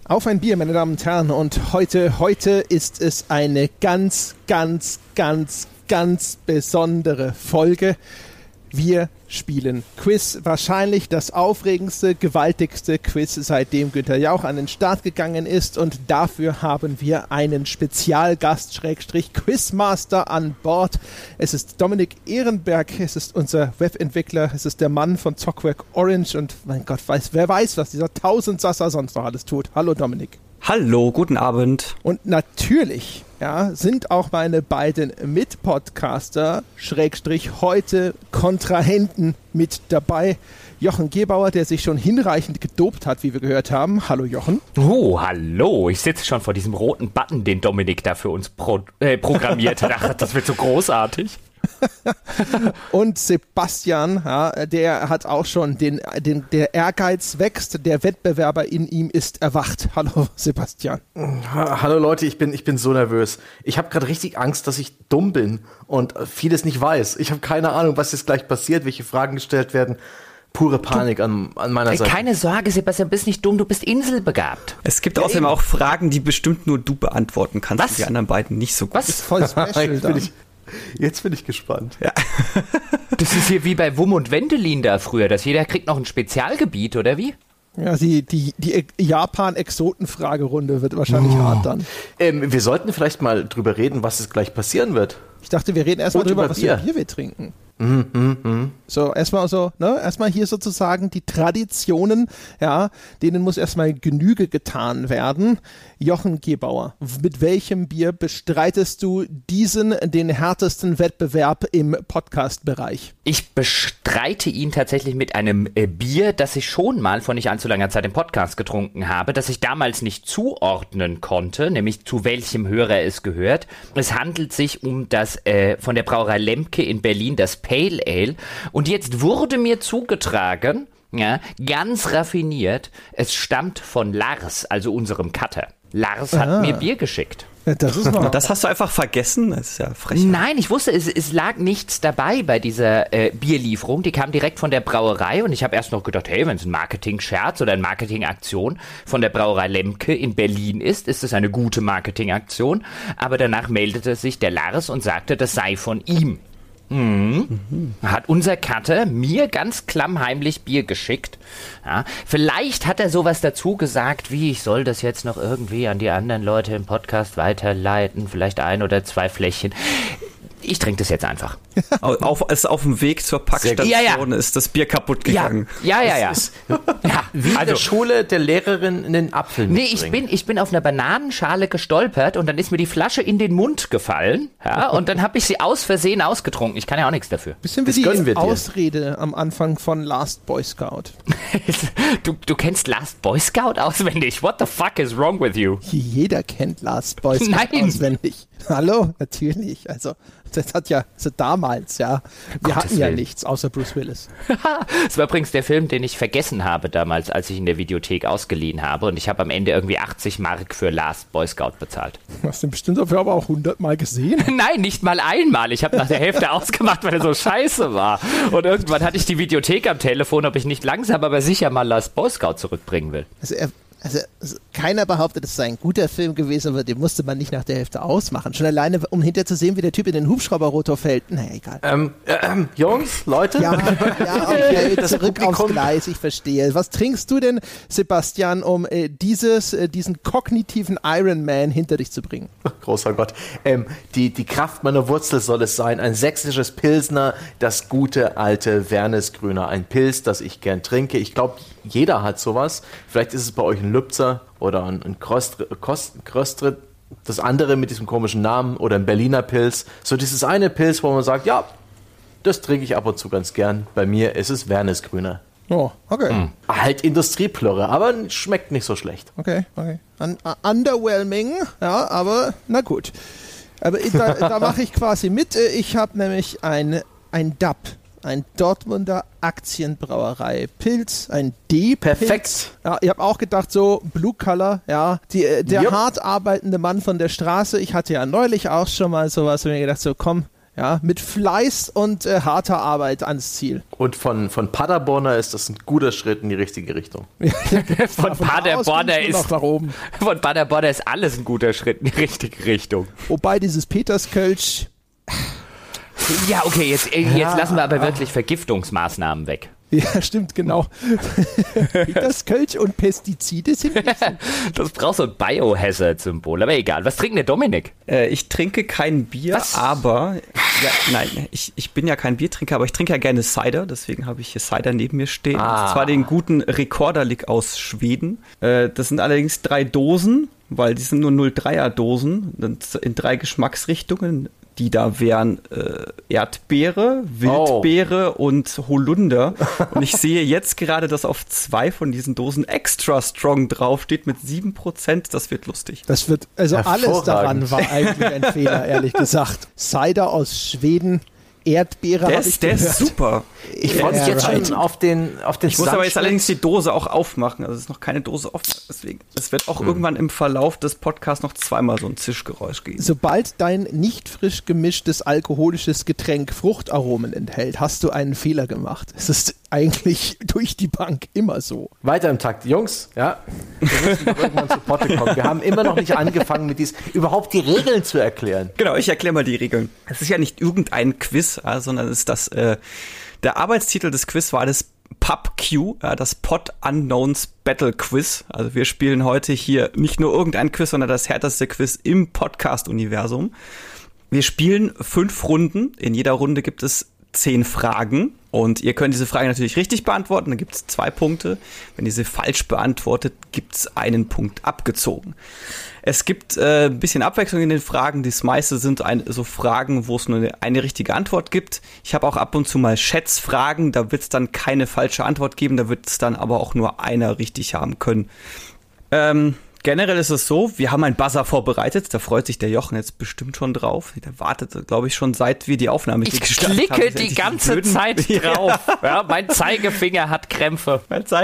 Auf ein Bier, meine Damen und Herren, und heute ist es eine ganz besondere Folge. Wir spielen Quiz, wahrscheinlich das aufregendste, gewaltigste Quiz, seitdem Günther Jauch an den Start gegangen ist, und dafür haben wir einen Spezialgast, Quizmaster an Bord. Es ist Dominik Ehrenberg, es ist unser Webentwickler, es ist der Mann von Zockwerk Orange und mein Gott, wer weiß, was dieser Tausendsasser sonst noch alles tut. Hallo Dominik. Hallo, guten Abend. Und natürlich sind auch meine beiden Mitpodcaster, heute Kontrahenten mit dabei. Jochen Gebauer, der sich schon hinreichend gedopt hat, wie wir gehört haben. Hallo Jochen. Oh, hallo. Ich sitze schon vor diesem roten Button, den Dominik da für uns programmiert hat. Ach, das wird so großartig. Und Sebastian, der hat auch schon der Ehrgeiz wächst, der Wettbewerber in ihm ist erwacht. Hallo Sebastian. Hallo Leute, ich bin so nervös. Ich habe gerade richtig Angst, dass ich dumm bin und vieles nicht weiß. Ich habe keine Ahnung, was jetzt gleich passiert, welche Fragen gestellt werden. Pure Panik an meiner Seite. Keine Sorge, Sebastian, du bist nicht dumm, du bist inselbegabt. Es gibt außerdem auch Fragen, die bestimmt nur du beantworten kannst. Was? Die anderen beiden nicht so gut. Was? Voll special Jetzt bin ich gespannt. Ja. Das ist hier wie bei Wum und Wendelin da früher, dass jeder kriegt noch ein Spezialgebiet, oder wie? Ja, die Japan-Exoten-Fragerunde wird wahrscheinlich hart dann. Wir sollten vielleicht mal drüber reden, was es gleich passieren wird. Ich dachte, wir reden erstmal drüber, was für Bier wir trinken. So, erstmal hier sozusagen die Traditionen, denen muss erstmal Genüge getan werden. Jochen Gebauer, mit welchem Bier bestreitest du den härtesten Wettbewerb im Podcast-Bereich? Ich bestreite ihn tatsächlich mit einem Bier, das ich schon mal vor nicht allzu langer Zeit im Podcast getrunken habe, das ich damals nicht zuordnen konnte, nämlich zu welchem Hörer es gehört. Es handelt sich um das von der Brauerei Lemke in Berlin, das Pale Ale. Und jetzt wurde mir zugetragen, ganz raffiniert, es stammt von Lars, also unserem Cutter. Lars hat mir Bier geschickt. Das hast du einfach vergessen? Das ist ja frech. Nein, ich wusste, es lag nichts dabei bei dieser Bierlieferung. Die kam direkt von der Brauerei und ich habe erst noch gedacht, hey, wenn es ein Marketing-Scherz oder eine Marketingaktion von der Brauerei Lemke in Berlin ist es eine gute Marketingaktion. Aber danach meldete sich der Lars und sagte, das sei von ihm. Hat unser Cutter mir ganz klammheimlich Bier geschickt. Ja, vielleicht hat er sowas dazu gesagt, wie ich soll das jetzt noch irgendwie an die anderen Leute im Podcast weiterleiten, vielleicht 1 oder 2 Fläschchen. Ich trinke das jetzt einfach. Auf dem Weg zur Packstation ist das Bier kaputt gegangen. Ja. Wie in der Schule der Lehrerin einen Apfel mitbringen. Ich bin auf einer Bananenschale gestolpert und dann ist mir die Flasche in den Mund gefallen. Ja, und dann habe ich sie aus Versehen ausgetrunken. Ich kann ja auch nichts dafür. Bisschen wie die Ausrede am Anfang von Last Boy Scout. Du kennst Last Boy Scout auswendig? What the fuck is wrong with you? Jeder kennt Last Boy Scout auswendig. Hallo, natürlich. Also, das hat ja damals, wir hatten ja nichts außer Bruce Willis. Das war übrigens der Film, den ich vergessen habe damals, als ich in der Videothek ausgeliehen habe, und ich habe am Ende irgendwie 80 Mark für Last Boy Scout bezahlt. Du hast den bestimmt dafür aber auch 100 Mal gesehen. Nein, nicht mal einmal. Ich habe nach der Hälfte ausgemacht, weil er so scheiße war. Und irgendwann hatte ich die Videothek am Telefon, ob ich nicht langsam, aber sicher mal Last Boy Scout zurückbringen will. Also keiner behauptet, es sei ein guter Film gewesen, aber den musste man nicht nach der Hälfte ausmachen. Schon alleine, um hinterher zu sehen, wie der Typ in den Hubschrauberrotor fällt. Naja, egal. Jungs, Leute? Ja, okay, zurück aufs Gleis, ich verstehe. Was trinkst du denn, Sebastian, um diesen kognitiven Ironman hinter dich zu bringen? Großer Gott. Die Kraft meiner Wurzel soll es sein. Ein sächsisches Pilsner, das gute alte Wernesgrüner. Ein Pils, das ich gern trinke. Ich glaube, jeder hat sowas. Vielleicht ist es bei euch ein Lübzer oder ein Kröstrit, das andere mit diesem komischen Namen, oder ein Berliner Pils. So dieses eine Pils, wo man sagt, ja, das trinke ich ab und zu ganz gern. Bei mir ist es Wernesgrüner. Oh, okay. Halt Industrieplörre, aber schmeckt nicht so schlecht. Okay. Underwhelming, aber na gut. Aber da mache ich quasi mit. Ich habe nämlich ein DAP. Ein Dortmunder Aktienbrauerei Pilz, ein D-Pilz. Perfekt. Ja, ich habe auch gedacht, so Blue Color, der hart arbeitende Mann von der Straße. Ich hatte ja neulich auch schon mal sowas, und mir gedacht, so komm, Ja, mit Fleiß und harter Arbeit ans Ziel. Und von Paderborner ist das ein guter Schritt in die richtige Richtung. Von Paderborner ist alles ein guter Schritt in die richtige Richtung. Wobei dieses Peterskölsch... Ja, okay, jetzt lassen wir aber wirklich Vergiftungsmaßnahmen weg. Ja, stimmt, genau. Peterskölsch und Pestizide sind nicht so. Das braucht so ein Biohazard-Symbol, aber egal. Was trinkt der Dominik? Ich trinke kein Bier, aber... Ja, nein, ich bin ja kein Biertrinker, aber ich trinke ja gerne Cider, deswegen habe ich hier Cider neben mir stehen. Und zwar den guten Rekorderlik aus Schweden. Das sind allerdings 3 Dosen, weil die sind nur 0,3er Dosen in 3 Geschmacksrichtungen. Die da wären Erdbeere, Wildbeere und Holunder. Und ich sehe jetzt gerade, dass auf 2 von diesen Dosen Extra Strong draufsteht mit 7%. Das wird lustig. Das wird, also alles daran war eigentlich ein Fehler, ehrlich gesagt. Cider aus Schweden, Erdbeere habe ich gehört. Der ist super. Ich freue mich jetzt schon auf den Ich muss aber jetzt allerdings die Dose auch aufmachen. Also es ist noch keine Dose offen. Deswegen, es wird auch irgendwann im Verlauf des Podcasts noch zweimal so ein Zischgeräusch geben. Sobald dein nicht frisch gemischtes alkoholisches Getränk Fruchtaromen enthält, hast du einen Fehler gemacht. Es ist eigentlich durch die Bank immer so. Weiter im Takt. Jungs, ja, wir müssen irgendwann zu Potte kommen. Wir haben immer noch nicht angefangen, überhaupt die Regeln zu erklären. Genau, ich erkläre mal die Regeln. Es ist ja nicht irgendein Quiz, sondern es ist der Arbeitstitel des Quiz war das PubQ, das Pod Unknowns Battle Quiz. Also wir spielen heute hier nicht nur irgendein Quiz, sondern das härteste Quiz im Podcast-Universum. Wir spielen 5 Runden. In jeder Runde gibt es 10 Fragen. Und ihr könnt diese Frage natürlich richtig beantworten, dann gibt es 2 Punkte. Wenn ihr sie falsch beantwortet, gibt es einen Punkt abgezogen. Es gibt ein bisschen Abwechslung in den Fragen. Das meiste sind so Fragen, wo es nur eine richtige Antwort gibt. Ich habe auch ab und zu mal Schätzfragen, da wird es dann keine falsche Antwort geben, da wird es dann aber auch nur einer richtig haben können. Generell ist es so, wir haben einen Buzzer vorbereitet, da freut sich der Jochen jetzt bestimmt schon drauf. Der wartet, glaube ich, schon seit wir die Aufnahme gestartet haben. Ich klicke die ganze Zeit drauf. Ja, mein Zeigefinger hat Krämpfe.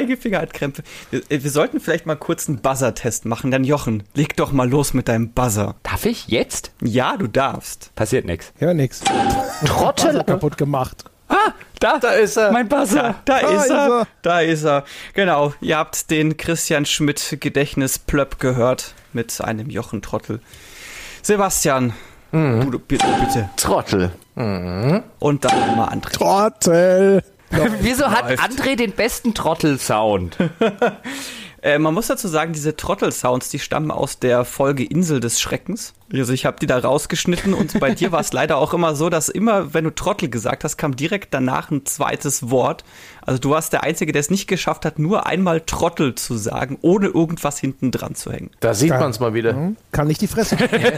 Wir sollten vielleicht mal kurz einen Buzzer-Test machen. Dann Jochen, leg doch mal los mit deinem Buzzer. Darf ich jetzt? Ja, du darfst. Passiert nichts. Ja, nix. Trottel. Kaputt gemacht. Da ist er. Mein Buzzer. Da ist er. Genau, ihr habt den Christian Schmidt Gedächtnisplöpp gehört mit einem Jochen Trottel. Sebastian, du bitte. Trottel. Und dann mal André. Trottel. Wieso hat André den besten Trottel-Sound? Man muss dazu sagen, diese Trottel-Sounds, die stammen aus der Folge Insel des Schreckens. Also ich habe die da rausgeschnitten und bei dir war es leider auch immer so, dass immer, wenn du Trottel gesagt hast, kam direkt danach ein zweites Wort. Also du warst der Einzige, der es nicht geschafft hat, nur einmal Trottel zu sagen, ohne irgendwas hinten dran zu hängen. Da sieht man es mal wieder. Kann nicht die Fresse.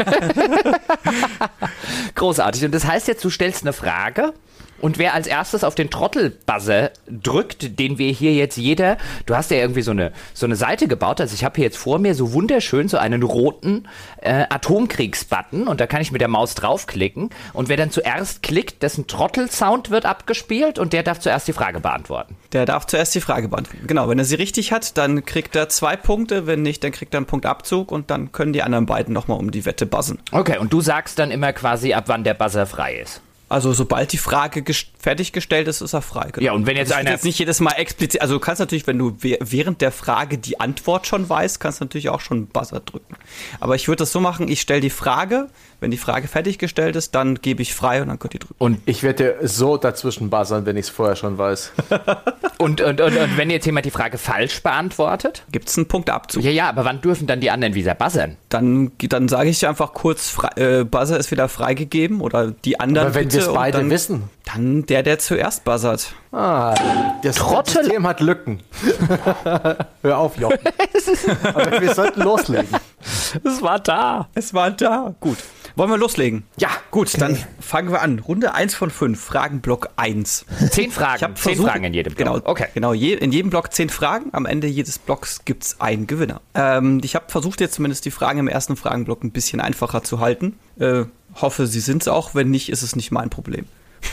Großartig. Und das heißt jetzt, du stellst eine Frage und wer als erstes auf den Trottel-Buzzer drückt, den wir hier jetzt du hast ja irgendwie so eine Seite gebaut, also ich habe hier jetzt vor mir so wunderschön so einen roten Atomkriegs-Button und da kann ich mit der Maus draufklicken und wer dann zuerst klickt, dessen Trottel-Sound wird abgespielt und der darf zuerst die Frage beantworten. Genau, wenn er sie richtig hat, dann kriegt er 2 Punkte, wenn nicht, dann kriegt er einen Punktabzug und dann können die anderen beiden nochmal um die Wette buzzen. Okay, und du sagst dann immer quasi, ab wann der Buzzer frei ist. Also sobald die Frage fertiggestellt ist, ist er frei. Genau. Ja, und wenn jetzt jetzt nicht jedes Mal explizit, also du kannst natürlich, wenn du während der Frage die Antwort schon weißt, kannst du natürlich auch schon einen Buzzer drücken. Aber ich würde das so machen, ich stelle die Frage, wenn die Frage fertiggestellt ist, dann gebe ich frei und dann könnt ihr drücken. Und ich werde so dazwischen buzzern, wenn ich es vorher schon weiß. und wenn jetzt jemand die Frage falsch beantwortet? Gibt es einen Punktabzug. Ja, aber wann dürfen dann die anderen wieder buzzern? Dann sage ich einfach kurz, Buzzer ist wieder freigegeben oder die anderen. Aber wenn wir es beide wissen. Dann der zuerst buzzert. Das System hat Lücken. Hör auf, Jochen. Aber wir sollten loslegen. Es war da. Gut. Wollen wir loslegen? Ja. Gut, dann fangen wir an. Runde 1 von 5, Fragenblock 1. 10 Fragen. 10 Fragen in jedem Block. Genau, in jedem Block 10 Fragen. Am Ende jedes Blocks gibt es einen Gewinner. Ich habe versucht, jetzt zumindest die Fragen im ersten Fragenblock ein bisschen einfacher zu halten. Hoffe, sie sind es auch. Wenn nicht, ist es nicht mein Problem.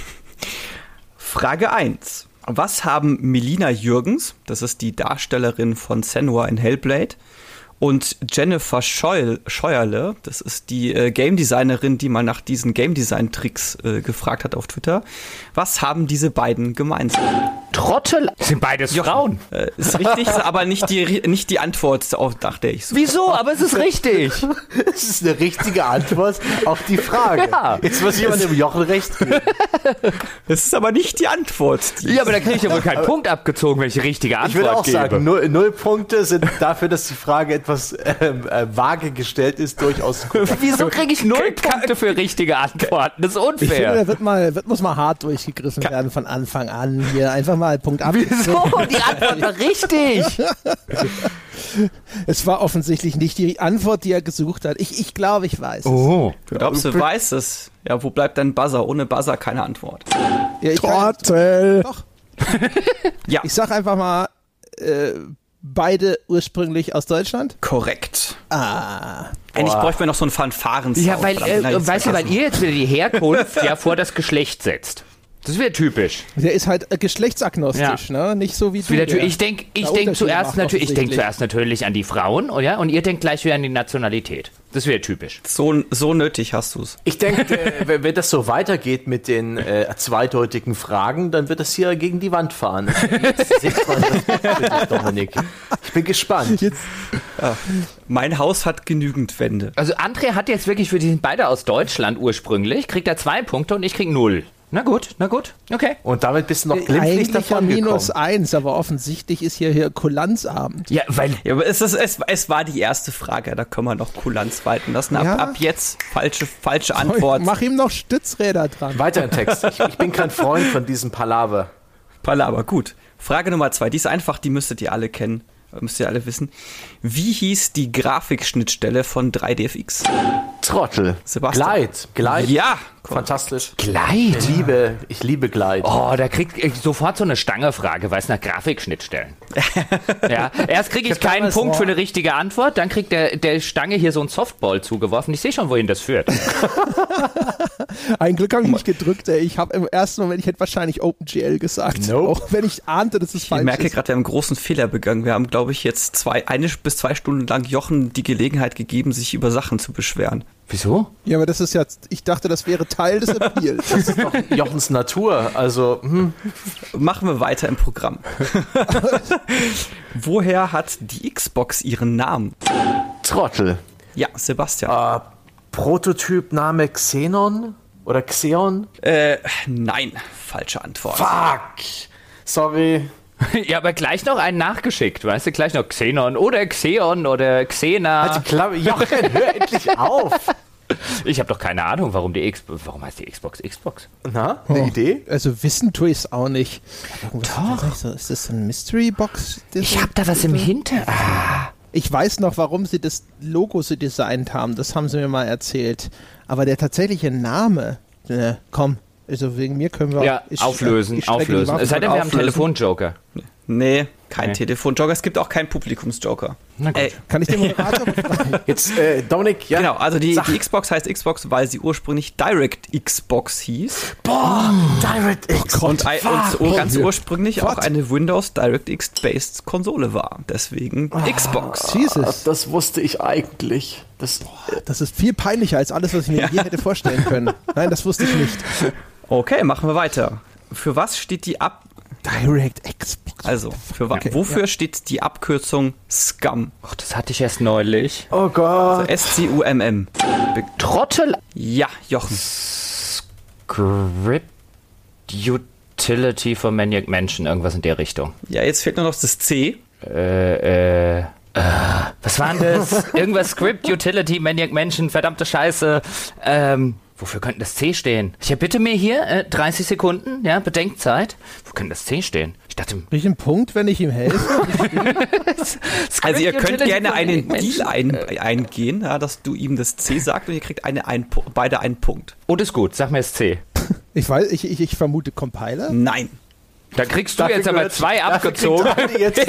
Frage 1. Was haben Melina Jürgens, das ist die Darstellerin von Senua in Hellblade, Und Jennifer Scheuerle, das ist die Game Designerin, die mal nach diesen Game Design Tricks gefragt hat auf Twitter. Was haben diese beiden gemeinsam? Trottel. Sind beides Frauen. Ist richtig, ist aber nicht die Antwort, nach der ich so. Wieso? Aber es ist richtig. Das ist eine richtige Antwort auf die Frage. Ja. Jetzt muss jemand dem Jochen recht geben. Das ist aber nicht die Antwort. Ja, aber da kriege ich ja wohl keinen Punkt abgezogen, wenn ich die richtige Antwort Ich würde auch gebe. sagen, 0 Punkte sind dafür, dass die Frage etwas vage gestellt ist, durchaus gut. Wieso kriege ich 0 Punkte für richtige Antworten? Das ist Ich finde, unfair. muss mal hart durchgegriffen werden von Anfang an. Hier einfach mal Punkt ab. Wieso? Die Antwort war richtig. Es war offensichtlich nicht die Antwort, die er gesucht hat. Ich glaube, ich weiß es. Oh. Du glaubst, du weißt es. Ja, wo bleibt dein Buzzer? Ohne Buzzer keine Antwort. Ja, Trottel! Doch. Ja. Ich sag einfach mal, beide ursprünglich aus Deutschland. Korrekt. Ah. Eigentlich bräuchten wir noch so einen Fanfaren-Sound. Ja, weil, Verdammt, nein, weißt du, weil ihr jetzt wieder die Herkunft ja vor das Geschlecht setzt. Das wäre typisch. Der ist halt geschlechtsagnostisch, ne? Nicht so wie du. Wieder der ich denk Unterschiede zuerst macht, natürlich, offensichtlich. natürlich an die Frauen, und ihr denkt gleich wieder an die Nationalität. Das wäre typisch. So nötig hast du es. Ich denke, wenn das so weitergeht mit den zweideutigen Fragen, dann wird das hier gegen die Wand fahren. Dominik. Ich bin gespannt. Mein Haus hat genügend Wände. Also André hat jetzt wirklich, die sind beide aus Deutschland ursprünglich, kriegt er 2 Punkte und ich krieg 0. Na gut, okay. Und damit bist du noch glimpflich Eigentlich ja davon gekommen. -1, aber offensichtlich ist hier Kulanzabend. Ja, weil Ja, aber es war die erste Frage, da können wir noch Kulanz walten lassen. Ja. Ab jetzt falsche Antwort. Mach ihm noch Stützräder dran. Weiter im Text. Ich bin kein Freund von diesem Palaver. Palaver, gut. Frage Nummer 2, die ist einfach, die müsstet ihr alle kennen. Müsst ihr alle wissen. Wie hieß die Grafikschnittstelle von 3DFX? Trottel. Sebastian. Glide. Ja, Fantastisch. Glide. Ich liebe Glide. Oh, da kriegt ich sofort so eine Stange-Frage, weil es nach Grafikschnittstellen. Ja, erst kriege ich keinen Punkt für eine richtige Antwort, dann kriegt der Stange hier so einen Softball zugeworfen. Ich sehe schon, wohin das führt. Ein Glück habe ich nicht gedrückt, ey. Ich habe im ersten Moment, ich hätte wahrscheinlich OpenGL gesagt. Nope. Auch wenn ich ahnte, dass es Ich falsch merke ist. gerade, wir haben einen großen Fehler begangen. Wir haben, glaube ich, jetzt 1 bis 2 Stunden lang Jochen die Gelegenheit gegeben, sich über Sachen zu beschweren. Wieso? Ja, aber das ist ja, ich dachte, das wäre Teil des Appeals. Das ist doch Jochens Natur. Also, Machen wir weiter im Programm. Woher hat die Xbox ihren Namen? Trottel. Ja, Sebastian. Prototypname Xenon? Oder Xeon? Nein, falsche Antwort. Fuck! Sorry. Ja, aber gleich noch einen nachgeschickt, weißt du? Gleich noch Xenon oder Xeon oder Xena. Halt die Klappe. Jochen, hör endlich auf. Ich habe doch keine Ahnung, warum heißt die Xbox Xbox? Na, eine Idee? Also wissen tue ich es auch nicht. Doch. Ist das so ein Mystery-Box? Ich habe da was im Hinter. Ich weiß noch, warum sie das Logo so designt haben. Das haben sie mir mal erzählt. Aber der tatsächliche Name, komm, also wegen mir können wir Ja, auflösen. Es sei denn, wir haben einen Telefonjoker. Nee, kein Nee. Telefonjoker. Es gibt auch keinen Publikumsjoker. Na gut. Kann ich den Moderator befragen? Jetzt, Dominik, ja. Genau, also die Xbox heißt Xbox, weil sie ursprünglich DirectXbox hieß. Boah, DirectX. Und ganz ursprünglich auch eine Windows DirectX-based Konsole war. Deswegen Xbox. Jesus. Das wusste ich eigentlich. Das ist viel peinlicher als alles, was ich mir je hätte vorstellen können. Nein, das wusste ich nicht. Okay, machen wir weiter. Für was steht die DirectX. Also, wofür steht die Abkürzung SCUM? Ach, das hatte ich erst neulich. Oh Gott. SCUMM. Trottel. Ja, Jochen. Script Utility for Maniac Mansion, irgendwas in der Richtung. Ja, jetzt fehlt nur noch das C. Was war denn das? Irgendwas Script Utility Maniac Mansion, verdammte Scheiße. Wofür könnte das C stehen? Ich bitte mir hier 30 Sekunden, ja, Bedenkzeit. Wo könnte das C stehen? Ich dachte, Krieg ich einen Punkt, wenn ich ihm helfe? Also ihr könnt Utility gerne for einen Maniac Deal Mansion. eingehen, ja, dass du ihm das C sagst und ihr kriegt beide einen Punkt. Oh, das ist gut, sag mir das C. Ich weiß, ich vermute Compiler. Nein. Da kriegst du Dafür jetzt aber gehört- 2 abgezogen. Jetzt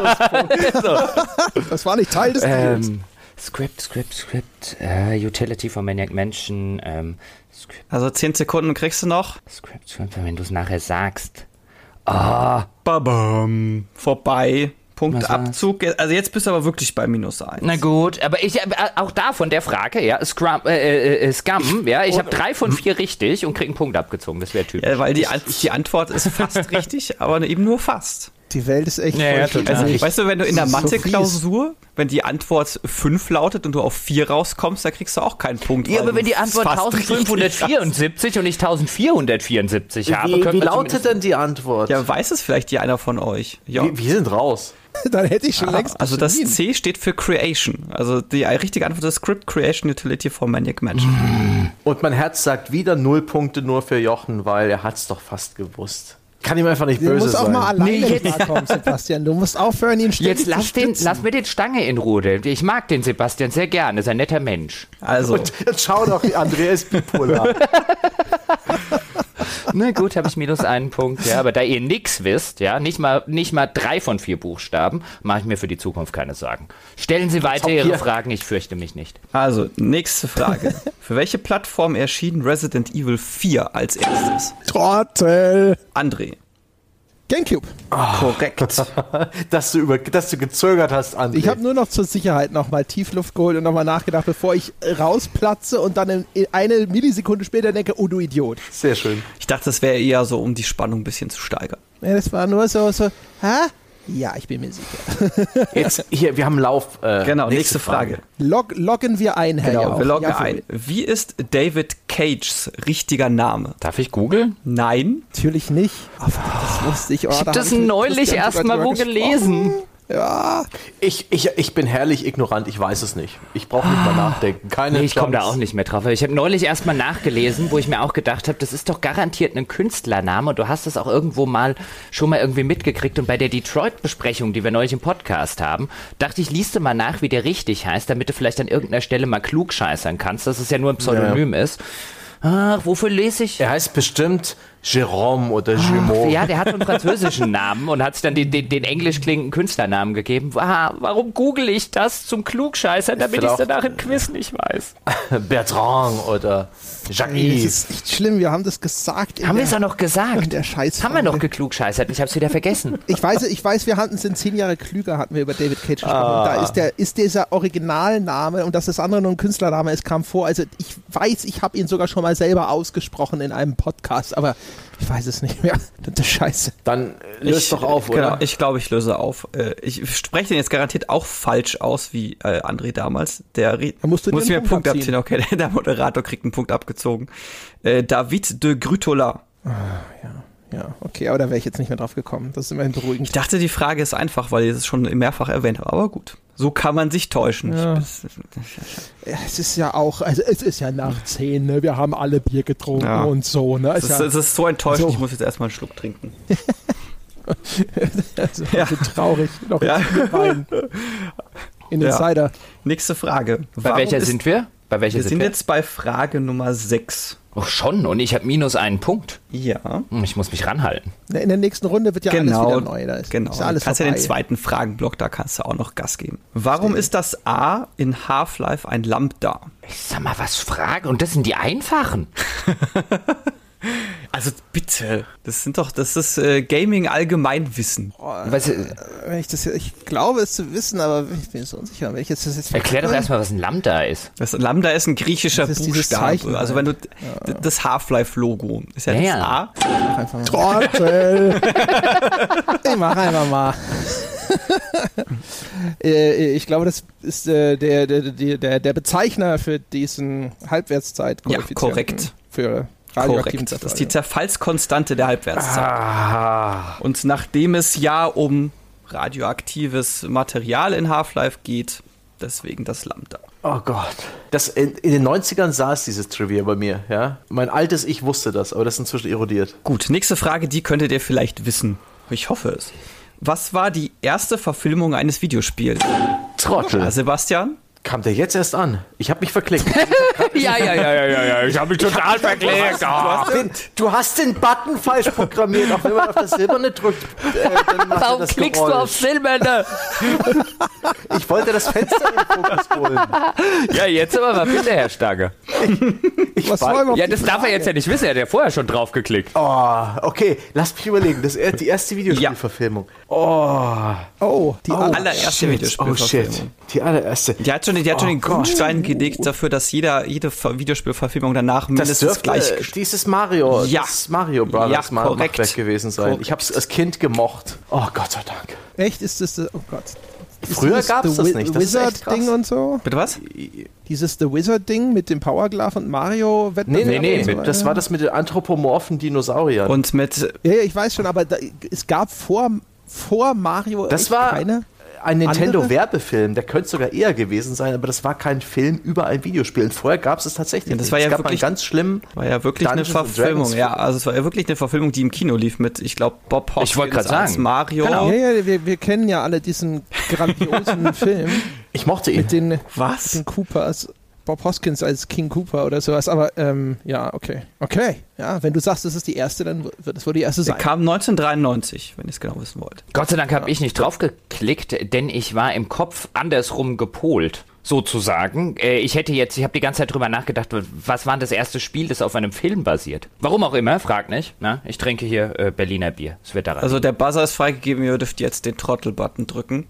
Das war nicht Teil des Deals. Script, Utility for Maniac Mansion, Also 10 Sekunden kriegst du noch. Script, wenn du es nachher sagst. Babam. Vorbei. Punktabzug. Also jetzt bist du aber wirklich bei -1. Na gut, aber auch da von der Frage, ja, Scum, ja, ich habe 3 von 4 richtig und krieg einen Punkt abgezogen, das wäre typisch. Ja, weil die Antwort ist fast richtig, aber eben nur fast. Die Welt ist echt total. Also, weißt du, wenn du in der Das ist so Mathe-Klausur, wenn die Antwort 5 lautet und du auf 4 rauskommst, da kriegst du auch keinen Punkt. Ja, aber wenn die Antwort fast 1574 und nicht 1474 habe, Wie lautet denn die Antwort? Ja, weiß es vielleicht hier einer von euch? Ja. Wir sind raus. Dann hätte ich schon längst Also das geschrien. C steht für Creation. Also die richtige Antwort ist Script Creation Utility for Maniac Mansion. Und mein Herz sagt wieder 0 Punkte nur für Jochen, weil er hat's doch fast gewusst. Kann ihm einfach nicht Du böse musst auch sein. mal alleine Nee, jetzt- klarkommen, Sebastian. Du musst aufhören, ihn ständig Jetzt zu stützen. lass mir den Stange in Ruhe. Ich mag den Sebastian sehr gerne, ist ein netter Mensch. Also, Und schau doch, André ist bipolar. Na gut, habe ich -1 Punkt, ja, aber da ihr nix wisst, ja, nicht mal 3 von 4 Buchstaben, mache ich mir für die Zukunft keine Sorgen. Stellen Sie weiter Ihre hier. Fragen, ich fürchte mich nicht. nächste Frage. Für welche Plattform erschien Resident Evil 4 als erstes? Trottel. André. Gamecube. Korrekt. dass du gezögert hast, André. Ich habe nur noch zur Sicherheit nochmal Tiefluft geholt und nochmal nachgedacht, bevor ich rausplatze und dann eine Millisekunde später denke, oh du Idiot. Sehr schön. Ich dachte, das wäre eher so, um die Spannung ein bisschen zu steigern. Ja, das war nur so, hä? Ja, ich bin mir sicher. Jetzt, hier, wir haben Lauf. Genau, nächste Frage. Loggen wir ein, Herr Genau, Jauch. wir loggen Jawohl. ein. Wie ist David Cages richtiger Name? Darf ich googeln? Nein. Natürlich nicht. Aber das wusste ich. Oh, Ich habe das neulich erst mal wo gelesen. Ja. Ich bin herrlich ignorant, ich weiß es nicht. Ich brauche nicht mal nachdenken. Keine Nee, ich komme da Chance. auch nicht mehr drauf. Ich habe neulich erst mal nachgelesen, wo ich mir auch gedacht habe, das ist doch garantiert ein Künstlername und du hast das auch irgendwo schon mal irgendwie mitgekriegt. Und bei der Detroit-Besprechung, die wir neulich im Podcast haben, dachte ich, liest du mal nach, wie der richtig heißt, damit du vielleicht an irgendeiner Stelle mal klug scheißern kannst, dass es ja nur ein Pseudonym ist. Ach, wofür lese ich? Er heißt bestimmt Jérôme oder Jumeau. Ja, der hat so einen französischen Namen und hat sich dann den englisch klingenden Künstlernamen gegeben. Warum google ich das zum Klugscheißern, damit ich es danach im Quiz nicht weiß? Bertrand oder Das Jacques. ist echt schlimm, wir haben das gesagt. Haben wir es auch noch gesagt? in der Scheißfolge. Haben wir noch geklugscheißert? Ich habe es wieder vergessen. Ich weiß, wir hatten es in 10 Jahre klüger, hatten wir über David Cage gesprochen. Und da ist dieser Originalname und dass das andere nur ein Künstlername ist, kam vor. Also ich weiß, ich habe ihn sogar schon mal selber ausgesprochen in einem Podcast, aber ich weiß es nicht mehr. Das ist scheiße. Dann löst doch auf, Genau, oder? ich glaube, ich löse auf. Ich spreche den jetzt garantiert auch falsch aus, wie André damals. Da musst du dir muss mir einen einen Punkt Punkt abziehen. Okay, der Moderator kriegt einen Punkt abgezogen. David de Grutola. Ja, okay, aber da wäre ich jetzt nicht mehr drauf gekommen. Das ist immerhin beruhigend. Ich dachte, die Frage ist einfach, weil ich es schon mehrfach erwähnt habe. Aber gut, so kann man sich täuschen. Ja. Es ist ja auch, also es ist ja nach 10, ne? Wir haben alle Bier getrunken Ja. und so, ne? Es ist so enttäuschend, So. ich muss jetzt erstmal einen Schluck trinken. Also, Ja. so traurig. Noch Ja. rein. In den Ja. Cider. Nächste Frage. Bei welcher sind wir? Bei welcher Wir sind sind wir? jetzt bei Frage Nummer 6. Oh, schon. Und ich habe -1 Punkt. Ja. Ich muss mich ranhalten. In der nächsten Runde wird ja alles wieder neu. Da ist, Genau. ist ja alles Du kannst ja vorbei. den zweiten Fragenblock, da kannst du auch noch Gas geben. Warum ist das A in Half-Life ein Lambda? Ich sag mal, was fragen? Und das sind die einfachen. Also bitte, das ist Gaming Allgemeinwissen. Was, Ich glaube es zu wissen, aber ich bin so unsicher. Wenn ich jetzt das jetzt erklär doch erstmal, was ein Lambda ist. Das Lambda ist ein griechischer Das ist dieses Buchstabe. Zeichen Also wenn du das Half-Life-Logo ist ja, Ja, das ja. A. einfach mal. Trottel! Ich mach einfach mal. Ich glaube, das ist der Bezeichner für diesen Halbwertszeit-Koeffizienten. Ja, korrekt. Für radioaktiven Korrekt. Das ist die Zerfallskonstante der Halbwertszeit. Und nachdem es ja um radioaktives Material in Half-Life geht, deswegen das Lambda. Oh Gott. In den 90ern saß dieses Trivia bei mir, ja. Mein altes Ich wusste das, aber das ist inzwischen erodiert. Gut, nächste Frage, die könntet ihr vielleicht wissen. Ich hoffe es. Was war die erste Verfilmung eines Videospiels? Trottel. Sebastian? kam der jetzt erst an? Ich habe mich verklickt. Ja, ich habe mich total verklickt. Du hast den Button falsch programmiert, auch wenn man auf das Silberne drückt. Dann macht Warum das klickst du Geräusch. auf Silberne? Ich wollte das Fenster in den Fokus holen. Ja, jetzt aber mal bitte, Herr Stange. Was wollen wir Ja, auf das die darf er Frage? jetzt ja nicht wissen, er hat ja vorher schon drauf geklickt. Oh, okay, lass mich überlegen. Das ist die erste Videospielverfilmung. Oh, die allererste Oh Videospielverfilmung. shit, die allererste. Die hat schon den Grundstein gelegt dafür, dass jede Videospielverfilmung danach Das mindestens dürfte gleich. dieses Mario, Ja. das Mario Brothers Ja, mal korrekt. Machwerk gewesen sein. Korrekt. Ich habe es als Kind gemocht. Oh Gott sei Dank. Echt, ist das, oh Gott. Ist Früher dieses gab's The das nicht, das ist echt krass. Wizard-Ding und so? Bitte was? Dieses The Wizard-Ding mit dem Power Glove und Mario-Wettbewerb? Nee, und so das war das mit den anthropomorphen Dinosauriern. Und mit Ja, ich weiß schon, aber es gab vor Mario Das echt war keine. ein andere? Nintendo-Werbefilm, der könnte sogar eher gewesen sein, aber das war kein Film über ein Videospiel. Und vorher gab es es tatsächlich Ja, das nicht. war ja es gab wirklich- einen ganz schlimmen. war ja wirklich eine Dungeons and Verfilmung. Dragons Ja, also es war ja wirklich eine Verfilmung, die im Kino lief mit, ich glaube, Bob Hoskins Ich wollte gerade als sagen. Mario. Genau. Ja, wir kennen ja alle diesen grandiosen Film Ich mochte ihn. mit den Was? den Coopers. Bob Hoskins als King Cooper oder sowas, aber ja, okay. Okay, ja, wenn du sagst, das ist die erste, dann wird es wohl die erste Der sein. kam 1993, wenn ihr es genau wissen wollt. Gott sei Dank habe ich nicht drauf geklickt, denn ich war im Kopf andersrum gepolt, sozusagen. Ich habe die ganze Zeit drüber nachgedacht, was war das erste Spiel, das auf einem Film basiert? Warum auch immer, frag nicht. Na, ich trinke hier Berliner Bier. Es wird daran. Also der Buzzer ist freigegeben, ihr dürft jetzt den Trottel-Button drücken.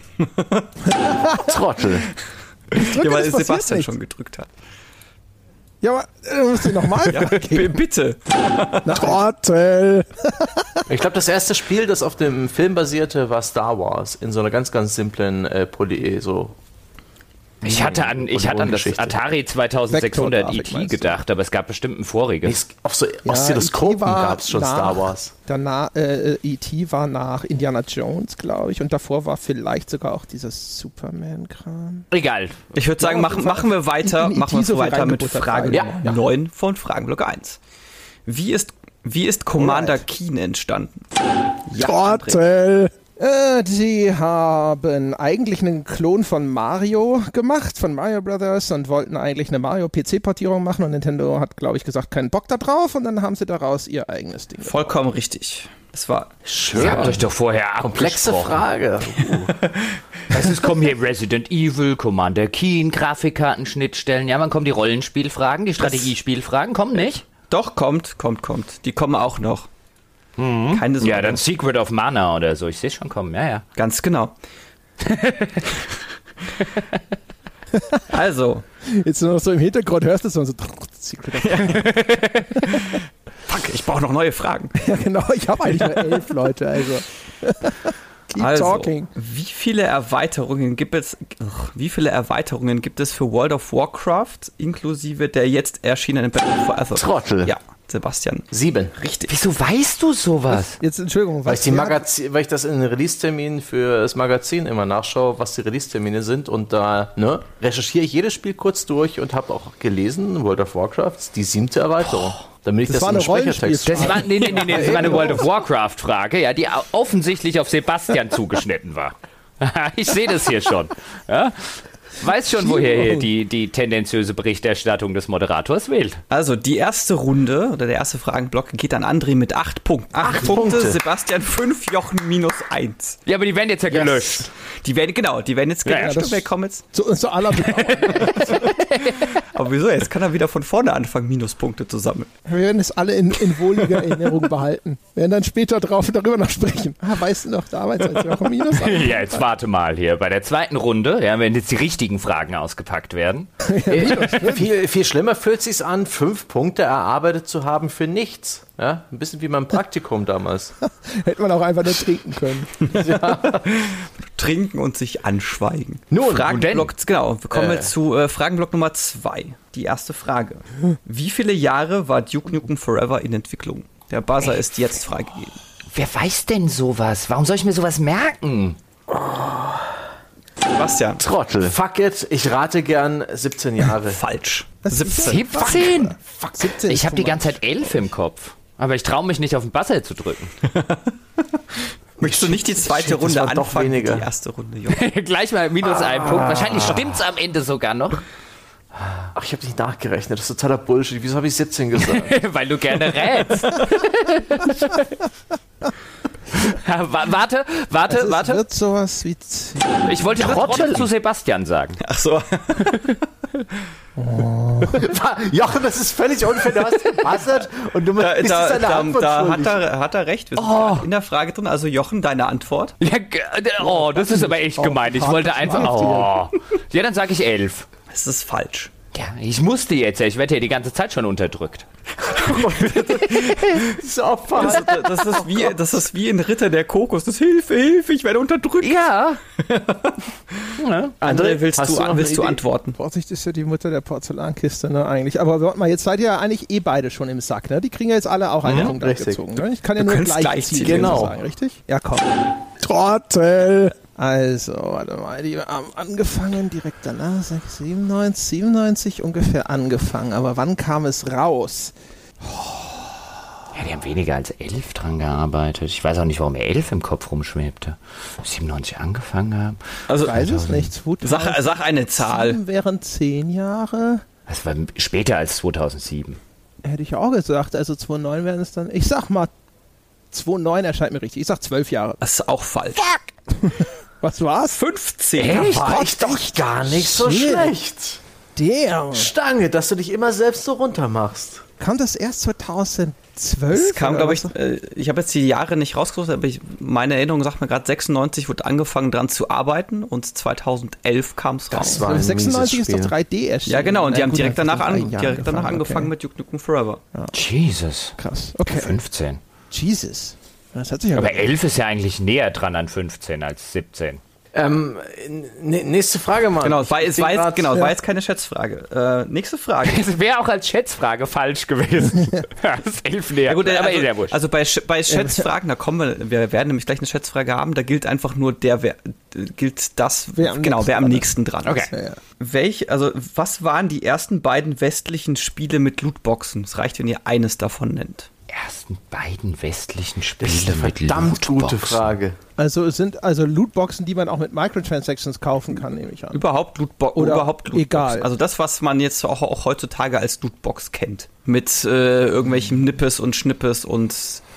Trottel. Ja, weil das passiert Sebastian nichts. schon gedrückt hat. Ja, aber musst du nochmal? Ja, bitte. Trottel. Ich glaube, das erste Spiel, das auf dem Film basierte, war Star Wars. In so einer ganz, ganz simplen Poly, so. Ich hatte an das Geschichte. Atari 2600 Vektorgrafik, ET meinst du? gedacht, aber es gab bestimmt ein voriges. Auf so Oszilloskopen E.T. war gab es schon nach- Star Wars. E.T. war nach Indiana Jones, glaube ich, und davor war vielleicht sogar auch dieses Superman-Kram. Egal. Ich würde sagen, machen wir weiter, in machen wir so viel weiter mit reingebuttert Frage rein. Nummer 9 von Fragenblock 1. Wie ist Commander Alright. Keen entstanden? Trottel. Die haben eigentlich einen Klon von Mario gemacht, von Mario Brothers, und wollten eigentlich eine Mario-PC-Portierung machen, und Nintendo hat, glaube ich, gesagt, keinen Bock da drauf, und dann haben sie daraus ihr eigenes Ding gemacht. Vollkommen richtig. Das war Schön. Ihr habt euch doch vorher Komplexe abgesprochen. Frage. Es kommen hier Resident Evil, Commander Keen, Grafikkarten, Schnittstellen. Ja, man kommen die Rollenspielfragen, die Strategiespielfragen, kommen nicht? doch kommt. Die kommen auch noch. Keine Sorge. Ja, dann Secret of Mana oder so. Ich sehe schon kommen, ja. Ganz genau. Also, Jetzt nur noch so im Hintergrund hörst du so, Secret of fuck, ich brauche noch neue Fragen. Ja, genau, ich habe eigentlich nur 11 Leute, also. Keep Also, talking. wie viele Erweiterungen gibt es für World of Warcraft, inklusive der jetzt erschienenen Battle for Azeroth? Trottel. Ja, Sebastian. 7. Richtig. Wieso weißt du sowas? Jetzt, Entschuldigung, Weil was? weil ich das in den Release-Terminen für das Magazin immer nachschaue, was die Release-Termine sind, und da recherchiere ich jedes Spiel kurz durch und habe auch gelesen, World of Warcraft, die 7. Erweiterung. Damit ich Das das war im eine Sprechertext Rollenspielfrage. Das war, nee, das war eine World of Warcraft-Frage, ja, die offensichtlich auf Sebastian zugeschnitten war. Ich sehe das hier schon. Ja? Weiß schon, woher hier die tendenziöse Berichterstattung des Moderators wählt. Also, die erste Runde oder der erste Fragenblock geht an André mit 8 Punkten. 8 Punkte, Sebastian 5, Jochen minus 1. Ja, aber die werden jetzt ja gelöscht. Die werden jetzt Ja, gelöscht. das- Wer kommt jetzt? Zu aller Bedauern. Aber wieso? Jetzt kann er wieder von vorne anfangen, Minuspunkte zu sammeln. Wir werden es alle in wohliger Erinnerung behalten. Wir werden dann später darüber noch sprechen. Weißt du noch damals, als wir auch ein Minus hatten? Ja, jetzt warte mal hier. Bei der zweiten Runde, ja, wenn jetzt die richtigen Fragen ausgepackt werden. Viel schlimmer fühlt sich's an, 5 Punkte erarbeitet zu haben für nichts. Ja, ein bisschen wie mein Praktikum damals. Hätte man auch einfach nur trinken können. Trinken und sich anschweigen. Nun, Fragenblock, genau. Wir kommen jetzt zu Fragenblock Nummer 2. Die erste Frage. Wie viele Jahre war Duke Nukem Forever in Entwicklung? Der Buzzer ist jetzt freigegeben. Wer weiß denn sowas? Warum soll ich mir sowas merken? Sebastian. Trottel. Fuck it, ich rate gern 17 Jahre. Falsch. Was ist 17. 17? 17 Ich habe die ist ganze Zeit 11 im Kopf. Aber ich traue mich nicht auf den Buzzer zu drücken. Möchtest du nicht die zweite Shit, das Runde war doch anfangen? weniger. Die erste Runde, Jochen. Gleich mal minus einen Punkt. Wahrscheinlich stimmt's am Ende sogar noch. Ach, ich habe nicht nachgerechnet. Das ist totaler Bullshit. Wieso habe ich 17 gesagt? Weil du gerne rätst. Warte. Es wird sowas wie... Ich wollte Trottel zu Sebastian sagen. Ach so. Jochen, das ist völlig unfair. Du hast gebuzzert und du bist deine Antwort schuldig. hat er recht. Wir sind gerade in der Frage drin. Also Jochen, deine Antwort? Ja, das ist aber echt gemein. Ich wollte einfach... Ja, dann sage ich 11. Das ist falsch. Ja, ich musste jetzt. Ich werde ja die ganze Zeit schon unterdrückt. Das ist wie in Ritter der Kokos. Das Hilfe, ich werde unterdrückt. Ja. André, willst du antworten? Vorsicht, ist ja die Mutter der Porzellankiste, ne, eigentlich. Aber warte mal, jetzt seid ihr ja eigentlich beide schon im Sack, ne? Die kriegen ja jetzt alle auch einen Punkt abgezogen, ne? Ich kann ja nur gleich ziehen, genau. sagen, richtig? Ja, komm. Trottel! Also, warte mal, die haben angefangen, direkt danach, 97 ungefähr angefangen. Aber wann kam es raus? Ja, die haben weniger als 11 dran gearbeitet. Ich weiß auch nicht, warum 11 im Kopf rumschwebte. 97 angefangen haben. Also, Ich weiß es nicht. Sag eine Zahl. Wären 10 Jahre. Das war später als 2007. Hätte ich auch gesagt. Also 2009 wären es dann. Ich sag mal, 2009 erscheint mir richtig. Ich sag 12 Jahre. Das ist auch falsch. Was war's? 15. Echt? War ich doch gar nicht so Shit. schlecht. Damn. Stange, dass du dich immer selbst so runter machst. Kam das erst 2012? Es kam, oder glaube ich, was? ich habe jetzt die Jahre nicht rausgesucht, aber meine Erinnerung sagt mir gerade, 96 wurde angefangen dran zu arbeiten und 2011 kam es raus. Das war ein 96 ist doch mieses 3D erschienen. Ja, genau, und die haben gut, direkt dann danach, ein Jahr angefangen okay. mit Duke Nukem Forever. Jesus. Krass, okay. 15. Jesus. Das hat sich Aber 11 ist ja eigentlich näher dran an 15 als 17. Nächste Frage mal. Genau, es war jetzt keine Schätzfrage. Nächste Frage. Das wäre auch als Schätzfrage falsch gewesen. Das ist 11 näher. Ja gut, sehr wurscht. also bei Schätzfragen, da kommen wir werden nämlich gleich eine Schätzfrage haben, da gilt einfach nur wer am nächsten dran ist. Okay. Ja. Was waren die ersten beiden westlichen Spiele mit Lootboxen? Es reicht, wenn ihr eines davon nennt. Ersten beiden westlichen Das ist Spiele eine mit verdammt gute Lootboxen. Frage. Also es sind Lootboxen, die man auch mit Microtransactions kaufen kann, nehme ich an. Überhaupt Oder Lootboxen. egal. Also das, was man jetzt auch heutzutage als Lootbox kennt. Mit irgendwelchen Nippes und Schnippes und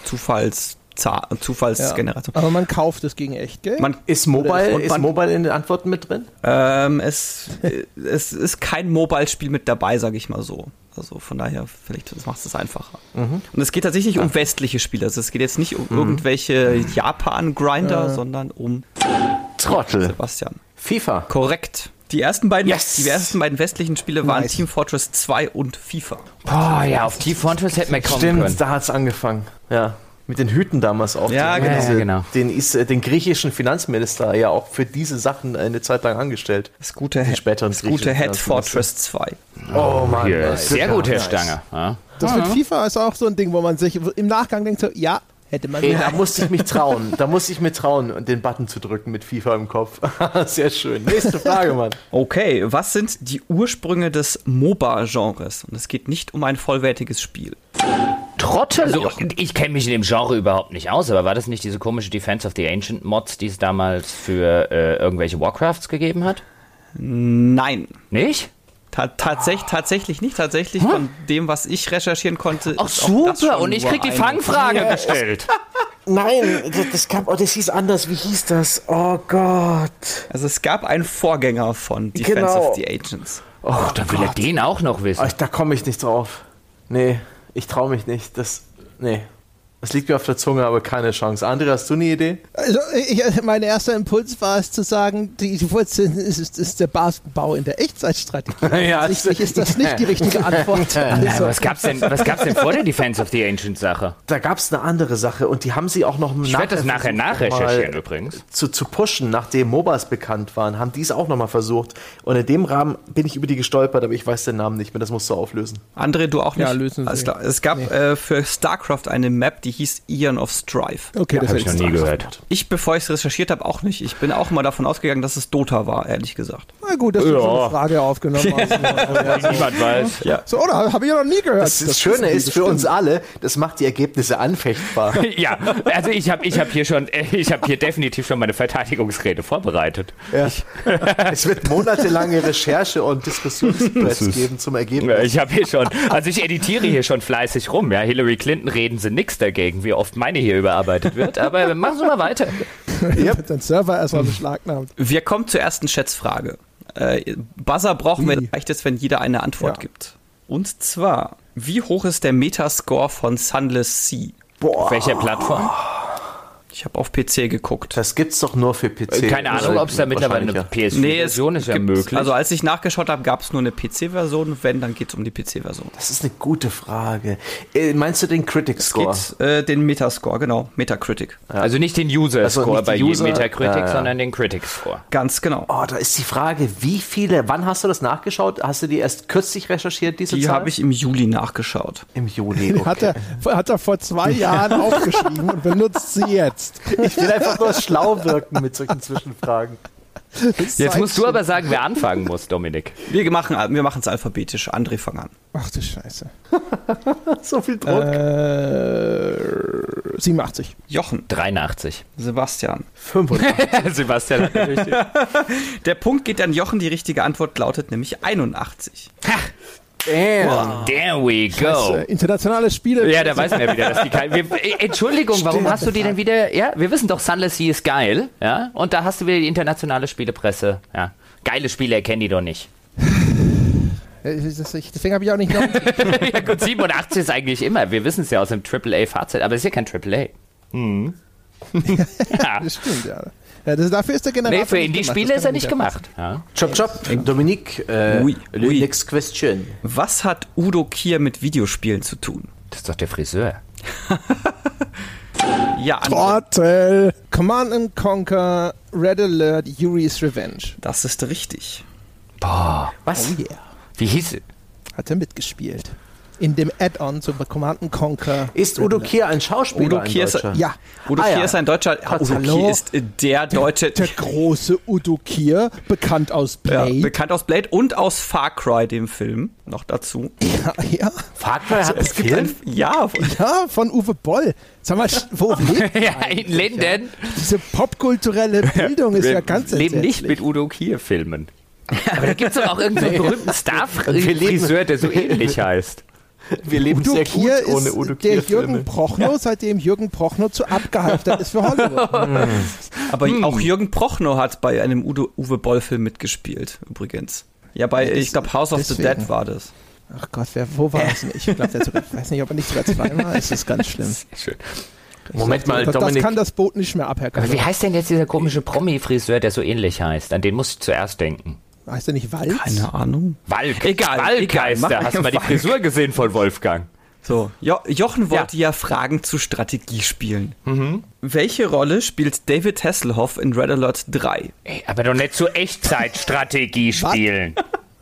Zufallsgeneration. Aber man kauft es gegen Echtgeld. Ist Mobile in den Antworten mit drin? Es ist kein Mobile-Spiel mit dabei, sage ich mal so. Also von daher, vielleicht macht es einfacher. Und es geht tatsächlich um westliche Spiele. Also es geht jetzt nicht um irgendwelche Japan-Grinder, sondern um Trottel. Sebastian. FIFA. Korrekt. Die ersten beiden Yes. westlichen Spiele waren Nice. Team Fortress 2 und FIFA. Boah, ja, auf Team Fortress hätten wir kommen können. Stimmt, da hat's angefangen. Ja. Mit den Hüten damals auch. Ja, Die haben genau. Den griechischen Finanzminister ja auch für diese Sachen eine Zeit lang angestellt. Das gute späteren Head Fortress 2. Oh Mann. Ja, nice. sehr gut, Herr Nice. Stange. Ja. Das mit FIFA ist auch so ein Ding, wo man sich im Nachgang denkt, so, ja, hätte man Ey, da musste ich mich trauen. Und den Button zu drücken mit FIFA im Kopf. Sehr schön. Nächste Frage, Mann. Okay, was sind die Ursprünge des MOBA-Genres? Und es geht nicht um ein vollwertiges Spiel. Trottel. Also, ich kenne mich in dem Genre überhaupt nicht aus, aber war das nicht diese komische Defense of the Ancient Mods, die es damals für irgendwelche Warcrafts gegeben hat? Nein. Nicht? Tatsächlich nicht. Tatsächlich von dem, was ich recherchieren konnte. Ach ist auch das super, schon und ich nur krieg die eine. Fangfrage gestellt. Nein, das hieß anders. Wie hieß das? Oh Gott. Also es gab einen Vorgänger von Defense Genau. of the Ancients. Oh, Dann will er den auch noch wissen. Da komme ich nicht drauf. Nee, ich traue mich nicht. Das liegt mir auf der Zunge, aber keine Chance. André, hast du eine Idee? Also mein erster Impuls war es zu sagen, die Wurzel ist der Bau in der Echtzeitstrategie. Ja, Offensichtlich ist das nicht die richtige Antwort. Nein, Also, was gab's denn vor der Defense of the Ancient Sache? Da gab es eine andere Sache und die haben sie auch noch Ich werde das nachher nachrecherchieren mal übrigens. zu pushen, nachdem MOBAs bekannt waren, haben die es auch nochmal versucht. Und in dem Rahmen bin ich über die gestolpert, aber ich weiß den Namen nicht mehr, das musst du auflösen. André, du auch nicht? Ja, lösen Sie. Alles klar. Es gab für StarCraft eine Map, die hieß Eon of Strife. Okay, das Habe ich noch nie gehört. Ich, bevor ich es recherchiert habe, auch nicht. Ich bin auch mal davon ausgegangen, dass es Dota war, ehrlich gesagt. Na gut, dass du so eine Frage aufgenommen hast. Niemand weiß. Ja. So, oder? Habe ich ja noch nie gehört. Das Schöne ist für uns alle, das macht die Ergebnisse anfechtbar. Ja, also ich hab hier definitiv schon meine Verteidigungsrede vorbereitet. Ja. Es wird monatelange Recherche und Diskussionspress geben zum Ergebnis. Ich habe hier schon, also ich editiere hier schon fleißig rum. Ja, Hillary Clinton reden sie nix dagegen, wie oft meine hier überarbeitet wird. Aber machen Sie mal weiter. Yep. Dein Server erstmal beschlagnahmt. Wir kommen zur ersten Schätzfrage. Buzzer brauchen wir, reicht es, wenn jeder eine Antwort gibt. Und zwar, wie hoch ist der Metascore von Sunless Sea? Auf welcher Plattform? Ich habe auf PC geguckt. Das gibt's doch nur für PC. Keine Ahnung, ob es da mittlerweile eine PS4-Version ist, ja möglich. Also als ich nachgeschaut habe, gab es nur eine PC-Version. Wenn, dann geht es um die PC-Version. Das ist eine gute Frage. Meinst du den Critic Score? Den Metascore, genau. Metacritic. Ja. Also nicht den User-Score nicht bei User, Metacritic, sondern den Critic-Score. Ganz genau. Oh, da ist die Frage, wie viele, wann hast du das nachgeschaut? Hast du die erst kürzlich recherchiert, diese Die Zahl? habe ich im Juli nachgeschaut. Im Juli, okay. Hat er vor 2 Jahren aufgeschrieben und benutzt sie jetzt. Ich will einfach nur schlau wirken mit solchen Zwischenfragen. Jetzt musst du aber sagen, wer anfangen muss, Dominik. Wir machen es alphabetisch. André, fang an. Ach du Scheiße. So viel Druck. 87. Jochen. 83. Sebastian. 85. Sebastian hat richtig. Der Punkt geht an Jochen. Die richtige Antwort lautet nämlich 81. Damn. There we go. Internationale Spiele. Ja, da weiß man ja wieder, dass die Entschuldigung, warum hast du die denn wieder? Ja, wir wissen doch, Sunless Sea ist geil. Ja, und da hast du wieder die internationale Spielepresse. Ja, geile Spiele erkennen die doch nicht. Deswegen habe ich auch nicht noch. Ja gut, 87 ist eigentlich immer. Wir wissen es ja aus dem AAA-Fazit, aber es ist ja kein AAA. Ja. Das stimmt, ja. Dafür ist der Generator. Nee, für Indie-Spiele ist er nicht gemacht. Ja. Chop, chop. Dominique, next question. Was hat Udo Kier mit Videospielen zu tun? Das ist doch der Friseur. Ja, André. Trottel. Command & Conquer, Red Alert, Yuri's Revenge. Das ist richtig. Boah. Was? Oh yeah. Wie hieß es? Hat er mitgespielt. In dem Add-on zum Command & Conquer. Ist Udo Kier ein Schauspieler? Udo Kier ist, Ja. Udo Kier ist ein Deutscher. Udo Kier ist der Deutsche. Der große Udo Kier, bekannt aus Blade. Ja, bekannt aus Blade und aus Far Cry, dem Film, noch dazu. Ja. Far Cry hat Es gibt ein, ja, Von Uwe Boll. Sag mal, wo lebt Ja, in Linden. diese popkulturelle Bildung ist ja ganz leben nicht entsetzlich. mit Udo Kier-Filmen. Aber da gibt es doch auch irgendeinen so berühmten Star-Friseur, der so ähnlich heißt. Wir leben Udo sehr Kier gut ohne ist Udo der Kier-Filme. Jürgen Prochnow, seitdem Jürgen Prochnow zu abgehalftert ist für Hollywood. aber auch Jürgen Prochnow hat bei einem Uwe Boll-Film mitgespielt, übrigens. Ja, ich glaube, House of the deswegen. Dead war das. Ach Gott, wo war das denn? Ich glaube, ich weiß nicht, ob er nicht sogar zweimal ist. Das ist ganz schlimm. Schön. Moment mal, Das Dominik. kann das Boot nicht mehr abherkommen. Aber wie heißt denn jetzt dieser komische Promi-Friseur, der so ähnlich heißt? An den muss ich zuerst denken. Heißt er nicht Walz? Keine Ahnung. Walk. Egal, Walkgeister. egal. Hast du mal die Frisur gesehen von Wolfgang? So, Jochen wollte ja Fragen zu Strategiespielen. Welche Rolle spielt David Hasselhoff in Red Alert 3? Ey, aber doch nicht zu Echtzeit-Strategie spielen.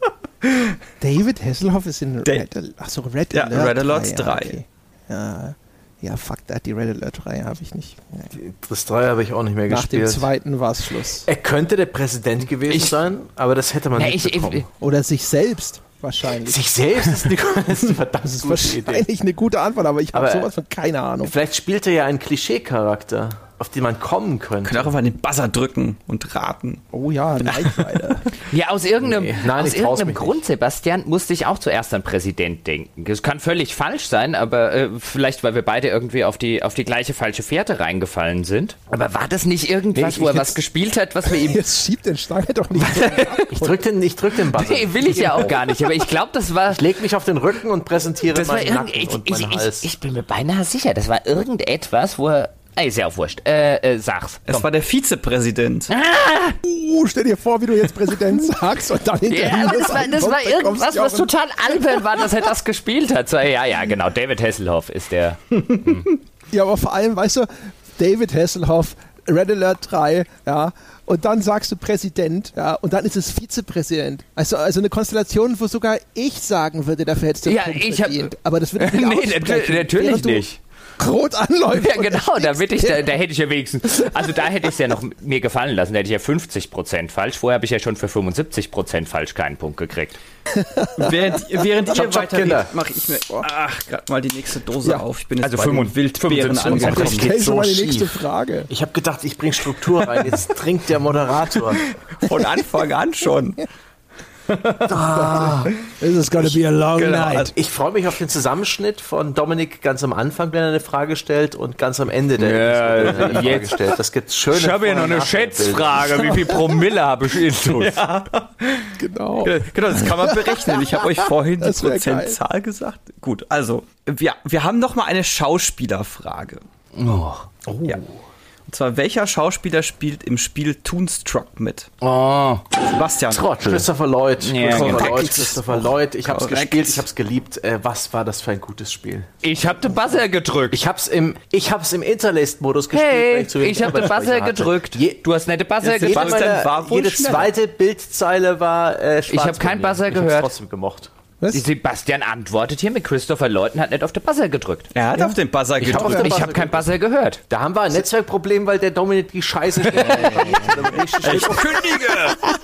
David Hasselhoff ist in Red Alert. Achso, Red Ja, Alert. Red Alert 3. Okay. Ja, fuck that, die Red Alert 3 habe ich nicht. Das 3 habe ich auch nicht mehr Nach dem gespielt. zweiten war es Schluss. Er könnte der Präsident gewesen sein, aber das hätte man nicht bekommen. Oder sich selbst wahrscheinlich. Sich selbst ist eine verdammt Das ist gute Idee. wahrscheinlich eine gute Antwort, aber ich habe Aber- sowas von keine Ahnung. Vielleicht spielt er ja einen Klischee-Charakter, auf den man kommen könnte. Könnt auch einfach den Buzzer drücken und raten. Oh ja, Knight Rider. Ja, aus irgendeinem, Nein, aus ich trau's irgendeinem mich Grund, Sebastian, musste ich auch zuerst an Präsident denken. Das kann völlig falsch sein, aber vielleicht, weil wir beide irgendwie auf die gleiche falsche Fährte reingefallen sind. Aber war das nicht irgendwas, Nee, wo er ich- was gespielt hat, was wir ihm... Jetzt schiebt den Stange doch nicht so ab. Ich drück den Buzzer. Nee, will ich ja auch gar nicht, aber ich glaube, das war... Ich leg mich auf den Rücken und präsentiere Das war meinen Nacken und meinen Hals. ich bin mir beinahe sicher, das war irgendetwas, wo er... Ist ja auch wurscht. Sag's. Es war der Vizepräsident. Stell dir vor, wie du jetzt Präsident sagst und dann hinterher. Ja, aber das war bekommst, irgendwas, ja auch was total albern war, dass er das gespielt hat. So, ja, genau. David Hasselhoff ist der... Ja, aber vor allem, weißt du, David Hasselhoff, Red Alert 3, ja, und dann sagst du Präsident, ja, und dann ist es Vizepräsident. Also eine Konstellation, wo sogar ich sagen würde, dafür hättest du einen Ja, Punkt ich hab- verdient. Aber das würde ich nicht Nee, aussprechen. natürlich Während du nicht. Rot anläuft. Ja, genau, da hätte ich ja wenigstens, also da hätte ich es ja noch mir gefallen lassen, da hätte ich ja 50% falsch. Vorher habe ich ja schon für 75% falsch keinen Punkt gekriegt. Während ihr weiterredet, mache ich mir gerade mal die nächste Dose auf. Ich bin jetzt Also bei den Wildbeeren 75%. angekommen. Ich stell schon mal die nächste schief. Frage. Ich habe gedacht, ich bringe Struktur rein. Jetzt trinkt der Moderator. Von Anfang an schon. This is gonna be a long Genau. night. Ich freue mich auf den Zusammenschnitt von Dominik ganz am Anfang, wenn er eine Frage stellt, und ganz am Ende, wenn er eine Frage jetzt. stellt. Das gibt schöne Ich habe ja noch eine Schätzfrage, wie viel Promille habe ich Intus? Genau. Genau, das kann man berechnen. Ich habe euch vorhin die Das wär Prozentzahl gesagt. Gut, also, wir haben noch mal eine Schauspielerfrage. Oh. Ja. Und zwar, welcher Schauspieler spielt im Spiel Toonstruck mit? Oh. Sebastian. Trottel. Christopher Lloyd. Ja, Christopher Lloyd. Ich habe es Korrekt. gespielt, ich habe es geliebt. Was war das für ein gutes Spiel? Ich habe den Buzzer gedrückt. Ich hab's im Interlaced-Modus gespielt. Hey, weil zu wenig ich habe den Arbeitsspeicher Buzzer hatte. gedrückt. Du hast nicht den Buzzer Jetzt gedrückt. Sebastian war wohl Jede schneller. zweite Bildzeile war schwarz. Ich hab keinen bei mir. Buzzer Ich hab's gehört. trotzdem gemocht. Was? Sebastian antwortet hier mit Christopher Lloyd und hat nicht auf den Buzzer gedrückt. Er hat auf den Buzzer hab gedrückt. auf den Ich Buzzer habe keinen Buzzer gehört. Da haben wir ein Netzwerkproblem, weil der Dominik die Scheiße Ich kündige!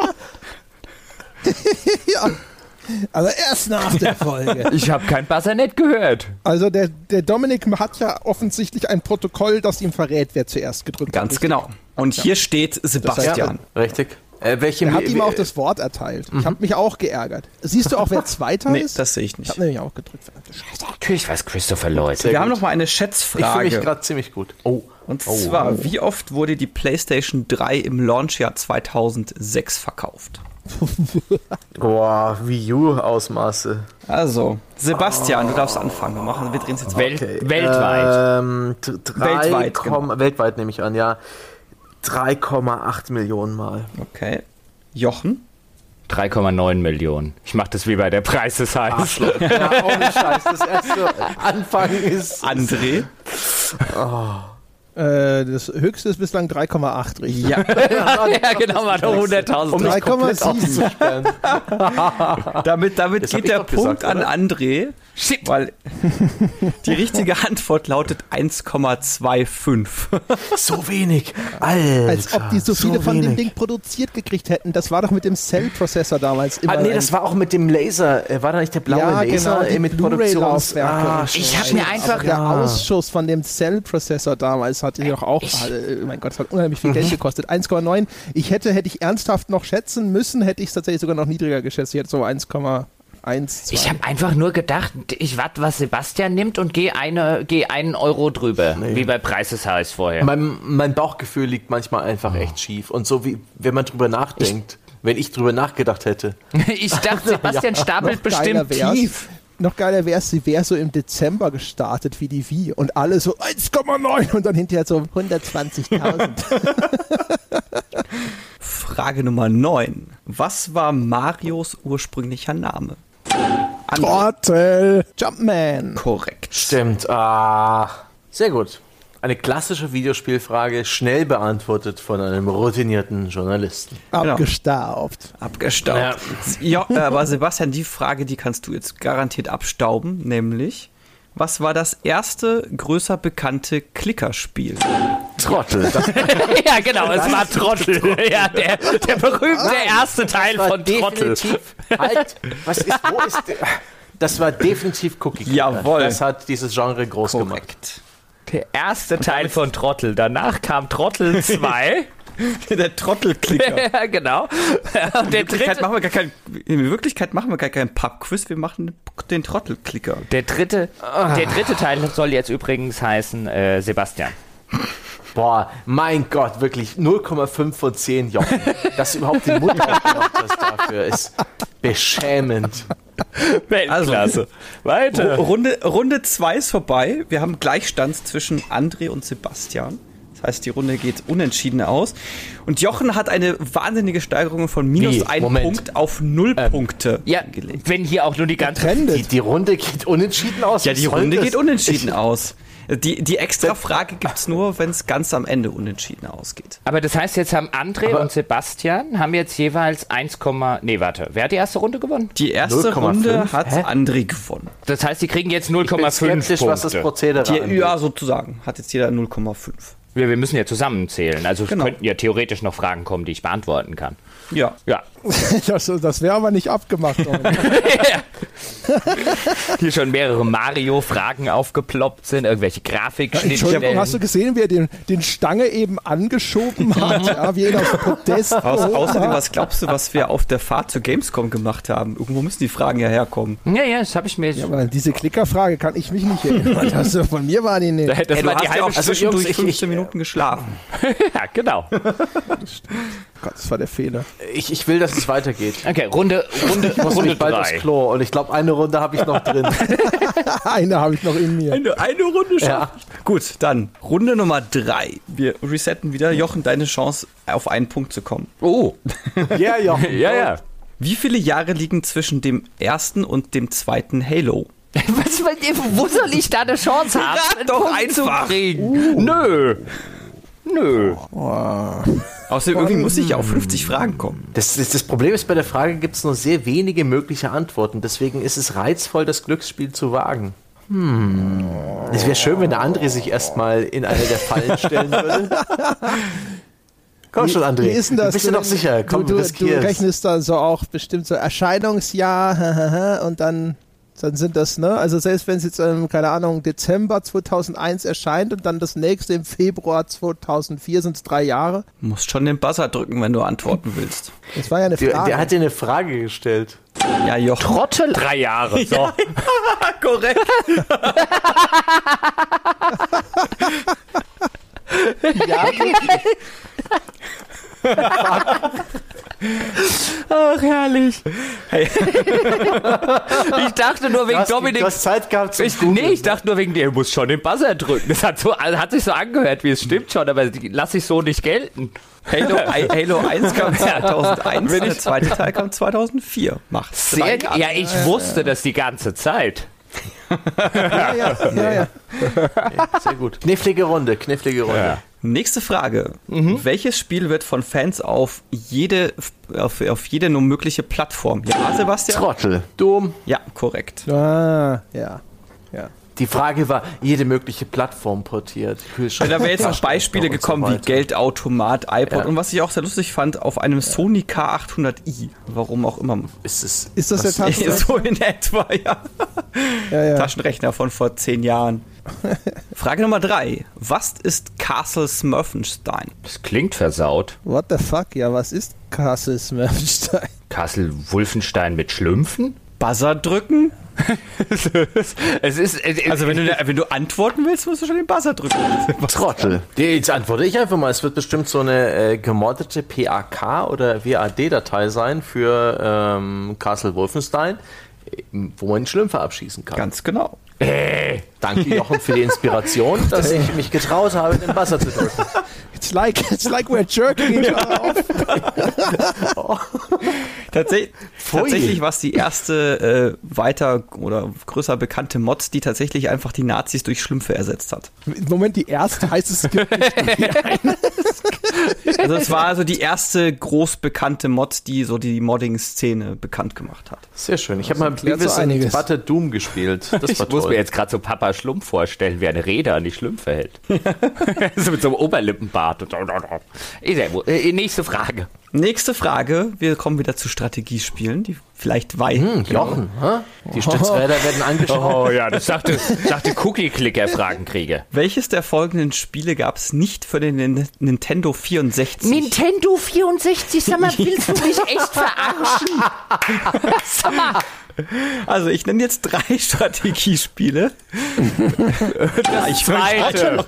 Ja. Aber erst nach der Folge. Ich habe keinen Buzzer nicht gehört. Also der Dominik hat ja offensichtlich ein Protokoll, das ihm verrät, wer zuerst gedrückt hat. Ganz genau. Und hier steht Sebastian. Richtig. Er hat ihm auch das Wort erteilt. Ich habe mich auch geärgert. Siehst du auch, wer Zweiter Nee, ist? das sehe ich Ich nicht. habe nämlich auch gedrückt. Verdammte Scheiße. Natürlich weiß Christopher Lloyd. Wir haben gut. noch mal eine Ich fühle mich Schätzfrage. gerade ziemlich gut. Oh. Und zwar, wie oft wurde die PlayStation 3 im Launchjahr 2006 verkauft? Boah, Wii U-Ausmaße. Also, Sebastian, du darfst anfangen. Wir drehen es jetzt Weltweit. Weltweit, genau. Weltweit nehme ich an, ja. 3,8 Millionen Mal. Okay. Jochen? 3,9 Millionen. Ich mache das wie bei der Preis ist heiß. Ja, auch nicht scheiß. Das erste Anfang ist... André? Das höchste ist bislang 3,8, richtig? Ja. Ja, genau, mal 100.000. Um mich komplett 3,7. aufzusperren. Damit hab geht ich der doch Punkt gesagt, an oder? André, Shit. weil die richtige Antwort lautet 1,25. So wenig. Alter. Als ob die so viele von dem wenig. Ding produziert gekriegt hätten. Das war doch mit dem Cell-Prozessor damals immer. Nee, das war auch mit dem Laser. War da nicht der blaue ja, Laser genau, die mit Produktions... Blu-ray-Laufwerke. Ich habe mir einfach... Der Ausschuss von dem Cell-Prozessor damals hatte ich auch mein Gott, das hat unheimlich viel Geld gekostet. 1,9. Hätte ich ernsthaft noch schätzen müssen, hätte ich es tatsächlich sogar noch niedriger geschätzt. Ich hätte so 1,1. Ich habe einfach nur gedacht, ich warte, was Sebastian nimmt und gehe einen Euro drüber, wie bei Preis ist heiß vorher. Mein Bauchgefühl liegt manchmal einfach echt schief. Und so wie, wenn man drüber nachdenkt, wenn ich drüber nachgedacht hätte. Ich dachte, Sebastian stapelt bestimmt tief. Noch geiler wäre es, sie wäre so im Dezember gestartet wie die Wii und alle so 1,9 und dann hinterher so 120.000. Frage Nummer 9. Was war Marios ursprünglicher Name? André. Trottel. Jumpman. Korrekt. Stimmt. Sehr gut. Eine klassische Videospielfrage, schnell beantwortet von einem routinierten Journalisten. Abgestaubt. Abgestaubt. Ja, aber Sebastian, die Frage, die kannst du jetzt garantiert abstauben, nämlich, was war das erste größer bekannte Klickerspiel? Trottel. Ja, genau, es war Trottel. Ja, der berühmte erste Teil von Trottel. Halt, wo ist der? Das war definitiv Cookie Clicker. Jawohl. Das hat dieses Genre groß gemacht. Korrekt. Der erste Teil von Trottel. Danach kam Trottel 2. Der Trottelklicker. Ja, genau. Und der dritte, In Wirklichkeit machen wir gar keinen Pub-Quiz, wir machen den Trottelklicker. der dritte Teil soll jetzt übrigens heißen Sebastian. Boah, mein Gott, wirklich 0,5 von 10 Jochen. Dass du überhaupt den Mund aufgemacht hast dafür, ist beschämend. Weltklasse. Weiter. Runde 2 ist vorbei. Wir haben Gleichstand zwischen André und Sebastian. Das Heißt, die Runde geht unentschieden aus. Und Jochen hat eine wahnsinnige Steigerung von -1 Punkt auf 0 Punkte gelegt. Wenn hier auch nur die ganze... Die Runde geht unentschieden aus? Ja, die Runde geht unentschieden aus. Die extra Frage gibt's nur, wenn es ganz am Ende unentschieden ausgeht. Aber das heißt, jetzt haben André und Sebastian haben jetzt jeweils wer hat die erste Runde gewonnen? Die erste Runde hat André gewonnen. Das heißt, die kriegen jetzt 0,5 Punkte. Was das Prozedere angeht. Ja, sozusagen. Hat jetzt jeder 0,5. Wir müssen ja zusammenzählen. Also es könnten ja theoretisch noch Fragen kommen, die ich beantworten kann. Ja. Das wäre aber nicht abgemacht. Hier schon mehrere Mario-Fragen aufgeploppt sind, irgendwelche Grafikschnittstellen. Entschuldigung, hast du gesehen, wie er den Stange eben angeschoben hat? Ja, wie er auf dem Podest. Außerdem, was glaubst du, was wir auf der Fahrt zur Gamescom gemacht haben? Irgendwo müssen die Fragen ja herkommen. Ja, das habe ich mir... Ja, aber an diese Klickerfrage kann ich mich nicht erinnern. Also von mir war die nicht. Das war die halbe zwischendurch 15 Minuten geschlafen. Ja, genau. Gott, das war der Fehler. Ich will, dass es weitergeht. Okay, Runde bald 3. aufs Klo und ich glaube, eine Runde habe ich noch drin. Eine habe ich noch in mir. Eine Runde schon. Ja. Gut, dann Runde Nummer 3. Wir resetten wieder. Jochen, deine Chance, auf einen Punkt zu kommen. Oh. Ja, Jochen. Ja. Wie viele Jahre liegen zwischen dem ersten und dem zweiten Halo? Wo soll ich da eine Chance haben, einen doch Punkt einfach. zu kriegen? Nö. Außerdem irgendwie muss ich ja auf 50 Fragen kommen. Das Problem ist, bei der Frage gibt es nur sehr wenige mögliche Antworten. Deswegen ist es reizvoll, das Glücksspiel zu wagen. Es wäre schön, wenn der André sich erstmal in eine der Fallen stellen würde. Komm schon, André. Wie ist denn das? Bist du noch sicher? Komm, du riskier's. rechnest dann so auch bestimmt so Erscheinungsjahr und dann sind das, ne? Also selbst wenn es jetzt, keine Ahnung, Dezember 2001 erscheint und dann das nächste im Februar 2004, sind es 3 Jahre. Du musst schon den Buzzer drücken, wenn du antworten willst. Das war ja eine Frage. Der hat dir eine Frage gestellt. Ja, Jochen. Trottel. 3 Jahre. So. Ja, korrekt. Ja, Ach, herrlich. Hey. Ich dachte nur wegen Dominik. Du hast Zeit gehabt zum Ich dachte nur wegen dir, muss schon den Buzzer drücken. Das hat sich so angehört, wie es stimmt schon, aber lasse ich so nicht gelten. Halo 1 kam 2001, der zweite Teil kam 2004. Macht's 3 Jahre. Ja, ich wusste das die ganze Zeit. ja. Sehr gut. Knifflige Runde. Ja. Nächste Frage. Welches Spiel wird von Fans auf jede nur mögliche Plattform? Ja, Sebastian? Trottel. Doom. Ja, korrekt. ja. Die Frage war, jede mögliche Plattform portiert. Da wäre jetzt noch Beispiele und so gekommen wie weiter. Geldautomat, iPod Ja. und was ich auch sehr lustig fand, auf einem Sony K800i. Warum auch immer. Ist das der Taschenrechner? So in etwa, ja. Ja. Taschenrechner von vor 10 Jahren. Frage Nummer 3. Was ist Castle Smurfenstein? Das klingt versaut. What the fuck? Ja, was ist Castle Smurfenstein? Castle Wolfenstein mit Schlümpfen? Buzzer drücken? Es ist. Also wenn du antworten willst, musst du schon den Buzzer drücken. Trottel. Jetzt antworte ich einfach mal. Es wird bestimmt so eine gemoddete PAK oder WAD-Datei sein für Castle Wolfenstein, wo man Schlümpfe abschießen kann. Ganz genau. Danke, Jochen, für die Inspiration, dass ich mich getraut habe, den Buzzer zu drücken. It's like we're jerking each other off. Tatsächlich war es die erste weiter oder größer bekannte Mod, die tatsächlich einfach die Nazis durch Schlümpfe ersetzt hat. Im Moment die erste heißt es gibt nicht. Also es war also die erste groß bekannte Mod, die so die Modding-Szene bekannt gemacht hat. Sehr schön. Ich habe mal erklärt Beavis so and einiges. Butthead Doom gespielt. Das Ich war muss toll. mir jetzt gerade so Papa Schlumpf vorstellen, wie ein Räder an die Schlümpfe hält. So mit so einem Oberlippenbart. Nächste Frage. Nächste Frage. Wir kommen wieder zu Strategiespielen, die vielleicht weit. Jochen, hä? Die Stützräder werden angeschaut. Oh ja, das dachte Cookie-Clicker-Fragen kriege. Welches der folgenden Spiele gab es nicht für den Nintendo 64? Nintendo 64, sag mal, willst du mich echt verarschen? Sag mal. Also ich nenne jetzt 3 Strategiespiele. Ich zweite.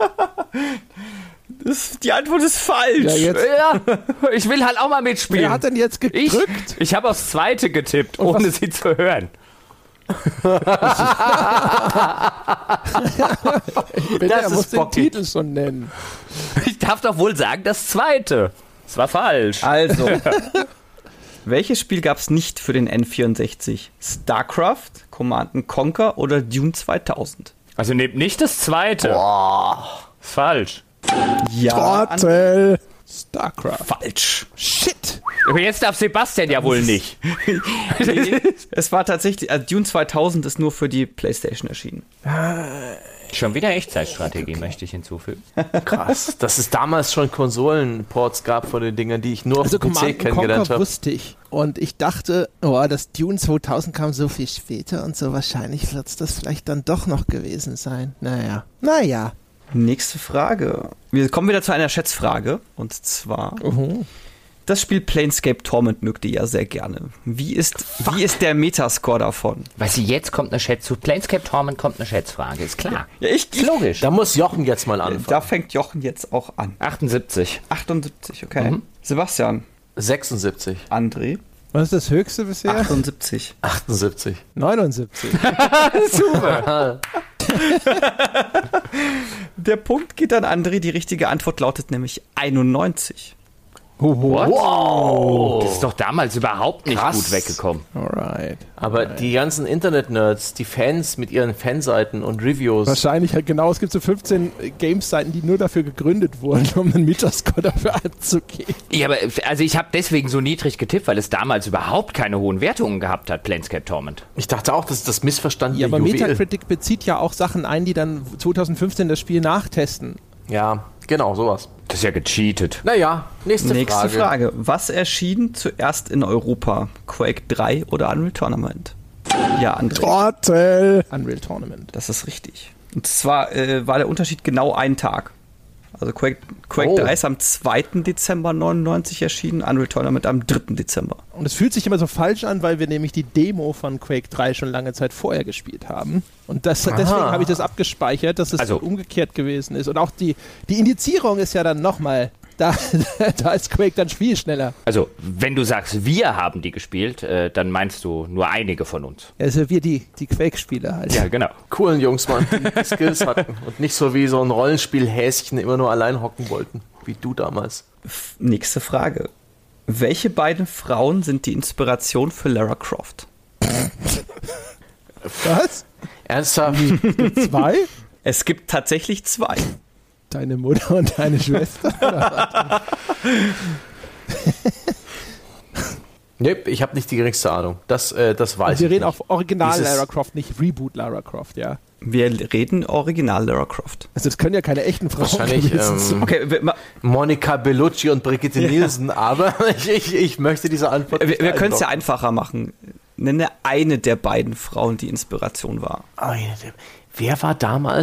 Die Antwort ist falsch. Ja, jetzt. Ja, ich will halt auch mal mitspielen. Wer hat denn jetzt gedrückt? Ich habe aufs zweite getippt, ohne sie zu hören. Bitte, er ist muss den bockig. Titel schon nennen. Ich darf doch wohl sagen, das zweite. Das war falsch. Also, welches Spiel gab es nicht für den N64? StarCraft, Command & Conquer oder Dune 2000? Also nehmt nicht das zweite. Boah. Ist falsch. Ja, Trottel. StarCraft. falsch. Shit. Aber jetzt darf Sebastian ja wohl nicht. Es war tatsächlich, also Dune 2000 ist nur für die PlayStation erschienen. Schon wieder Echtzeitstrategie, möchte ich hinzufügen. Krass, dass es damals schon Konsolenports gab von den Dingern, die ich nur auf Also dem PC Command & kennengelernt Conquer habe. wusste ich. Und ich dachte, das Dune 2000 kam so viel später und so wahrscheinlich wird es das vielleicht dann doch noch gewesen sein. Naja. Nächste Frage. Wir kommen wieder zu einer Schätzfrage. Und zwar, das Spiel Planescape Torment mögt ihr ja sehr gerne. Wie ist der Metascore davon? Weißt du, jetzt kommt eine zu Planescape Torment kommt eine Schätzfrage, ist klar. Ja, Ist logisch. Da muss Jochen jetzt mal anfangen. Da fängt Jochen jetzt auch an. 78. 78, okay. Sebastian, 76. André, Was ist das höchste bisher? 78. 78. 79. Super. Der Punkt geht an André. Die richtige Antwort lautet nämlich 91. What? Wow. Das ist doch damals überhaupt nicht Krass. gut weggekommen. Alright. Aber die ganzen Internet-Nerds, die Fans mit ihren Fanseiten und Reviews. Wahrscheinlich halt genau, es gibt so 15 Games-Seiten, die nur dafür gegründet wurden, um einen Metascore dafür anzugeben. Ja, aber also ich habe deswegen so niedrig getippt, weil es damals überhaupt keine hohen Wertungen gehabt hat, Planescape Torment. Ich dachte auch, das ist das missverstandene Ja, aber Juwel. Metacritic bezieht ja auch Sachen ein, die dann 2015 das Spiel nachtesten. Ja, genau, sowas. Das ist ja gecheatet. Naja, nächste Frage. Was erschien zuerst in Europa? Quake 3 oder Unreal Tournament? Ja, André. Trottel. Unreal Tournament. Das ist richtig. Und zwar war der Unterschied genau ein Tag. Also Quake 3 ist am 2. Dezember 99 erschienen, Unreal Tournament am 3. Dezember. Und es fühlt sich immer so falsch an, weil wir nämlich die Demo von Quake 3 schon lange Zeit vorher gespielt haben. Und deswegen habe ich das abgespeichert, dass es Also- so umgekehrt gewesen ist. Und auch die Indizierung ist ja dann nochmal, da ist Quake dann viel schneller. Also, wenn du sagst, wir haben die gespielt, dann meinst du nur einige von uns. Also wir die Quake-Spieler halt. Ja, genau. Coolen Jungs, Mann, die Skills hatten und nicht so wie so ein Rollenspiel-Häschen immer nur allein hocken wollten, wie du damals. Nächste Frage. Welche beiden Frauen sind die Inspiration für Lara Croft? Was? Ernsthaft? 2? Es gibt tatsächlich 2. Deine Mutter und deine Schwester? Oder Nee, ich habe nicht die geringste Ahnung. Das weiß was? Wir ich reden nicht. auf Original Dieses- Lara Croft, nicht Reboot Lara Croft, ja. Wir reden original Lara Croft. Also das können ja keine echten Frauen Wahrscheinlich gewesen sein. Okay, Monica Bellucci und Brigitte Nielsen, aber ich möchte diese Antwort nicht wir können es ja einloggen. einfacher machen. Nenne eine der beiden Frauen, die Inspiration war. Wer war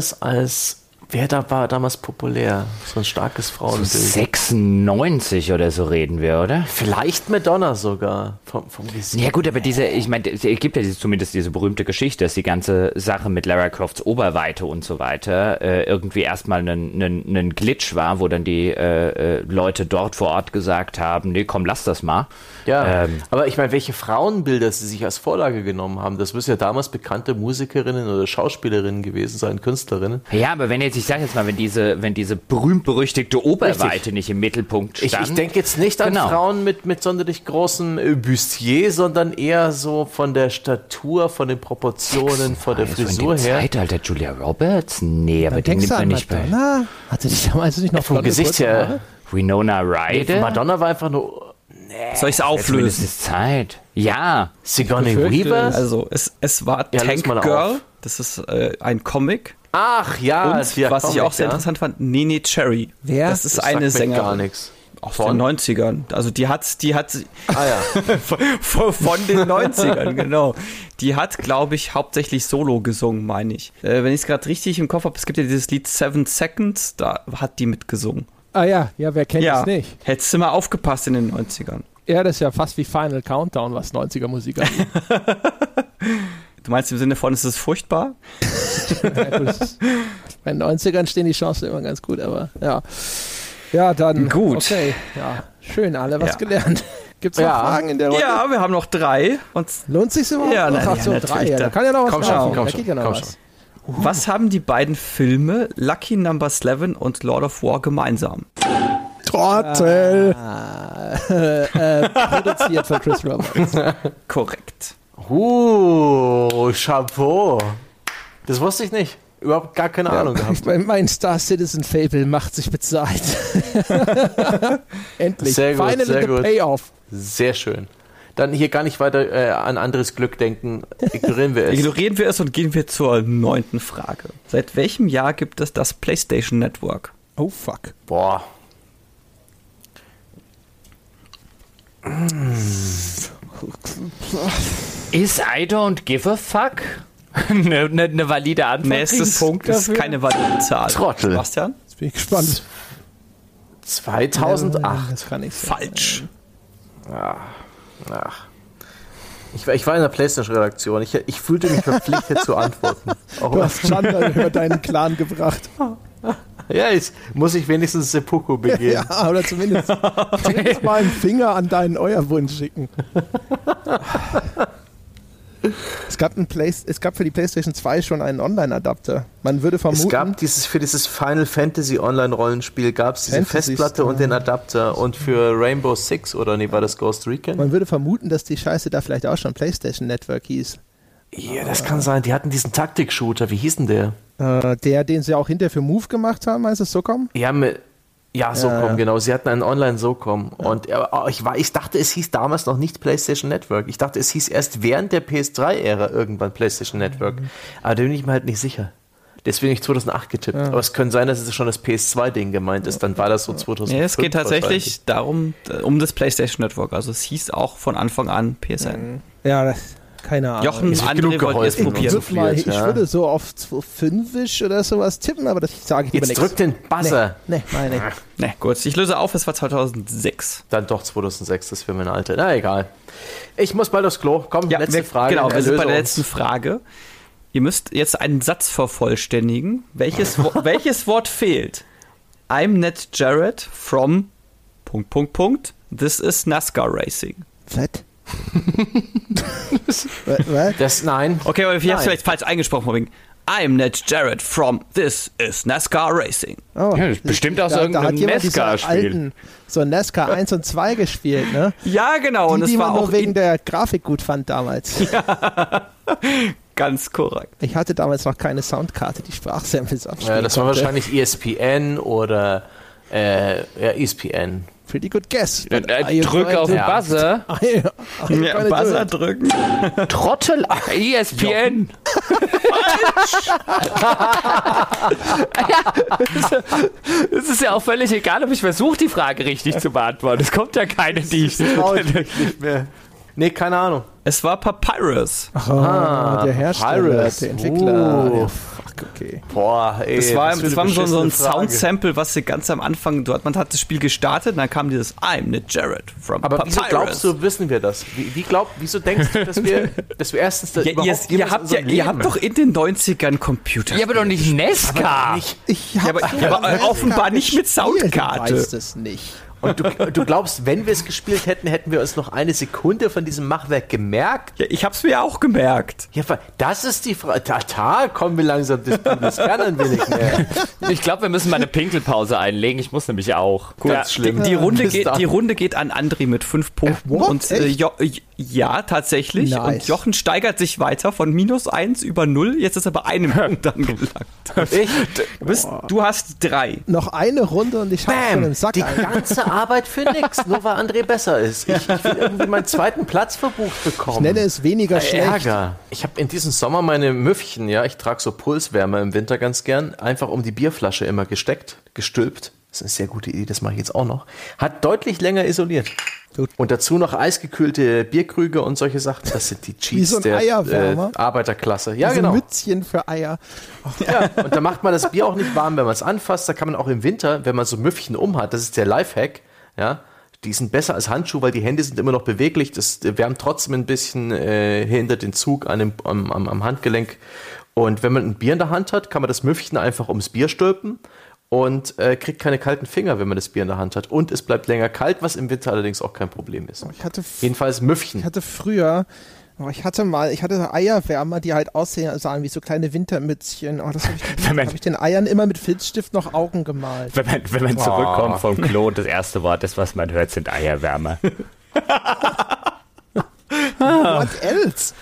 damals populär? So ein starkes Frauenbild. 96 oder so reden wir, oder? Vielleicht Madonna sogar. Vom Gesicht. Ja gut, aber es gibt ja zumindest diese berühmte Geschichte, dass die ganze Sache mit Lara Crofts Oberweite und so weiter irgendwie erstmal ein Glitch war, wo dann die Leute dort vor Ort gesagt haben, nee, komm, lass das mal. Ja, aber ich meine, welche Frauenbilder sie sich als Vorlage genommen haben, das müssen ja damals bekannte Musikerinnen oder Schauspielerinnen gewesen sein, Künstlerinnen. Ja, aber ich sage jetzt mal, wenn diese berühmt-berüchtigte Oberweite Richtig. nicht im Mittelpunkt Ich stand. denke jetzt nicht an Genau. Frauen mit sonderlich großem Bustier, sondern eher so von der Statur, von den Proportionen, von der Frisur in dem her. Zeitalter Julia Roberts? Nee, aber Dann die denkst nimmt du man an nicht bei. Madonna? Hatte die damals nicht noch Vom blonde, Gesicht kurze her. Haare? Winona Ryder? Madonna war einfach nur Soll ich es Jetzt auflösen? ist Zeit. Ja. Sigourney befürchte, Weaver. Also es war Ja, Tank löst mal Girl. auf. Das ist ein Comic. Ach ja, Und was ich auch sehr interessant fand, Nene Cherry. Wer? Das ist Das eine sagt mir gar Sängerin nichts. aus Von? den 90ern. Also die hat Ah ja. von den 90ern, genau. Die hat, glaube ich, hauptsächlich Solo gesungen, meine ich. Wenn ich es gerade richtig im Kopf habe, es gibt ja dieses Lied 7 Seconds, da hat die mitgesungen. Ah ja, wer kennt Ja, es nicht? hättest du mal aufgepasst in den 90ern. Ja, das ist ja fast wie Final Countdown, was 90er-Musik angeht. Du meinst im Sinne von, ist es furchtbar? Ja, gut. Bei den 90ern stehen die Chancen immer ganz gut, aber ja. Ja, dann. Gut. Okay, ja. Schön, alle was Ja. gelernt. Gibt's noch Fragen in der Runde? Ja, wir haben noch 3. Lohnt sich's überhaupt? Ja, nein, Ach so, ja, 3. natürlich. Ja, da kann ja noch was Komm schon, laufen. komm Da schon, geht ja noch komm was. Was haben die beiden Filme Lucky Number 11 und Lord of War gemeinsam? Trottel. Produziert von Chris Roberts. Korrekt. Chapeau. Das wusste ich nicht. Überhaupt gar keine Ahnung gehabt. Mein Star Citizen Fable macht sich bezahlt. Endlich. Sehr gut, Finally sehr the gut. Payoff. Sehr schön. Dann hier gar nicht weiter an anderes Glück denken. Ignorieren wir es. Ignorieren wir es und gehen wir zur 9. Frage. Seit welchem Jahr gibt es das PlayStation Network? Oh fuck. Boah. Ist I don't give a fuck? Eine valide Antwort. Nee, es ist keine valide Zahl. Trottel. Sebastian? Jetzt bin ich gespannt. 2008. Das kann nicht sein. Falsch. Ach. Ich war in der PlayStation-Redaktion. Ich fühlte mich verpflichtet zu antworten. Du hast Schande über deinen Clan gebracht. Ja, jetzt muss ich wenigstens Seppuku begehen. Ja, oder zumindest mal einen Finger an deinen Euerwunsch schicken. Es gab für die PlayStation 2 schon einen Online-Adapter. Man würde vermuten... Es gab für dieses Final Fantasy Online-Rollenspiel gab es diese Fantasy Festplatte Star. und den Adapter und für Rainbow Six oder nee, war das Ghost Recon? Man würde vermuten, dass die Scheiße da vielleicht auch schon PlayStation Network hieß. Ja, das kann sein. Die hatten diesen Taktik-Shooter. Wie hieß denn der? Den sie auch hinterher für Move gemacht haben, meinst du SOCOM? SOCOM, genau. Sie hatten einen Online-SOCOM. Und ich dachte, es hieß damals noch nicht PlayStation Network. Ich dachte, es hieß erst während der PS3-Ära irgendwann PlayStation Network. Aber da bin ich mir halt nicht sicher. Deswegen habe ich 2008 getippt. Aber es könnte sein, dass es schon das PS2-Ding gemeint ist. Dann war das so 2005. Ja, es geht tatsächlich um das PlayStation Network. Also es hieß auch von Anfang an PSN. Ja, keine Ahnung. Jochen, Es wird André, genug wollt ihr es geholfen. probieren? Ich würde so auf 2,5 oder sowas tippen, aber das sage ich lieber Jetzt nichts. drück den Buzzer. Nee, meine ich. Ne, gut. Ich löse auf, es war 2006. Dann doch 2006, das wäre mein Alter. Na, egal. Ich muss bald aufs Klo. Komm, letzte Frage. Genau, wir sind bei der Erlöse letzten uns. Frage. Ihr müsst jetzt einen Satz vervollständigen. Welches Wort fehlt? I'm Ned Jarrett from ... This is NASCAR Racing. Was? Was? Nein. Okay, aber ich habe Nein. vielleicht falsch eingesprochen. Von wegen, I'm Ned Jarrett from This is NASCAR Racing. Oh, Ja, bestimmt aus da irgendeinem hat jemand diese NASCAR-Spiel. alten, so NASCAR 1 und 2 gespielt, ne? Ja, genau. Und Die es man war nur auch wegen der Grafik gut fand damals. ganz korrekt. Ich hatte damals noch keine Soundkarte, die Sprachsamples abspielen Das war konnte. wahrscheinlich ESPN oder ESPN. Pretty good guess. But are you Drück going auf to- den Buzzer. Are you Ja, gonna do Buzzer it? drücken. Trottel. ESPN. Es ist ja auch völlig egal, ob ich versuche, die Frage richtig zu beantworten. Es kommt ja keine, die ich... Nicht mehr. Nee, keine Ahnung. Es war Papyrus. Der Hersteller, Papyrus. der Entwickler. Oh. Ja, fuck, okay. Boah, ey. Das war was für eine so ein beschissene Frage. Soundsample, was sie ganz am Anfang, man hat das Spiel gestartet und dann kam dieses I'm Ned Jarrett from Aber Papyrus. wieso glaubst du, wissen wir das? Wieso denkst du, dass wir erstens da Ja, überhaupt ihr jemals in habt unserem ihr habt Leben- doch in den 90ern Computer. Ja, aber doch nicht Nesca. aber offenbar nicht mit Soundkarte. Du weißt es nicht. Und du glaubst, wenn wir es gespielt hätten, hätten wir uns noch eine Sekunde von diesem Machwerk gemerkt? Ja, ich hab's mir auch gemerkt. Ja, das ist die Frage. Da kommen wir langsam das kann ein wenig mehr. Ich glaube, wir müssen mal eine Pinkelpause einlegen. Ich muss nämlich auch. Ganz schlimm. Die Runde Bis dann. geht an André mit 5 Punkten. what? Und Echt? ja, tatsächlich. Nice. Und Jochen steigert sich weiter von -1 über 0. Jetzt ist er bei einem Punkt angelangt. Du hast 3. Noch eine Runde und ich habe schon Bam! im Sack Die ein. ganze Arbeit für nix, nur weil André besser ist. Ich will irgendwie meinen zweiten Platz verbucht bekommen. Ich nenne es weniger schlecht. Ärger. Ich habe in diesem Sommer meine Müffchen, ja, ich trage so Pulswärmer im Winter ganz gern, einfach um die Bierflasche immer gestülpt. Das ist eine sehr gute Idee, das mache ich jetzt auch noch. Hat deutlich länger isoliert. Gut. Und dazu noch eisgekühlte Bierkrüge und solche Sachen. Das sind die Wie Cheats so ein der Eierwärmer. Arbeiterklasse. Ja, Diese genau. Mützchen für Eier. Ja, und da macht man das Bier auch nicht warm, wenn man es anfasst. Da kann man auch im Winter, wenn man so Müffchen hat, das ist der Lifehack, ja, die sind besser als Handschuhe, weil die Hände sind immer noch beweglich. Das wärmt trotzdem ein bisschen hinter den Zug am Handgelenk. Und wenn man ein Bier in der Hand hat, kann man das Müffchen einfach ums Bier stülpen. und kriegt keine kalten Finger, wenn man das Bier in der Hand hat. Und es bleibt länger kalt, was im Winter allerdings auch kein Problem ist. Jedenfalls Müffchen. Ich hatte früher... Ich hatte Eierwärmer, die halt sahen wie so kleine Wintermützchen. Das habe ich den Eiern immer mit Filzstift noch Augen gemalt. Wenn man zurückkommt vom Klo und das erste Wort ist, was man hört, sind Eierwärmer. What else?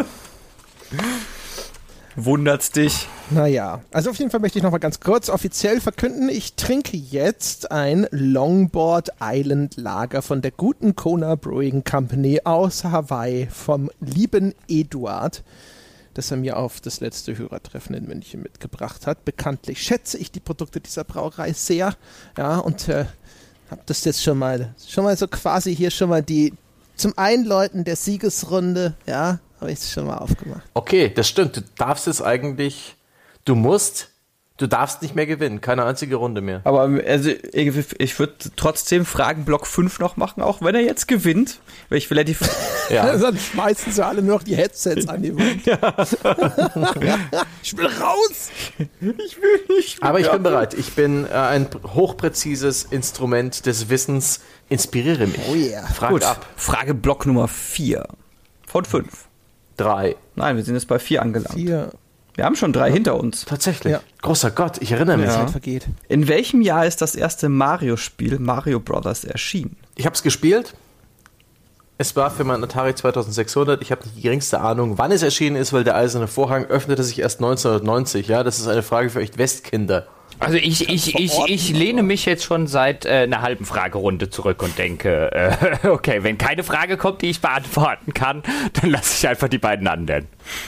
Wundert's dich? Naja, also auf jeden Fall möchte ich noch mal ganz kurz offiziell verkünden, ich trinke jetzt ein Longboard Island Lager von der guten Kona Brewing Company aus Hawaii vom lieben Eduard, das er mir auf das letzte Hörertreffen in München mitgebracht hat. Bekanntlich schätze ich die Produkte dieser Brauerei sehr, ja, und habe das jetzt schon mal so quasi hier schon mal die zum Einläuten der Siegesrunde, ja, habe ich es schon mal aufgemacht. Okay, das stimmt. Du darfst es eigentlich, du darfst nicht mehr gewinnen. Keine einzige Runde mehr. Aber also ich würde trotzdem Fragenblock 5 noch machen, auch wenn er jetzt gewinnt. Weil ich will ja die... Ja. Dann schmeißen sie alle nur noch die Headsets an die Wand. Ja. Ich will raus! Ich will nicht. Aber ich bin bereit. Ich bin ein hochpräzises Instrument des Wissens. Inspiriere mich. Oh yeah. Frage ab. Frageblock Nummer 4 von 5. 3. Nein, wir sind jetzt bei 4 angelangt. 4. Wir haben schon 3 hinter uns. Tatsächlich. Ja. Großer Gott, ich erinnere mich. Die Zeit vergeht. In welchem Jahr ist das erste Mario-Spiel Mario Brothers erschienen? Ich habe es gespielt. Es war für mein Atari 2600. Ich habe nicht die geringste Ahnung, wann es erschienen ist, weil der Eiserne Vorhang öffnete sich erst 1990. Ja, das ist eine Frage für euch Westkinder. Also ich lehne mich jetzt schon seit einer halben Fragerunde zurück und denke, okay, wenn keine Frage kommt, die ich beantworten kann, dann lasse ich einfach die beiden anderen.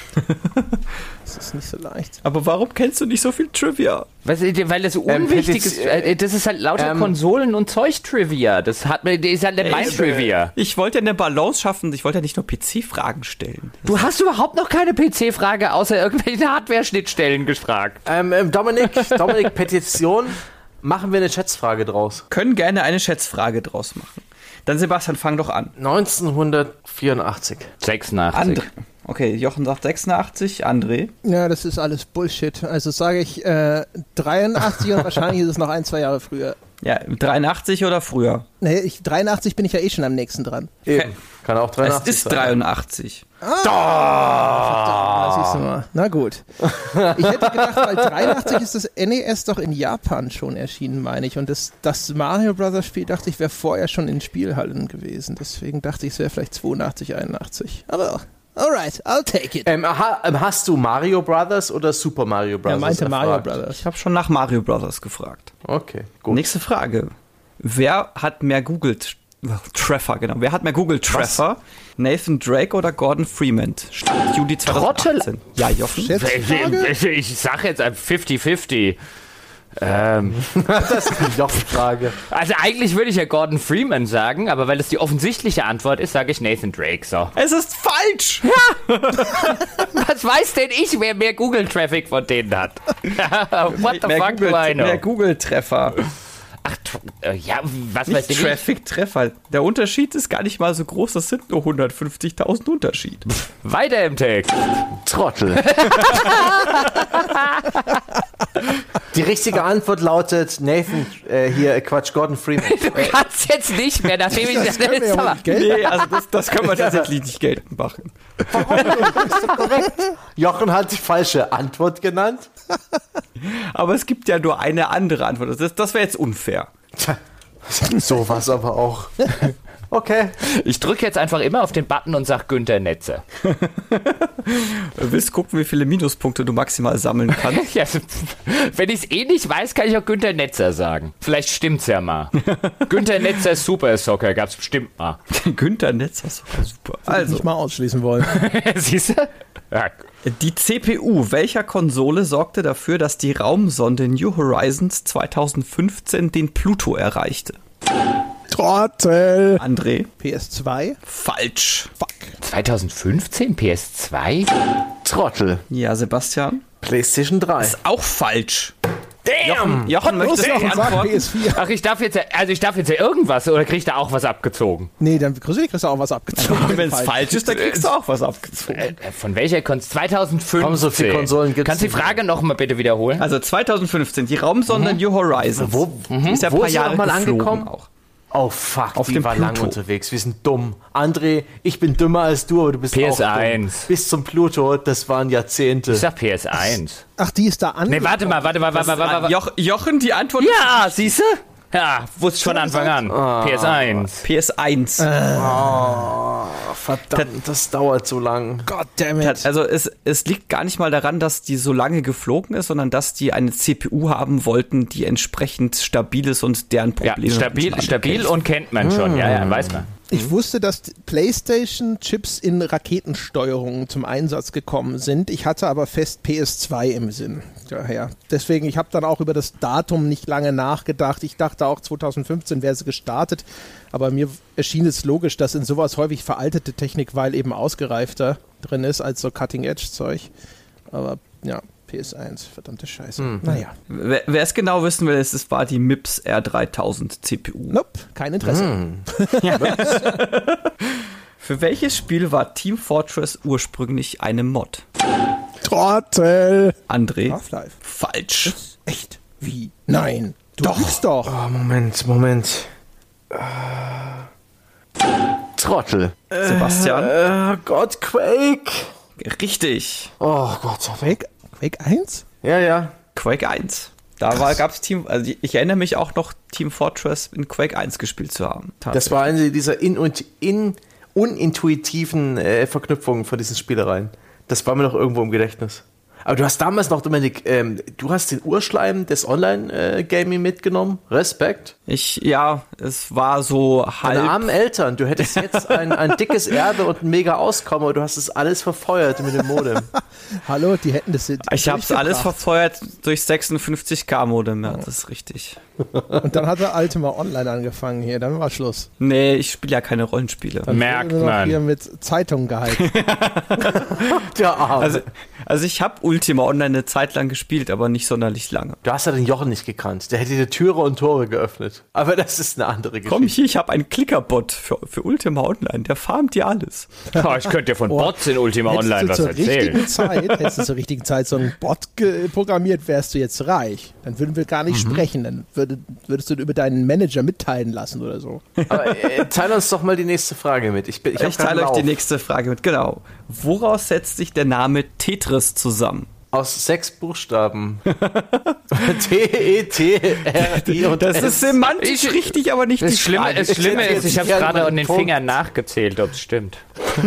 Das ist nicht so leicht. Aber warum kennst du nicht so viel Trivia? Weil das unwichtig ist. Das ist halt lauter Konsolen- und Zeug-Trivia. Das ist halt nicht mein Trivia. Ich wollte ja eine Balance schaffen. Ich wollte ja nicht nur PC-Fragen stellen. Du hast überhaupt noch keine PC-Frage außer irgendwelchen Hardware-Schnittstellen gefragt. Dominik, Petition, machen wir eine Schätzfrage draus. Können gerne eine Schätzfrage draus machen. Dann Sebastian, fang doch an. 1984. 86. André. Okay, Jochen sagt 86, André. Ja, das ist alles Bullshit. Also sage ich 83 und wahrscheinlich ist es noch 1-2 Jahre früher. Ja, 83 oder früher? Nee, 83 bin ich ja eh schon am nächsten dran. Eben. Kann auch 83 Es ist 83. Siehst du mal. Na gut. Ich hätte gedacht, weil 83 ist das NES doch in Japan schon erschienen, meine ich. Und das Mario Brothers Spiel, dachte ich, wäre vorher schon in Spielhallen gewesen. Deswegen dachte ich, es wäre vielleicht 82, 81. Aber alright, I'll take it. Hast du Mario Brothers oder Super Mario Brothers? Er meinte erfragt? Mario Brothers. Ich habe schon nach Mario Brothers gefragt. Okay, gut. Nächste Frage. Wer hat mehr Treffer, genau. Wer hat mehr Google-Treffer? Nathan Drake oder Gordon Freeman? Stand Juli 2018. Trottel. Ja, Jochen. Ich sage jetzt 50-50. Das ist die Jochen-Frage. Also eigentlich würde ich ja Gordon Freeman sagen, aber weil es die offensichtliche Antwort ist, sage ich Nathan Drake. So. Es ist falsch! Was weiß denn ich, wer mehr Google-Traffic von denen hat? What the fuck do I know? Mehr Google-Treffer. Ach, ja, was Nicht weiß ich? Traffic-Treffer. Der Unterschied ist gar nicht mal so groß, das sind nur 150.000 Unterschied. Weiter im Text. Trottel. Die richtige Antwort lautet Nathan, Gordon Freeman. Du kannst jetzt nicht mehr, nachdem ich das können wir ja wohl nicht gelten. Nee, also das können wir tatsächlich nicht geltend machen. Jochen hat die falsche Antwort genannt. Aber es gibt ja nur eine andere Antwort. Das wäre jetzt unfair. Tja, sowas aber auch. Okay. Ich drücke jetzt einfach immer auf den Button und sag Günther Netze. Willst gucken, wie viele Minuspunkte du maximal sammeln kannst? Ja, wenn ich es eh nicht weiß, kann ich auch Günther Netzer sagen. Vielleicht stimmt's ja mal. Günther Netzer Super Soccer gab's bestimmt mal. Günther Netzer super. Also nicht mal ausschließen wollen. Siehst du? Ja. Die CPU welcher Konsole sorgte dafür, dass die Raumsonde New Horizons 2015 den Pluto erreichte? Trottel. André? PS2? Falsch. Fuck. 2015 PS2? Trottel. Ja, Sebastian? PlayStation 3. Ist auch falsch. Jochen möchtest du Jochen sagt antworten? PS4. Ach, ich darf jetzt ja irgendwas oder krieg ich da auch was abgezogen? Nee, dann kriegst du auch was abgezogen. Wenn es falsch ist, dann kriegst du auch was abgezogen. Von welcher Konsole? 2015. Komm, so viele Konsolen gibt's Kannst du die nicht Frage noch mal bitte wiederholen? Also 2015, die Raumsonde New Horizons. Die ist ja ein Wo paar ist sie Jahre noch mal geflogen angekommen? auch. Oh fuck, Auf die dem war lang Pluto. unterwegs. Wir sind dumm. André, ich bin dümmer als du, aber du bist auch dumm. PS1. Bis zum Pluto, das waren Jahrzehnte. Ich sag PS1. Ach, die ist da an. Nee, warte mal. Jochen, die Antwort Ja, siehst du? Ja, wusste schon Anfang an. PS1. PS1. Verdammt, das dauert so lang. God damn it. Also es liegt gar nicht mal daran, dass die so lange geflogen ist, sondern dass die eine CPU haben wollten, die entsprechend stabil ist und deren Ja, Probleme. stabil und kennt man schon. Ja, weiß man. Ich wusste, dass PlayStation-Chips in Raketensteuerungen zum Einsatz gekommen sind. Ich hatte aber fest PS2 im Sinn. Daher. Deswegen, ich habe dann auch über das Datum nicht lange nachgedacht. Ich dachte auch 2015 wäre sie gestartet. Aber mir erschien es logisch, dass in sowas häufig veraltete Technik, weil eben ausgereifter drin ist als so Cutting-Edge-Zeug. Aber ja, PS1, verdammte Scheiße. Naja. Wer es genau wissen will, es war die MIPS R3000 CPU. Nope, kein Interesse. Für welches Spiel war Team Fortress ursprünglich eine Mod? Trottel. André? Half-Life. Falsch. Echt? Wie? Nein. Du lügst doch. Oh, Moment. Trottel. Sebastian? Oh Gott, Quake. Richtig. Oh Gott. Quake 1? Ja. Quake 1. Da gab's Team, also ich erinnere mich auch noch, Team Fortress in Quake 1 gespielt zu haben. Das war eine dieser unintuitiven Verknüpfungen von diesen Spielereien. Das war mir noch irgendwo im Gedächtnis. Aber du hast damals noch, Dominik, du hast den Urschleim des Online-Gaming mitgenommen. Respekt. Es war so halb. Deine armen Eltern, du hättest jetzt ein dickes Erbe und ein mega Auskommen, aber du hast es alles verfeuert mit dem Modem. Hallo, die hätten das. Ich habe es alles verfeuert durch 56K Modem, ja, das ist richtig. Und dann hat der Alte mal online angefangen hier, dann war Schluss. Nee, ich spiele ja keine Rollenspiele. Dann Merkt wurde nur noch man. hier mit Zeitungen gehalten. Der Arme. Also ich habe Ultima Online eine Zeit lang gespielt, aber nicht sonderlich lange. Du hast ja den Jochen nicht gekannt. Der hätte dir Türe und Tore geöffnet. Aber das ist eine andere Geschichte. Komm hier, ich habe einen Klickerbot für Ultima Online, der farmt dir alles. Oh, ich könnte dir von Bots in Ultima Online was erzählen. Hättest du zur richtigen Zeit so einen Bot programmiert, wärst du jetzt reich. Dann würden wir gar nicht sprechen. Dann würdest du über deinen Manager mitteilen lassen oder so. Aber teile uns doch mal die nächste Frage mit. Ich teile euch die nächste Frage mit. Genau. Woraus setzt sich der Name Tetris zusammen? Aus 6 Buchstaben. T-E-T-R-I und Das S. ist semantisch richtig, aber nicht die Frage. Das Schlimme ist, ich habe Ja, gerade an den Punkt. Fingern nachgezählt, ob es stimmt.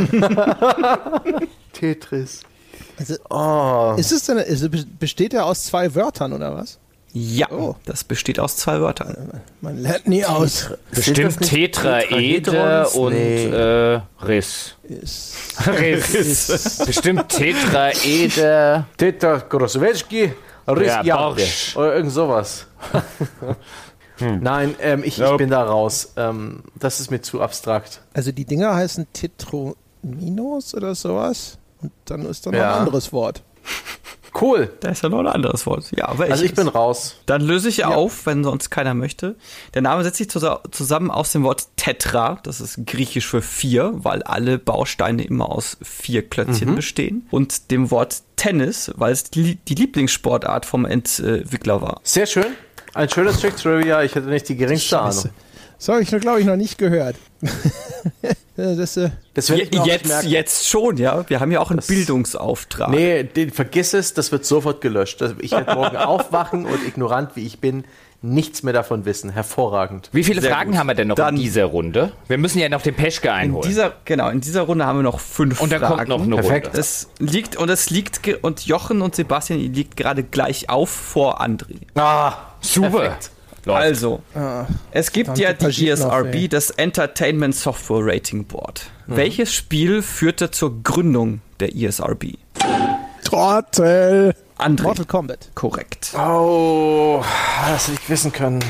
Tetris. Also, besteht er aus 2 Wörtern oder was? Ja, Oh. das besteht aus 2 Wörtern. Man lernt nie aus. Bestimmt Tetraeder Tetrahedrons? und Nee. Riss. Riss. Bestimmt Tetraeder. Teta Grosowetski, Ja, Riss Borsch. oder irgend sowas. Nein, ich bin da raus. Das ist mir zu abstrakt. Also die Dinger heißen Tetrominos oder sowas. Und dann ist da noch Ja. ein anderes Wort. Cool. Da ist ja noch ein anderes Wort. Ja, welches? Also ich bin raus. Dann löse ich auf, wenn sonst keiner möchte. Der Name setzt sich zusammen aus dem Wort Tetra, das ist griechisch für 4, weil alle Bausteine immer aus 4 Klötzchen bestehen. Und dem Wort Tennis, weil es die Lieblingssportart vom Entwickler war. Sehr schön. Ein schönes Trick-Trivia. Ich hätte nicht die geringste Ahnung. So habe ich, glaube ich, noch nicht gehört. Das werde ich mir auch nicht merken. Jetzt schon, ja. Wir haben ja auch einen Bildungsauftrag. Nee, vergiss es, das wird sofort gelöscht. Ich werde morgen aufwachen und ignorant wie ich bin, nichts mehr davon wissen. Hervorragend. Wie viele Sehr Fragen gut. haben wir denn noch Dann- in dieser Runde? Wir müssen ja noch den Peschke In einholen. dieser Runde haben wir noch 5 Und dann Fragen. kommt noch eine Perfekt. Runde. Und Jochen und Sebastian ihr liegt gerade gleich auf vor André. Super. Perfekt. Läuft. Also, es gibt Verdammte ja die Paschitnow, ESRB, ey. das Entertainment Software Rating Board. Welches Spiel führte zur Gründung der ESRB? Trottel. André. Mortal Kombat. Korrekt. Oh, das hätte ich wissen können.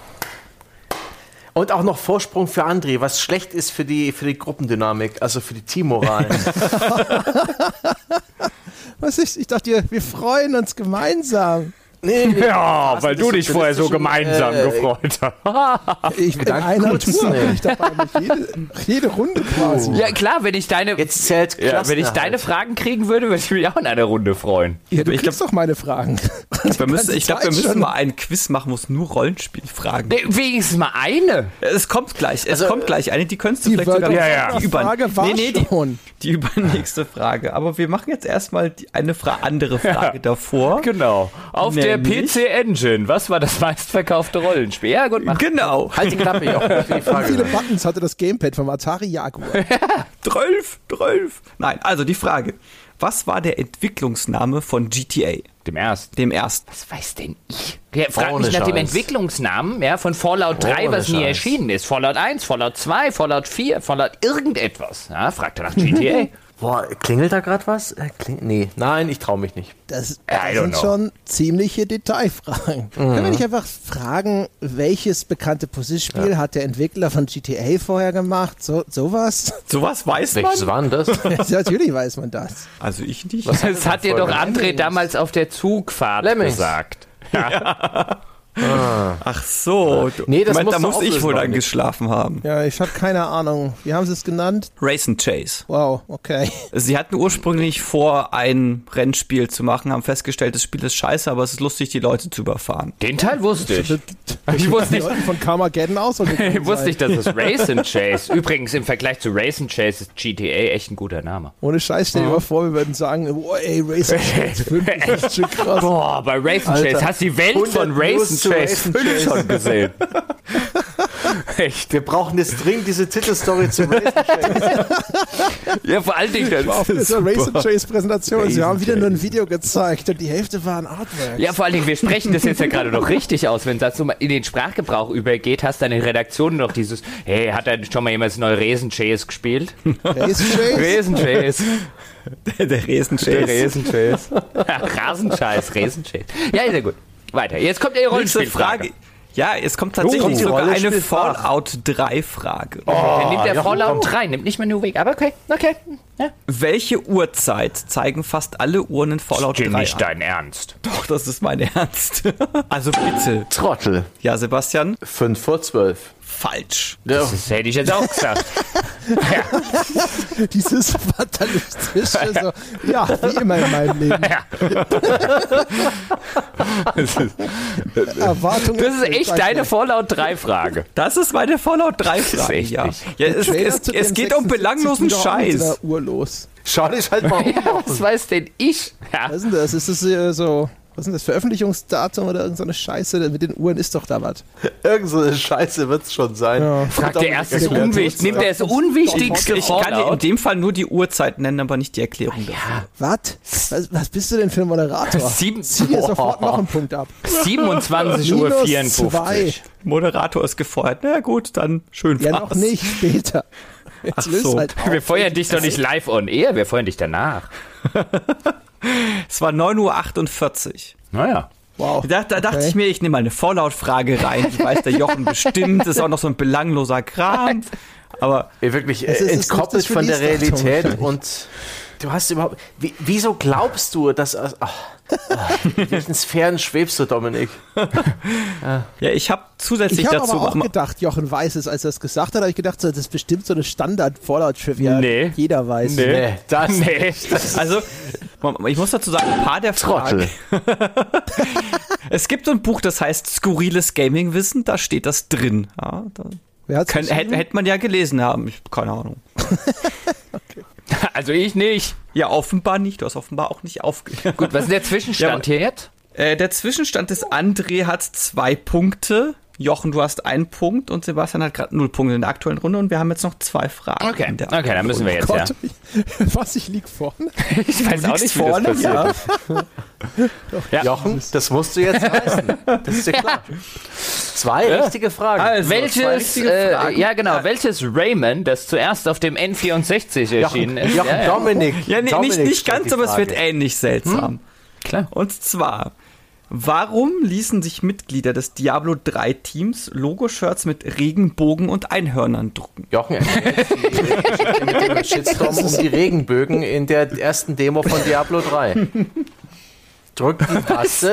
Und auch noch Vorsprung für André, was schlecht ist für die Gruppendynamik, also für die Teammoral. Was ist? Ich dachte, wir freuen uns gemeinsam. Nee, Ja, weil du dich vorher so gemeinsam gefreut hast. Ich bin einer Tour, bin ich dabei, jede Runde quasi. Ja klar, wenn ich deine, Jetzt zählt wenn ich deine Fragen kriegen würde, würde ich mich auch in einer Runde freuen. Ja, du kriegst doch meine Fragen. Ich glaube, wir müssen mal einen Quiz machen, wo es nur Rollenspielfragen gibt. Nee, wenigstens mal eine. Es kommt gleich eine, die könntest du Die vielleicht sogar Frage war schon. die übernächste Frage. Aber wir machen jetzt erstmal eine andere Frage davor. Genau. Auf der Nämlich- PC Engine, was war das meistverkaufte Rollenspiel? Ja, gut, mach. Genau. Halt die Klappe, Jochen, für die Wie Frage. viele Buttons hatte das Gamepad vom Atari Jaguar? 12. Nein, also die Frage. Was war der Entwicklungsname von GTA? Dem ersten. Dem ersten. Was weiß denn ich? Ja, frag Ohne mich nach dem Scheiß. Entwicklungsnamen von Fallout 3, Ohne was nie Scheiß. erschienen ist. Fallout 1, Fallout 2, Fallout 4, Fallout irgendetwas. Ja, fragt er nach GTA. Boah, klingelt da gerade was? Nee, nein, ich traue mich nicht. Das I don't sind know. schon ziemliche Detailfragen. Können wir nicht einfach fragen, welches bekannte Puzzlespiel hat der Entwickler von GTA vorher gemacht? Sowas? Sowas weiß Welches man? war denn das? Ja, natürlich weiß man das. Also ich nicht. Das hat dir doch André Lemmings. damals auf der Zugfahrt Lemmings. gesagt. Ach so. Nee, das da musst du muss ich auflösen, wohl dann Mann. geschlafen haben. Ja, ich habe keine Ahnung. Wie haben sie es genannt? Race and Chase. Wow, okay. Sie hatten ursprünglich vor, ein Rennspiel zu machen, haben festgestellt, das Spiel ist scheiße, aber es ist lustig, die Leute zu überfahren. Den Teil wusste ich. Ich wusste nicht- von Carmageddon aus. Ich wusste nicht, dass es Race and Chase. Übrigens, im Vergleich zu Race and Chase ist GTA echt ein guter Name. Ohne Scheiß, stell dir mal vor, wir würden sagen, oh, ey, Racing Chase 5 ist schon krass. Boah, bei Race and Chase hast du die Welt 100 von Race News and zu Chase Race and 5 Chase. schon gesehen. Echt. Wir brauchen jetzt dringend diese Titelstory zu Race and Chase. Ja, vor allen Dingen. Auf dieser Race and Chase Präsentation. Sie Race haben and wieder nur ein Video gezeigt und die Hälfte waren Artworks. Ja, vor allen Dingen, wir sprechen das jetzt ja gerade noch richtig aus. Wenn das so mal in den Sprachgebrauch übergeht, hast deine Redaktion noch dieses, hey, hat da schon mal jemand das neue Race and Chase gespielt? Race and Chase? Race and Chase. Der Race and Der Chase. Race and Chase. Rasenscheiß, Race and Chase. Ja, sehr gut. Weiter. Jetzt kommt die Nächste Rollenspielfrage. Frage. Ja, es kommt tatsächlich die sogar eine Rollenspielfrage. Fallout 3 Frage. Dann nimmt der ja, Fallout 3, nimmt nicht mal New Weg. Aber okay. Ja. Welche Uhrzeit zeigen fast alle Uhren in Fallout 3 nicht an? dein Ernst. Doch, das ist mein Ernst. Also bitte. Trottel. Ja, Sebastian? 5 vor 12. Falsch. Ja. Das hätte ich jetzt auch gesagt. Dieses fatalistische, so, ja, wie immer in meinem Leben. Erwartungen. Das ist echt deine Fallout 3 Frage. Das ist meine Fallout 3 ist Frage, echt ja. nicht. Ja, es geht um belanglosen Scheiß. Uhr los. Schau dich halt mal um. Ja, was weiß denn ich? Ja. Was ist denn das? Ist das so, was ist denn das, Veröffentlichungsdatum oder irgend so eine Scheiße? Mit den Uhren ist doch da was. Irgend so eine Scheiße wird es schon sein. Ja. Fragt der erste das Ja, Unwichtigste. Nimmt er das Unwichtigste Ich kann dir in Fallout? dem Fall nur die Uhrzeit nennen, aber nicht die Erklärung dafür. Was bist du denn für ein Moderator? Sieben- Zieh dir sofort noch einen Punkt ab. 27:54 Uhr. Moderator ist gefeuert. Na gut, dann schön Ja, war's. noch nicht, später. Jetzt Ach löst so. halt auf. Wir feuern dich doch nicht live on air, wir feuern dich danach. Es war 9:48 Uhr. Naja. Wow. Da dachte ich mir, ich nehme mal eine Fallout-Frage rein. Ich weiß, der Jochen bestimmt, das ist auch noch so ein belangloser Kram. Aber Ey, wirklich Es ist entkoppelt nicht das von der Release-Datum Realität wahrscheinlich. und du hast überhaupt. Wieso glaubst du, dass. In welchen Sphären schwebst du, Dominik? ja, ich habe zusätzlich Ich habe dazu aber auch noch- gedacht, Jochen weiß es, als er es gesagt hat, habe ich gedacht, so, das ist bestimmt so eine Standard-Fallout-Trivia. Nee. Jeder weiß. Nee. Das. Nee. Also, ich muss dazu sagen, ein paar der Fragen. Trottel. Es gibt so ein Buch, das heißt Skurriles Gaming-Wissen, da steht das drin. Ja, da Wer hat's geschrieben? hätte man ja gelesen haben. Keine Ahnung. Also ich nicht. Ja, offenbar nicht. Du hast offenbar auch nicht aufgehört. Gut, was ist der Zwischenstand hier jetzt? Der Zwischenstand ist, André hat 2 Punkte, Jochen, du hast 1 Punkt und Sebastian hat gerade 0 Punkte in der aktuellen Runde und wir haben jetzt noch 2 Fragen. Okay, in der okay, dann müssen wir jetzt, ja. Gott, was, ich lieg vorne? Ich weiß auch nicht, wie vorne, das passiert. ja. Jochen, das musst du jetzt leisten. Das ist ja klar. 2 richtige Fragen. Also, 2 Welches, richtige Fragen. ja genau, welches Rayman, das zuerst auf dem N64 erschienen ist? Jochen, ja, Dominik. Ja, Dominik nicht stellt ganz, die aber es wird Frage. ähnlich seltsam. klar. Und zwar, warum ließen sich Mitglieder des Diablo 3 Teams Logo-Shirts mit Regenbogen und Einhörnern drucken? Jochen, mit dem Shitstorm um die Regenbögen in der ersten Demo von Diablo 3. Drück die Taste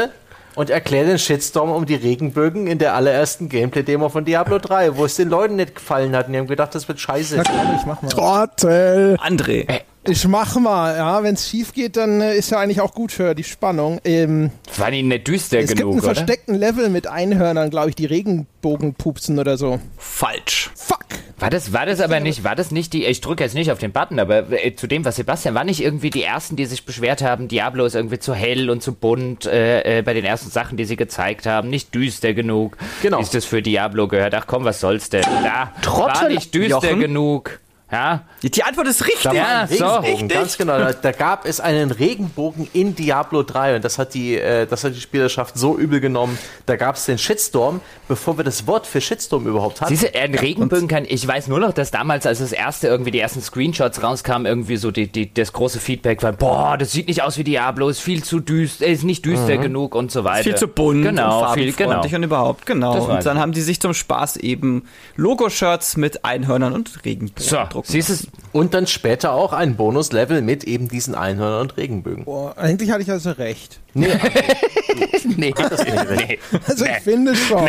Und erklär den Shitstorm um die Regenbögen in der allerersten Gameplay-Demo von Diablo 3, wo es den Leuten nicht gefallen hat. Und die haben gedacht, das wird scheiße. Na komm, ich mach mal. Trottel! André. Ich mach mal, ja. Wenn es schief geht, dann ist ja eigentlich auch gut für die Spannung. War die nicht düster Es gibt genug, einen oder? versteckten Level mit Einhörnern, glaube ich, die Regenbogen pupsen oder so. Falsch. Fuck! War das nicht die, ich drücke jetzt nicht auf den Button, aber zu dem, was Sebastian, war nicht irgendwie die ersten, die sich beschwert haben, Diablo ist irgendwie zu hell und zu bunt, bei den ersten Sachen, die sie gezeigt haben, nicht düster genug. Genau. Ist das für Diablo gehört? Ach komm, was soll's denn? Da, war nicht düster Jochen? genug. Ja, Die Antwort ist richtig. Da war Ja, ein so. Regenbogen, ganz genau. Da gab es einen Regenbogen in Diablo 3 und das hat die Spielerschaft so übel genommen. Da gab es den Shitstorm, bevor wir das Wort für Shitstorm überhaupt hatten. Diese Regenbögen ich weiß nur noch, dass damals, als das erste irgendwie die ersten Screenshots rauskamen, irgendwie so das große Feedback war, boah, das sieht nicht aus wie Diablo, ist viel zu düster, ist nicht düster genug und so weiter. Viel zu bunt genau, und farbenfreundlich und überhaupt, genau. Das weiß Und dann ich. haben die sich zum Spaß eben Logo-Shirts mit Einhörnern und Regenbogen So, drucken. siehst du, Und dann später auch ein Bonuslevel mit eben diesen Einhörnern und Regenbögen. Boah, eigentlich hatte ich also recht. nee. Nee. Also ich finde schon.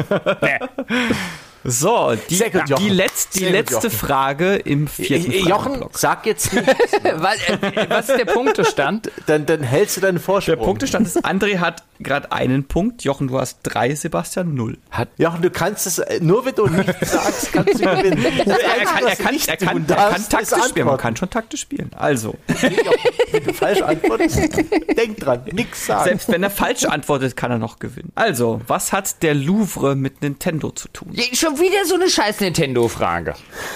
So, Sehr gut, Jochen. die Sehr gut, letzte Jochen. Frage im vierten Jochen, Fragenblock. sag jetzt nicht, Was ist der Punktestand? dann hältst du deinen Vorsprung. Der Punktestand ist, André hat gerade einen Punkt, Jochen, du hast 3, Sebastian 0. Jochen, du kannst es, nur wenn du nichts sagst, kannst du gewinnen. Er kann taktisch spielen, man kann schon taktisch spielen. Also, Wenn du falsch antwortest, denk dran, nichts sagen. selbst wenn er falsch antwortet, kann er noch gewinnen. Also, was hat der Louvre mit Nintendo zu tun? Schon wieder so eine scheiß Nintendo-Frage.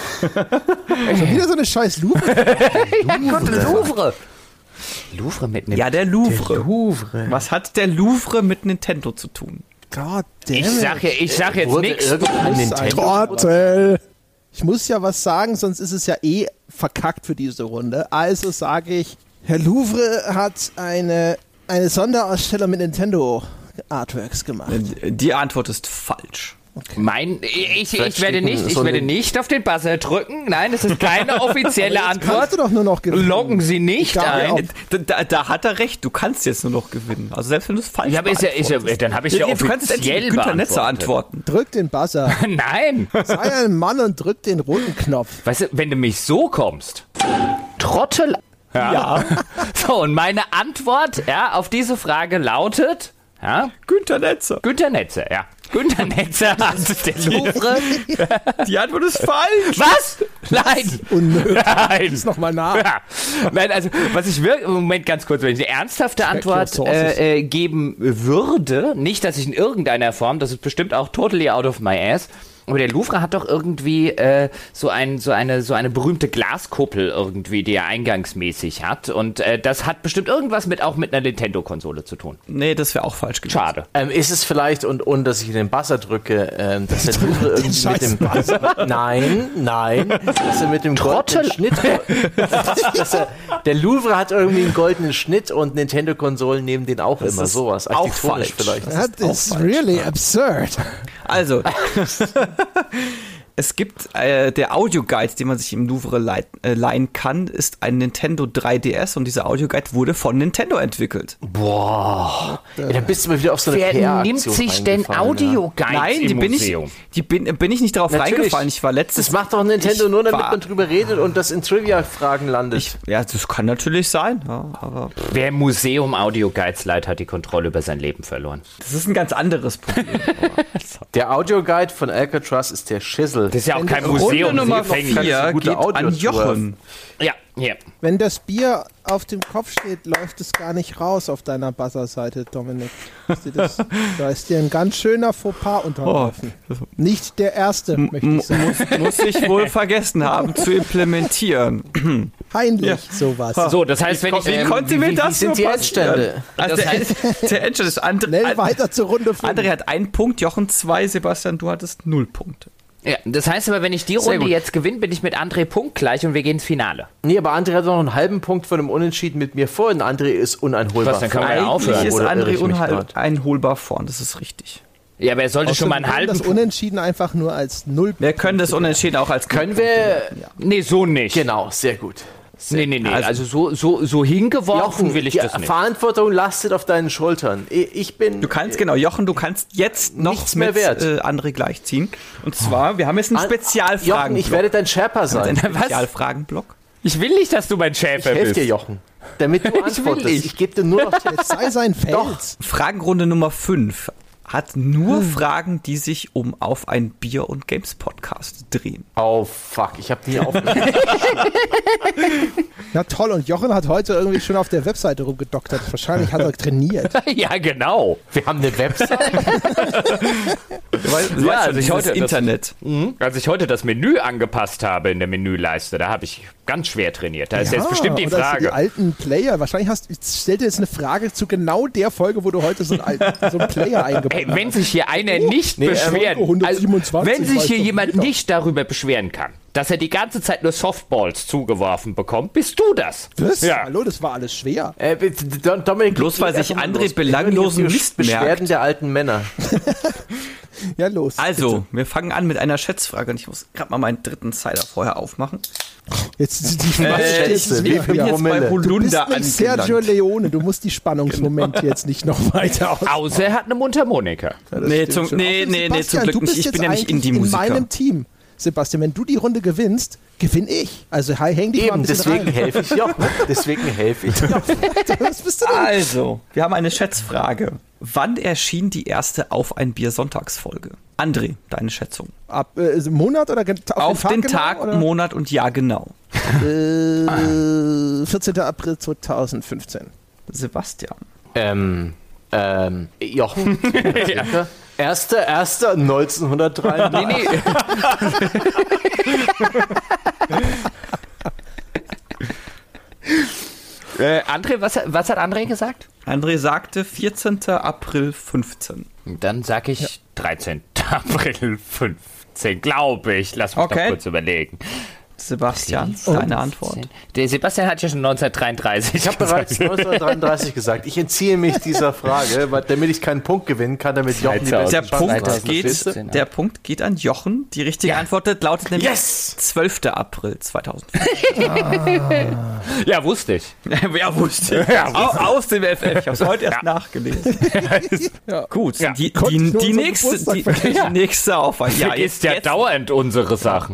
Schon wieder so eine scheiß Lupe. Ja Gott, Louvre. Louvre mit einem... Ja, der Louvre. Was hat der Louvre mit Nintendo zu tun? God damn Ich it. sag jetzt Wurde nichts. irgendein Nintendo Trottel. Ich muss ja was sagen, sonst ist es ja eh verkackt für diese Runde. Also sage ich, Herr Louvre hat eine Sonderausstellung mit Nintendo Artworks gemacht. Die Antwort ist falsch. Ich werde nicht auf den Buzzer drücken. Nein, das ist keine offizielle Kannst Antwort. du doch nur noch gewinnen. Loggen Sie nicht Egal, ein. Da hat er recht, du kannst jetzt nur noch gewinnen. Also selbst wenn du es falsch Ja, aber dann habe ich ja du kannst endlich offiziell mit Günter Netzer beantwortet. antworten. Drück den Buzzer. Nein. Sei ein Mann und drück den roten Knopf. Weißt du, wenn du mich so kommst. Trottel. Ja. So, und meine Antwort auf diese Frage lautet... Ja? Günter Netzer. Günter Netzer, ja. Günter Netzer hat der Louvre. Die Antwort ist falsch. Was? Nein. Unnötig. Nein. Nochmal nach. Ja. Nein, also, was ich wirklich, Moment, ganz kurz, wenn ich eine ernsthafte Antwort sources. geben würde, nicht, dass ich in irgendeiner Form, das ist bestimmt auch totally out of my ass, aber der Louvre hat doch irgendwie so eine berühmte Glaskuppel irgendwie, die er eingangsmäßig hat. Und das hat bestimmt irgendwas auch mit einer Nintendo-Konsole zu tun. Nee, das wäre auch falsch gewesen. Schade. Ist es vielleicht, und ohne dass ich in den Buzzer drücke, dass der Louvre irgendwie mit dem Nein, dass er mit dem goldenen Schnitt, der Louvre hat irgendwie einen goldenen Schnitt und Nintendo-Konsolen nehmen den auch immer ist sowas. auch Architektonisch falsch. vielleicht. That is really absurd. Also, es gibt der Audioguide, den man sich im Louvre leihen kann, ist ein Nintendo 3DS und dieser Audioguide wurde von Nintendo entwickelt. Boah. Ja, dann bist du mal wieder auf so eine Wer PR-Aktion nimmt sich denn reingefallen, Audioguides Nein, im Museum? bin ich nicht darauf Natürlich. reingefallen. Ich war letztes. Das macht doch Nintendo nur, damit war- man drüber redet und das in Trivia-Fragen landet. Ja, das kann natürlich sein. Ja, aber Wer im Museum Audioguides leiht, hat die Kontrolle über sein Leben verloren. das ist ein ganz anderes Problem. Der Audioguide von Alcatraz ist der Schissel. Das ist ja auch kein Runde Museum. Runde Nummer das ist Gefängnis. 4 gute geht an Audiotour. Jochen. Ja, hier. Wenn das Bier auf dem Kopf steht, läuft es gar nicht raus auf deiner Buzzer-Seite, Dominik. Da ist dir ein ganz schöner Fauxpas unterlaufen. Nicht der erste, möchte ich sagen. Muss ich wohl vergessen haben zu implementieren. Peinlich, sowas. So, das heißt, wenn ich... Wie konnte mir das sind nur die passieren? Endstände? Also der Endstand ist Schnell weiter zur Runde 5. André hat 1 Punkt, Jochen 2, Sebastian, du hattest 0 Punkte. Ja, das heißt aber, wenn ich die Runde gut. jetzt gewinne, bin ich mit André punktgleich und wir gehen ins Finale. Nee, aber André hat noch einen halben Punkt von einem Unentschieden mit mir vor und André ist uneinholbar. Was, dann kann man ja Eigentlich aufhören. ist Oder irre André ich mich grad? einholbar vorn, das ist richtig. Ja, aber er sollte schon mal einen halben das Punkt... Unentschieden einfach nur als 0. Wir können das Unentschieden auch als Können wir... Nee, so nicht. Genau, sehr gut. Nee. Also so hingeworfen Jochen, will ich die das nicht. Verantwortung lastet auf deinen Schultern. Du kannst, Jochen, du kannst jetzt noch Nichts mehr mit wert. André gleichziehen. Und zwar, wir haben jetzt einen Spezialfragenblock. Jochen, ich werde dein Sherpa sein. Ein Spezialfragenblock. Ich will nicht, dass du mein Schäfer Ich helfe bist. dir, Jochen. Damit du antwortest. nicht. Ich gebe dir nur noch Tipps. Jetzt sei sein Fels. Fragenrunde Nummer 5 hat nur Fragen, die sich um Auf ein Bier und Games Podcast drehen. Oh, fuck. Ich habe nie aufgehört. Na toll, und Jochen hat heute irgendwie schon auf der Webseite rumgedoktert. Wahrscheinlich hat er trainiert. Ja, genau. Wir haben eine Website. Du weißt Ja, also schon, ich dieses heute das- Internet. Als ich heute das Menü angepasst habe in der Menüleiste, da habe ich ganz schwer trainiert. Da ist jetzt bestimmt die oder für Frage. die alten Player. Wahrscheinlich stellt dir jetzt eine Frage zu genau der Folge, wo du heute so einen Player eingebaut Hey, wenn sich hier einer nicht beschweren, Folge 127, wenn sich weiß hier doch jemand jeder. nicht darüber beschweren kann, dass er die ganze Zeit nur Softballs zugeworfen bekommt, bist du das. Was? Ja. Hallo, das war alles schwer. Dominik, Bloß weil sich André belanglosen Mist Beschwerden merkt. der alten Männer. Ja, los. Also, wir fangen an mit einer Schätzfrage und ich muss gerade mal meinen dritten Cider vorher aufmachen. Jetzt Schätze, wie viel Jetzt bei Promille? Du bist Holunder nicht Sergio angelangt. Leone, du musst die Spannungsmomente jetzt nicht noch weiter aus. Außer er hat eine Mundharmonika. Nee, zum Glück nicht. Ich bin ja nicht Indie-Musiker. in meinem Team. Sebastian, wenn du die Runde gewinnst, gewinne ich. Also häng dich mal ein Eben, bisschen deswegen rein. helfe ich Jochen. Deswegen helfe ich Jochen. Was bist du denn? Also, wir haben eine Schätzfrage. Wann erschien die erste Auf ein Bier Sonntagsfolge? André, deine Schätzung. Ab Monat oder Auf den genau, Tag, oder? Monat und Jahr genau. 14. April 2015. Sebastian. Jochen. Ja. 1.1.1903. Nee. André, was hat André gesagt? André sagte 14. April 15. Dann sag ich 13. April 15, glaube ich. Lass mich Okay. doch kurz überlegen. Sebastian, deine Antwort. Der Sebastian hat ja schon 1933 Ich habe bereits 1933 gesagt. Ich entziehe mich dieser Frage, damit ich keinen Punkt gewinnen kann, damit Jochen die beste Der Chance Punkt, hat. Verstehst du? Punkt geht an Jochen. Die richtige Antwort lautet nämlich Yes! 12. April 2005. Ja, wusste ich. Ja, wusste ich. Aus dem FF. Ich habe es heute erst nachgelesen. Gut, Ja. die Konnte ich nur unseren nächste, Geburtstag die nächste Aufwand. Ja, Vergisst ja jetzt, dauernd unsere Sachen.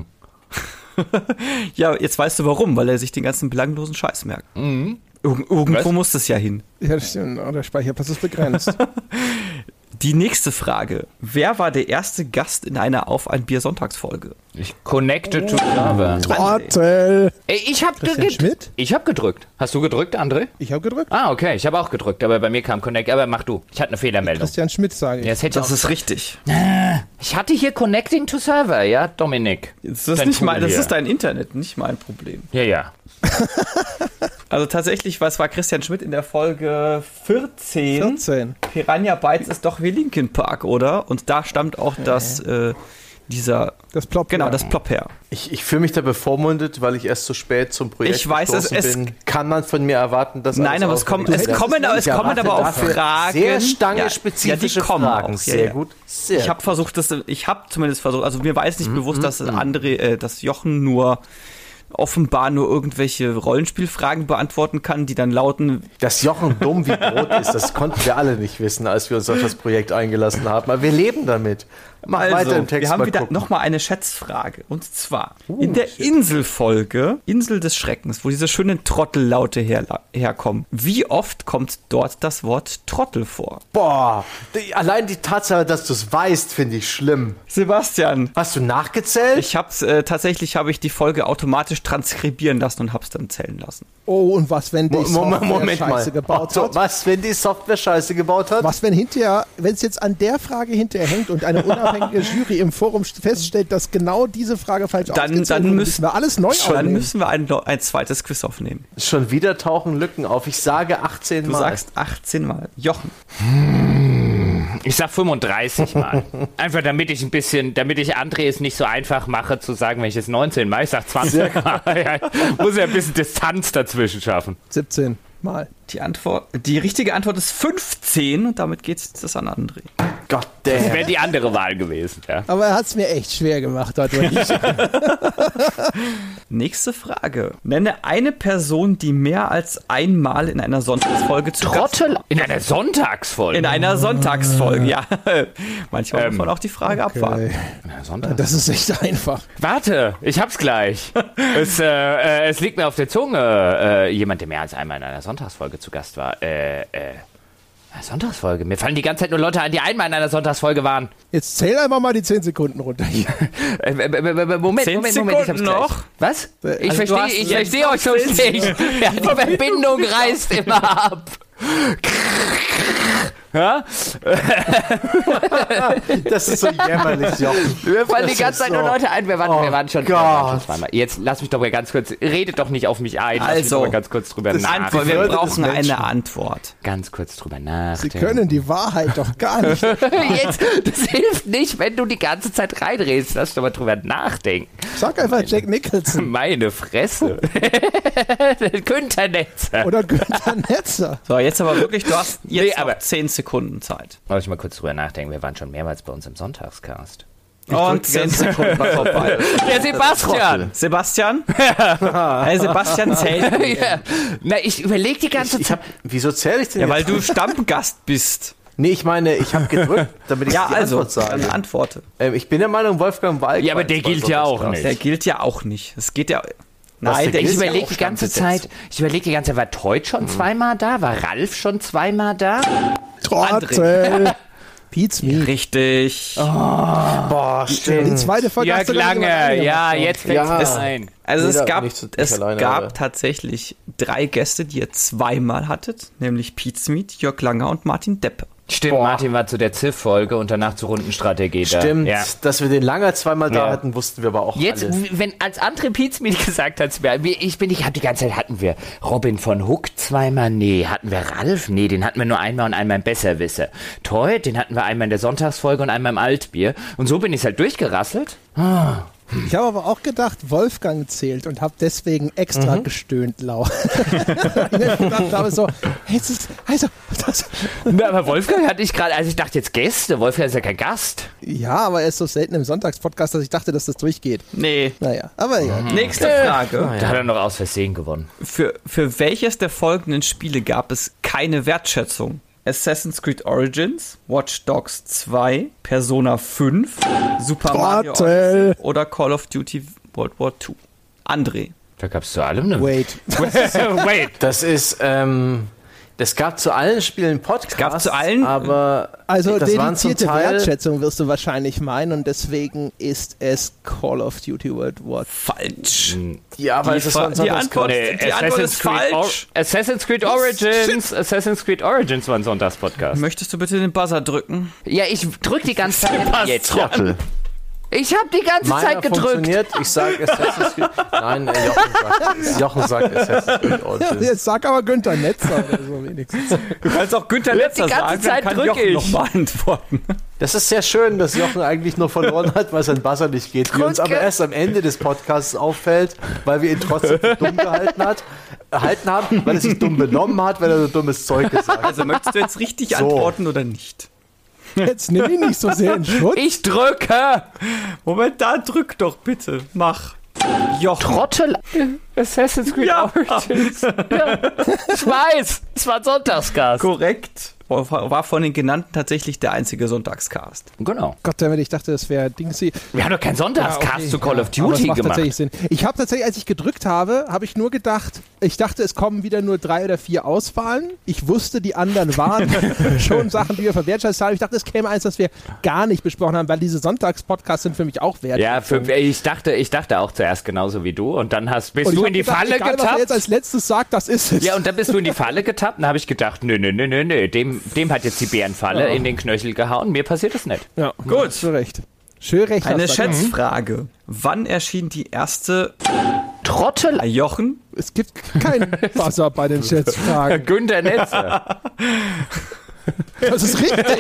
ja, jetzt weißt du warum, weil er sich den ganzen belanglosen Scheiß merkt. Irgendwo Was? muss das ja hin. Ja, das stimmt. Der Speicherplatz ist begrenzt. Die nächste Frage. Wer war der erste Gast in einer Auf ein Bier Sonntagsfolge? Connected to Server. Trottel. Ey, ich hab Christian Schmidt? Ich hab gedrückt. Hast du gedrückt, André? Ich habe gedrückt. Ah, okay. Ich habe auch gedrückt, aber bei mir kam Connect. Aber mach du. Ich hatte eine Fehlermeldung. Christian Schmidt, sage ich. Ja, das hätte Das auch, ist richtig. ich hatte hier Connecting to Server, ja, Dominik. Das ist, Dein nicht mein, Tool das hier. ist dein Internet, nicht mein Problem. Ja. Also tatsächlich, was war Christian Schmidt in der Folge 14? 14. Piranha Bytes ist doch wie Linkin Park, oder? Und da stammt auch das, Das Plop. genau, ja. das Plop her. Ich fühle mich da bevormundet, weil ich erst so spät zum Projekt Ich weiß, gestoßen bin. Kann man von mir erwarten, dass Nein, aber es kommen aber auch Fragen. Sehr stange-spezifische die kommen Fragen. auch. Sehr gut. Sehr Ich habe zumindest versucht, also mir war jetzt nicht bewusst, dass dass Jochen offenbar nur irgendwelche Rollenspielfragen beantworten kann, die dann lauten, Dass Jochen dumm wie Brot ist, das konnten wir alle nicht wissen, als wir uns auf das Projekt eingelassen haben. Aber wir leben damit. Mach weiter im Text. wir haben mal wieder gucken. nochmal eine Schätzfrage. Und zwar in der Inselfolge, Insel des Schreckens, wo diese schönen Trottellaute herkommen. Wie oft kommt dort das Wort Trottel vor? Boah, allein die Tatsache, dass du es weißt, finde ich schlimm. Sebastian, Hast du nachgezählt? tatsächlich habe ich die Folge automatisch transkribieren lassen und hab's dann zählen lassen. Oh, und was, wenn die Software Moment Scheiße mal. gebaut So, hat? was, wenn die Software Scheiße gebaut hat? Was, wenn es jetzt an der Frage hinterher hängt und eine unabhängige Jury im Forum feststellt, dass genau diese Frage falsch ausgezählt wurde, müssen wir alles neu Dann aufnehmen. müssen wir ein zweites Quiz aufnehmen. Schon wieder tauchen Lücken auf. Ich sage 18 Du Mal. sagst 18 Mal. Jochen. Ich sag 35 Mal. Einfach damit ich André es nicht so einfach mache zu sagen, wenn ich es 19 Mal, ich sag 20 Mal. Ja, muss ja ein bisschen Distanz dazwischen schaffen. 17 Mal. Die richtige Antwort ist 15 und damit geht's das an André. Gott Das damn. wäre die andere Wahl gewesen. Ja. Aber er hat es mir echt schwer gemacht heute. Nächste Frage. Nenne eine Person, die mehr als einmal in einer Sonntagsfolge zu Gast Trottel in einer Sonntagsfolge. In einer Sonntagsfolge, ja. Manchmal muss man auch die Frage abwarten. Das ist echt einfach. Warte, ich hab's gleich. Es liegt mir auf der Zunge. Jemand, der mehr als einmal in einer Sonntagsfolge zu Gast war. Sonntagsfolge. Mir fallen die ganze Zeit nur Leute ein, die einmal in einer Sonntagsfolge waren. Jetzt zähl einfach mal die 10 Sekunden runter. Moment, 10 ich hab's Sekunden noch? gleich. Was? Ich Also du hast verstehe jetzt euch so schlecht. Ja, die Verbindung reißt immer ab. Ja? Das ist so jämmerlich, Jochen. Mir fallen die Das ganze ist Zeit nur so- Leute ein. Wir waren schon Gott. zweimal. Jetzt lass mich doch mal ganz kurz, redet doch nicht auf mich ein. Lass mich Also, doch mal ganz kurz drüber das nachdenken. Wir Würde des brauchen Menschen. eine Antwort. Ganz kurz drüber Sie nachdenken. können die Wahrheit doch gar nicht. Jetzt, das hilft nicht, wenn du die ganze Zeit reinredest. Lass doch mal drüber nachdenken. Sag einfach Jack Nicholson Meine Fresse. Günther Netzer. oder Günther Netzer. So, jetzt aber wirklich, du hast jetzt Nee, noch aber- 10 Sekunden Zeit. Lass ich mal kurz drüber nachdenken. Wir waren schon mehrmals bei uns im Sonntagscast. Und 10 Sekunden war vorbei. Der Sebastian. Sebastian? Hey, Sebastian zählt. Ja. Na, ich überlege die ganze Zeit. Wieso zähle ich denn Ja, jetzt? weil du Stammgast bist. Nee, ich meine, ich habe gedrückt, damit ich Ja, die also, Antwort sage. dann antworte. Ich bin der Meinung, Wolfgang Walk. Ja, aber der gilt ja auch nicht. Der gilt ja auch nicht. Es geht ja... der Nein, der gilt Ich ist ja überlege auch die ganze Stammbesetzung. Zeit, war Teut schon zweimal da? War Ralf schon zweimal da? Trottel. Pete's Me. Richtig. Boah, Die stimmt. zweite Folge hast du gar nicht alleine gemacht. jetzt fällt Ja. es ein. Also Nee, es da gab, bin ich nicht es alleine, gab aber- tatsächlich 3 Gäste, die ihr zweimal hattet, nämlich Pete Smith, Jörg Langer und Martin Deppe. Stimmt, Boah. Martin war zu der Ziff-Folge und danach zur Rundenstrategie da. Stimmt, Ja. dass wir den Langer zweimal da Ja. hatten, wussten wir aber auch Jetzt, alle. wenn als André Pietz mir gesagt hat, ich habe die ganze Zeit, hatten wir Robin von Hook zweimal? Nee. Hatten wir Ralf? Nee, den hatten wir nur einmal und einmal im Besserwisser. Teut, den hatten wir einmal in der Sonntagsfolge und einmal im Altbier. Und so bin ich halt durchgerasselt. Ich habe aber auch gedacht, Wolfgang zählt und habe deswegen extra gestöhnt laut. Ich gedacht habe so, hey, das, Na, aber Wolfgang hatte ich gerade, also ich dachte jetzt Gäste, Wolfgang ist ja kein Gast. ja, aber er ist so selten im Sonntagspodcast, dass ich dachte, dass das durchgeht. Nee. Naja, aber ja. Nächste Frage. Da hat er noch aus Versehen gewonnen. Für welches der folgenden Spiele gab es keine Wertschätzung? Assassin's Creed Origins, Watch Dogs 2, Persona 5, Super Mario Trottel. Odyssey oder Call of Duty World War II. André. Da gab es zu allem eine. Wait. Wait. Das ist, das gab zu allen Spielen Podcasts. gab zu allen? Aber Also das waren zum dedizierte Teil Wertschätzung wirst du wahrscheinlich meinen und deswegen ist es Call of Duty World War. Falsch. Ja, aber es ist so Die Antwort, die Antwort ist falsch. Assassin's Creed Origins. Assassin's Creed Origins war ein Sonntagspodcast. Möchtest du bitte den Buzzer drücken? Ja, ich drück die ganze Zeit jetzt. Trottel. Ich habe die ganze Meiner Zeit gedrückt. funktioniert. Ich sage Assassin's Creed. Nein, Jochen sagt Assassin's Creed Origins. Jetzt sag aber Günther Netzer oder so wenigstens. Du kannst auch Günther Die Netzer ganze sagen, Zeit dann kann drück Jochen ich. noch beantworten. Das ist sehr schön, dass Jochen eigentlich nur verloren hat, weil sein Buzzer nicht geht. Wie uns aber erst am Ende des Podcasts auffällt, weil wir ihn trotzdem für dumm gehalten haben, weil er sich dumm benommen hat, weil er so dummes Zeug gesagt hat. Also möchtest du jetzt richtig So. antworten oder nicht? Jetzt nimm ihn nicht so sehr in Schutz. Ich drücke. Moment, da drück doch bitte. Mach. Jochen. Trottel. Assassin's Creed Ja. Origins. Ja. Ich weiß. Es war ein Sonntagscast. Korrekt. War von den genannten tatsächlich der einzige Sonntagscast. Genau. Gott, damit ich dachte, das wäre Dingsy. Wir haben doch keinen Sonntagscast zu Call of Aber es Duty macht gemacht. tatsächlich Sinn. Ich habe tatsächlich, als ich gedrückt habe, habe ich nur gedacht, ich dachte, es kommen wieder nur 3 oder 4 Auswahlen. Ich wusste, die anderen waren schon Sachen, die wir verwertschätzt haben. Ich dachte, es käme eins, das wir gar nicht besprochen haben, weil diese Sonntagspodcasts sind für mich auch wert. Ja, ich dachte auch zuerst genauso wie du und dann bist Und du ich in hab die gedacht, Falle egal, was er jetzt getappt. als letztes sagt, das ist es. Ja, und dann bist du in die Falle getappt und dann habe ich gedacht, nö, dem hat jetzt die Bärenfalle in den Knöchel gehauen, mir passiert es nicht. Ja, Gut. hast du recht. Schön recht. Eine hast du. Schätzfrage. Wann erschien die erste Trottel. Jochen? Es gibt kein Buzzer bei den Schätzfragen. Günther Netzer. Das ist richtig.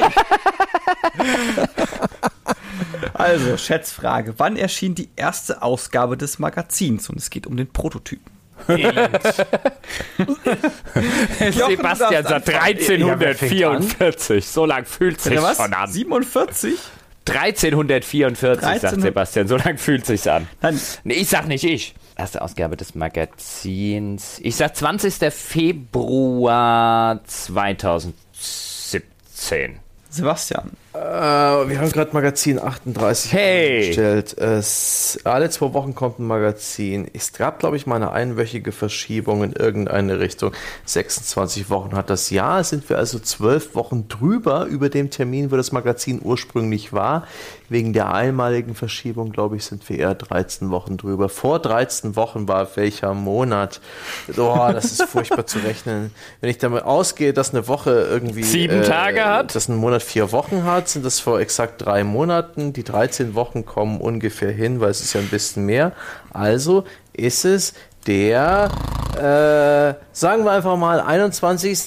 Also, Schätzfrage. Wann erschien die erste Ausgabe des Magazins? Und es geht um den Prototypen. Sebastian sagt 1344. So lang fühlt sich was? schon an. 47? 1344, sagt Sebastian. So lang fühlt sich's an. Nein. Nee, ich sag nicht ich. Erste Ausgabe des Magazins. Ich sag 20. Februar 2017. Sebastian. Wir haben gerade Magazin 38 gestellt. Alle 2 Wochen kommt ein Magazin. Es gab, glaube ich, mal eine einwöchige Verschiebung in irgendeine Richtung. 26 Wochen hat das Jahr. Sind wir also 12 Wochen drüber über dem Termin, wo das Magazin ursprünglich war. Wegen der einmaligen Verschiebung, glaube ich, sind wir eher 13 Wochen drüber. Vor 13 Wochen war welcher Monat? Oh, das ist furchtbar zu rechnen. Wenn ich damit ausgehe, dass eine Woche irgendwie 7 Tage hat, dass ein Monat 4 Wochen hat, sind das vor exakt 3 Monaten. Die 13 Wochen kommen ungefähr hin, weil es ist ja ein bisschen mehr. Also ist es der, sagen wir einfach mal, 21.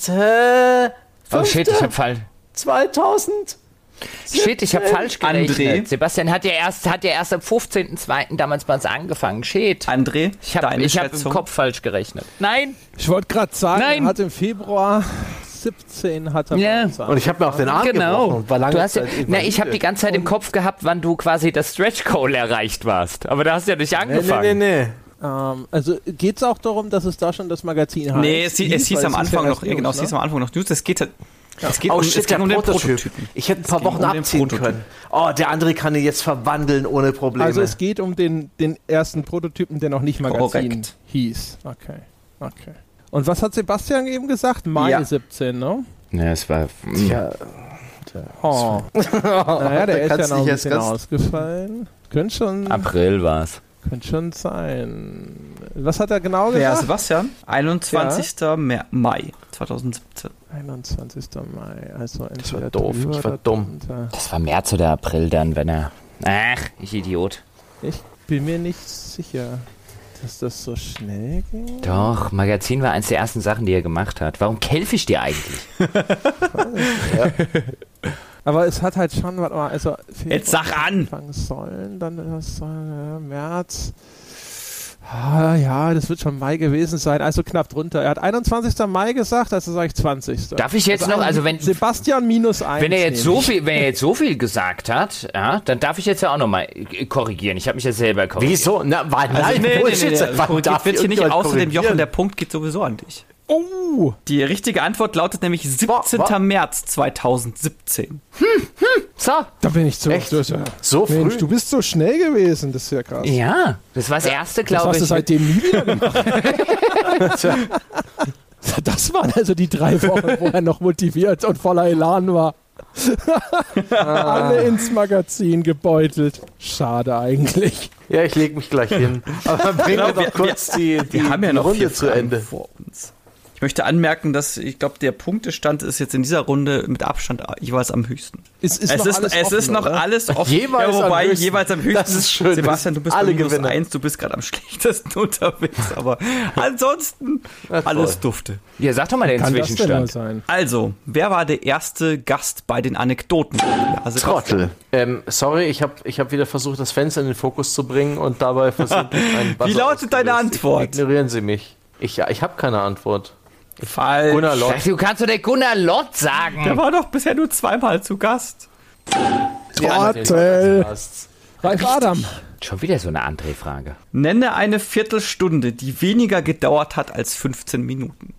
Oh shit, ich hab falsch. 2000. Shit, ich hab falsch gerechnet. André. Sebastian hat ja erst am 15.02. damals bei uns angefangen. Shit. André, Ich hab im Kopf falsch gerechnet. Nein. Ich wollte gerade sagen, Nein. er hat im Februar 17 hat er Ja. bei uns Und ich habe mir auch den Arm gebrochen. Und war lange Du hast ja, Zeit ich habe die ganze Zeit im Kopf gehabt, wann du quasi das Stretch Goal erreicht warst. Aber da hast du ja nicht angefangen. Nee. Also geht es auch darum, dass es da schon das Magazin heißt? Nee, es hieß am Anfang noch, genau, es hieß am Anfang noch News. Es geht halt. Es geht Oh shit, der um den Prototyp. Prototypen. Ich hätte ein paar ging Wochen um den abziehen Prototyp. können. Oh, der andere kann ihn jetzt verwandeln ohne Probleme. Also es geht um den ersten Prototypen, der noch nicht Magazin Korrekt. hieß. Okay. Und was hat Sebastian eben gesagt? Mai 17, ne? Ja, es war. ja, Oh. Naja, der ist ja kannst noch ein nicht erst bisschen ganz- ausgefallen. Könnte April war's. schon sein. Was hat er genau Ja, gesagt? Sebastian, 21. Mai 2017. 21. Mai. Also entweder war doof, drüber ich war oder dumm. drunter. Das war März oder April dann, wenn er. Ach, ich Idiot. Ich bin mir nicht sicher, dass das so schnell ging. Doch, Magazin war eins der ersten Sachen, die er gemacht hat. Warum kelf ich dir eigentlich? Aber es hat halt schon, warte mal, also Jetzt sag an! anfangen sollen, dann das März. Ah, ja, das wird schon Mai gewesen sein, also knapp drunter. Er hat 21. Mai gesagt, also sage ich 20. Darf ich jetzt noch, also wenn Sebastian -1. wenn er jetzt so viel gesagt hat, ja, dann darf ich jetzt ja auch nochmal korrigieren. Ich habe mich ja selber korrigiert. Wieso? Na, nein, Bullshit. Wann Korrigiert darf wird hier nicht irgendjemand außerdem, Jochen, korrigieren? der Punkt geht sowieso an dich. Oh! Die richtige Antwort lautet nämlich 17. März 2017. So. Da bin ich zu. Echt? Das, So früh? Mensch, du bist so schnell gewesen, das ist ja krass. Ja, das war das erste, Das glaube hast du ich. seitdem nie wieder gemacht. Das waren also die 3 Wochen, wo er noch motiviert und voller Elan war. Alle ins Magazin gebeutelt. Schade eigentlich. Ja, ich lege mich gleich hin. Aber bring mir Genau, doch kurz die Wir haben ja noch Runde 4 zu Fragen Ende. vor uns. Ich möchte anmerken, dass ich glaube, der Punktestand ist jetzt in dieser Runde mit Abstand jeweils am höchsten. Es ist noch alles offen. Jeweils ja, wobei am höchsten. jeweils am höchsten. Das ist schön. Sebastian, du bist Alle bei Gewinner. -1, du bist gerade am schlechtesten unterwegs, aber ansonsten Na, toll. alles dufte. Ja, sag doch mal den Kann das denn nur Zwischenstand. sein? Also, wer war der erste Gast bei den Anekdoten? Ja, Trottel. Sorry, ich hab wieder versucht, das Fenster in den Fokus zu bringen und dabei versucht, ein Buzzer Wie lautet deine ausgelöst. Antwort? Ignorieren Sie mich. Ich habe keine Antwort. Falsch. Gunnar Lott. Du kannst doch der Gunnar Lott sagen. Der war doch bisher nur 2-mal zu Gast. Trottel. Ralf Adam. Schon wieder so eine André-Frage. Nenne eine Viertelstunde, die weniger gedauert hat als 15 Minuten.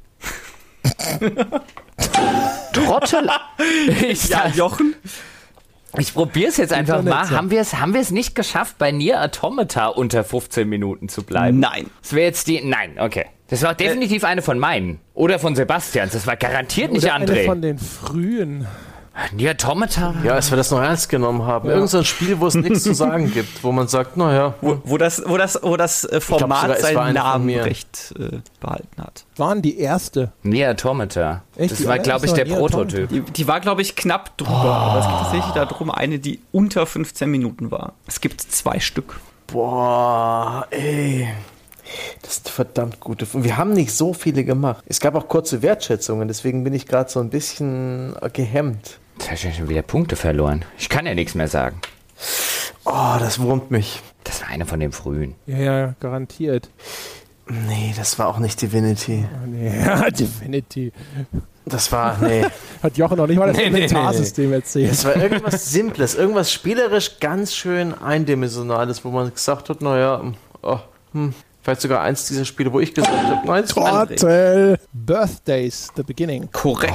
Trottel. Ja, Jochen? Ich probiere es jetzt einfach mal. Internet, Haben wir es nicht geschafft, bei Nier Automata unter 15 Minuten zu bleiben? Nein. Das wäre jetzt die. Nein, okay. Das war definitiv eine von meinen. Oder von Sebastians. Das war garantiert nicht Oder eine André. von den frühen. Nier Automata? Ja, als wir das noch ernst genommen haben. Irgend so ein Spiel, wo es nichts zu sagen gibt, wo man sagt, naja, Wo das sogar, Format es war seinen eine von Namen mir. recht behalten hat. Waren die erste. Nier Automata. Echt? Das Die war, glaube ich, allererste der war Nier Prototyp. Die war, glaube ich, knapp drüber. Aber es geht tatsächlich darum, eine, die unter 15 Minuten war. Es gibt 2 Stück. boah, ey. Das sind verdammt gute. Wir haben nicht so viele gemacht. Es gab auch kurze Wertschätzungen, deswegen bin ich gerade so ein bisschen gehemmt. Jetzt habe ich schon wieder Punkte verloren. Ich kann ja nichts mehr sagen. Oh, das wurmt mich. Das war eine von den frühen. Ja, garantiert. Nee, das war auch nicht Divinity. Ja, Divinity. Das war, nee. Hat Jochen noch nicht mal das Inventarsystem erzählt. Es war irgendwas Simples, irgendwas spielerisch ganz schön Eindimensionales, wo man gesagt hat, naja, vielleicht sogar eins dieser Spiele, wo ich gesagt habe, nein, Trottel. Birthdays, the beginning. Korrekt.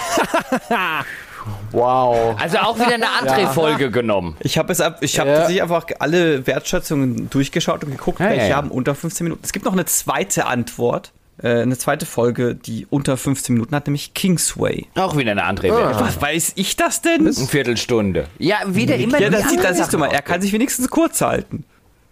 Wow. Also auch wieder eine André-Folge genommen. Ich habe tatsächlich einfach alle Wertschätzungen durchgeschaut und geguckt, welche haben unter 15 Minuten. Es gibt noch eine zweite Antwort, eine zweite Folge, die unter 15 Minuten hat, nämlich Kingsway. Auch wieder eine André-Wertung. Was weiß ich das denn? Eine Viertelstunde. Ja, wieder immer. Ja, das siehst du mal. Er kann sich wenigstens kurz halten.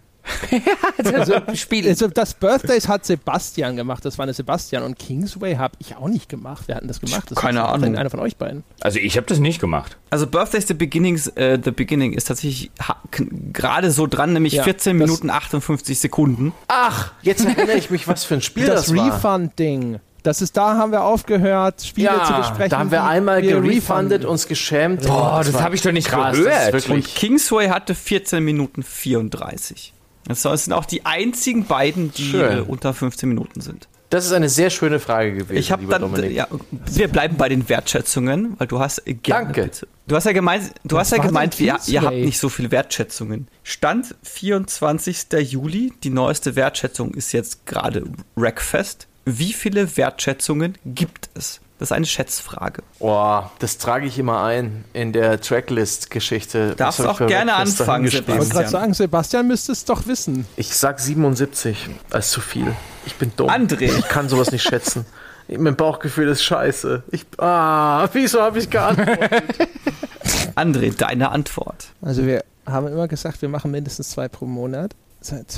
Also das Birthdays hat Sebastian gemacht, das war eine Sebastian, und Kingsway habe ich auch nicht gemacht. Wer hat denn das gemacht? Das Keine Ahnung. Einer von euch beiden. Also ich habe das nicht gemacht. Also Birthdays The Beginning ist tatsächlich gerade so dran, nämlich 14 Minuten 58 Sekunden. Ach, jetzt erinnere ich mich, was für ein Spiel das war. Das Refund-Ding. Das ist, da haben wir aufgehört, Spiele zu besprechen. Da haben wir einmal gerefundet, uns geschämt. Boah, das habe ich doch nicht gehört. Und Kingsway hatte 14 Minuten 34. Das sind auch die einzigen beiden, die unter 15 Minuten sind. Das ist eine sehr schöne Frage gewesen, lieber Dominik. Wir bleiben bei den Wertschätzungen, weil du hast Danke. Bitte. Du hast ja gemeint, ihr habt nicht so viele Wertschätzungen. Stand 24. Juli, die neueste Wertschätzung ist jetzt gerade Wreckfest. Wie viele Wertschätzungen gibt es? Das ist eine Schätzfrage. Boah, das trage ich immer ein in der Tracklist-Geschichte. Darfst auch gerne anfangen, Ich wollte gerade sagen, Sebastian müsste es doch wissen. Ich sag 77 als zu viel. Ich bin dumm. André. Ich kann sowas nicht schätzen. Mein Bauchgefühl ist scheiße. Wieso habe ich geantwortet? André, deine Antwort. Also wir haben immer gesagt, wir machen mindestens 2 pro Monat. Seit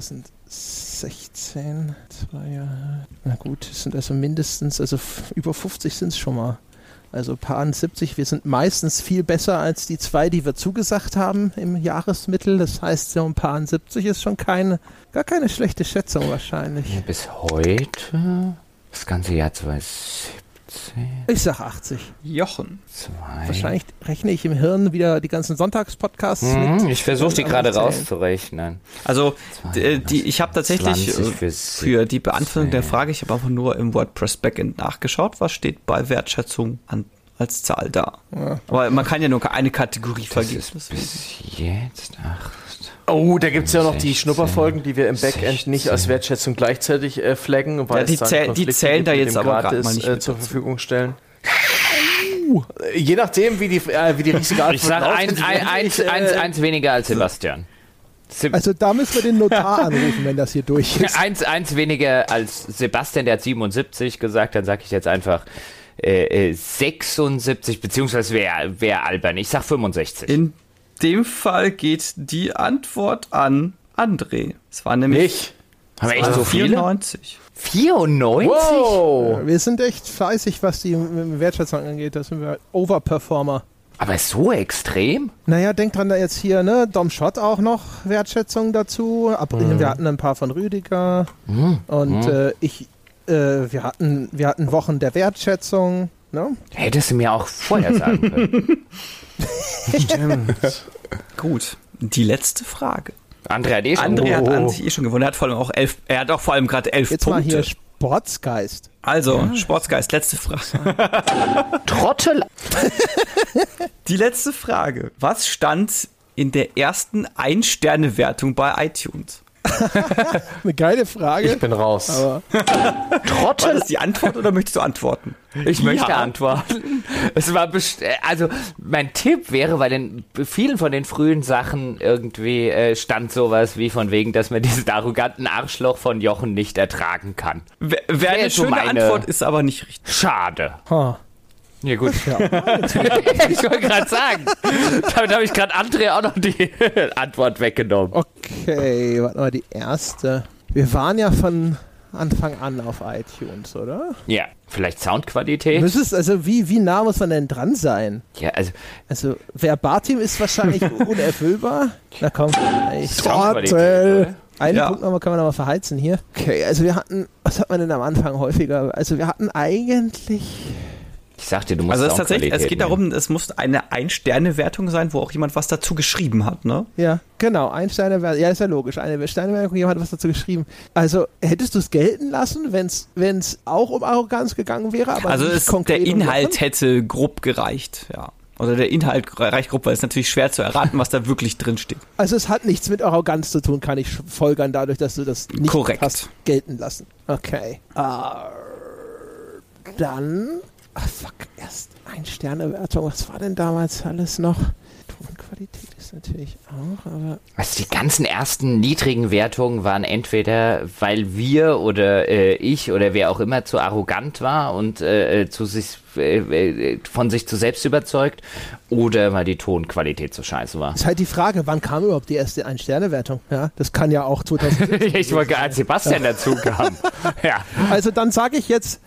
2016, 2 Jahre. Na gut, es sind also mindestens, also über 50 sind es schon mal. Also paar 70. Wir sind meistens viel besser als die 2, die wir zugesagt haben im Jahresmittel. Das heißt, so ein paar 70 ist schon gar keine schlechte Schätzung wahrscheinlich. Ja, bis heute, das ganze Jahr 2017. Ich sag 80. Jochen. Wahrscheinlich rechne ich im Hirn wieder die ganzen Sonntagspodcasts mit. Ich versuche die gerade rauszurechnen. Also ich habe tatsächlich für die Beantwortung der Frage, ich habe einfach nur im WordPress Backend nachgeschaut, was steht bei Wertschätzung als Zahl da. Ja. Aber man kann ja nur eine Kategorie vergeben. Bis jetzt 8. Oh, da gibt es ja noch die Schnupperfolgen, die wir im Backend nicht als Wertschätzung gleichzeitig flaggen, weil die zählen da jetzt aber gerade mal nicht zur Verfügung stellen. Je nachdem, wie die richtige Antwort Ich sage eins weniger als Sebastian. Also da müssen wir den Notar anrufen, wenn das hier durch ist. Eins weniger als Sebastian, der hat 77 gesagt, dann sage ich jetzt einfach 76, beziehungsweise wäre albern. Ich sag 65. In dem Fall geht die Antwort an André. Es war nämlich Haben wir echt so viele? 94. 94? Wow. Wir sind echt fleißig, was die Wertschätzung angeht. Da sind wir Overperformer. Aber so extrem? Naja, denk dran, da jetzt hier, ne, Dom Schott auch noch Wertschätzung dazu. Wir hatten ein paar von Rüdiger. Und wir hatten Wochen der Wertschätzung. Ne? Hättest du mir auch vorher sagen können. Stimmt. Gut, die letzte Frage. André hat schon André hat an sich schon gewonnen. Er hat auch vor allem gerade 11 jetzt Punkte. Jetzt mal hier Sportsgeist. Also, Sportsgeist, letzte Frage. Trottel. Die letzte Frage. Was stand in der ersten 1-Sterne-Wertung bei iTunes? Eine geile Frage. Ich bin raus. Aber Trottel. War das die Antwort oder möchtest du antworten? Ich möchte antworten. Es war also mein Tipp wäre, bei den vielen von den frühen Sachen irgendwie stand sowas wie von wegen, dass man diesen arroganten Arschloch von Jochen nicht ertragen kann. Wäre eine schöne Antwort, ist aber nicht richtig. Schade. Ha. Ja gut. Ja. Ich wollte gerade sagen, damit habe ich gerade André auch noch die Antwort weggenommen. Okay, warte mal, die erste. Wir waren ja von Anfang an auf iTunes, oder? Ja, vielleicht Soundqualität. Wie nah muss man denn dran sein? Ja, Also Verbatim ist wahrscheinlich unerfüllbar. Na komm, Soundqualität. Einen Punkt nochmal können wir nochmal verheizen hier. Okay, also was hat man denn am Anfang häufiger? Also wir hatten eigentlich Ich sagte, du musst Also es auch ist tatsächlich, es Qualität geht nehmen. darum, es muss eine Ein-Sterne-Wertung sein, wo auch jemand was dazu geschrieben hat, ne? Ja, genau, ein Sternewertung. Ja, ist ja logisch. Eine Sternewertung, jemand hat was dazu geschrieben. Also, hättest du es gelten lassen, wenn es auch um Arroganz gegangen wäre? Aber Also nicht konkret der um Inhalt Jochen? hätte grob gereicht, ja. Oder der Inhalt reicht grob, weil es natürlich schwer zu erraten, was da wirklich drin steht. Also, es hat nichts mit Arroganz zu tun, kann ich folgern, dadurch, dass du das nicht Korrekt. hast gelten lassen. Okay. Dann. Ach, fuck, erst ein Sternewertung. Was war denn damals alles noch? Tonqualität ist natürlich auch, aber. Also die ganzen ersten niedrigen Wertungen waren entweder, weil wir oder ich oder wer auch immer zu arrogant war und von sich zu selbst überzeugt, oder weil die Tonqualität so scheiße war. Ist halt die Frage, wann kam überhaupt die erste Ein-Sterne-Wertung? Ja, das kann ja auch 2017 Ich wollte gar als Sebastian dazu kam. Ja. Also dann sage ich jetzt,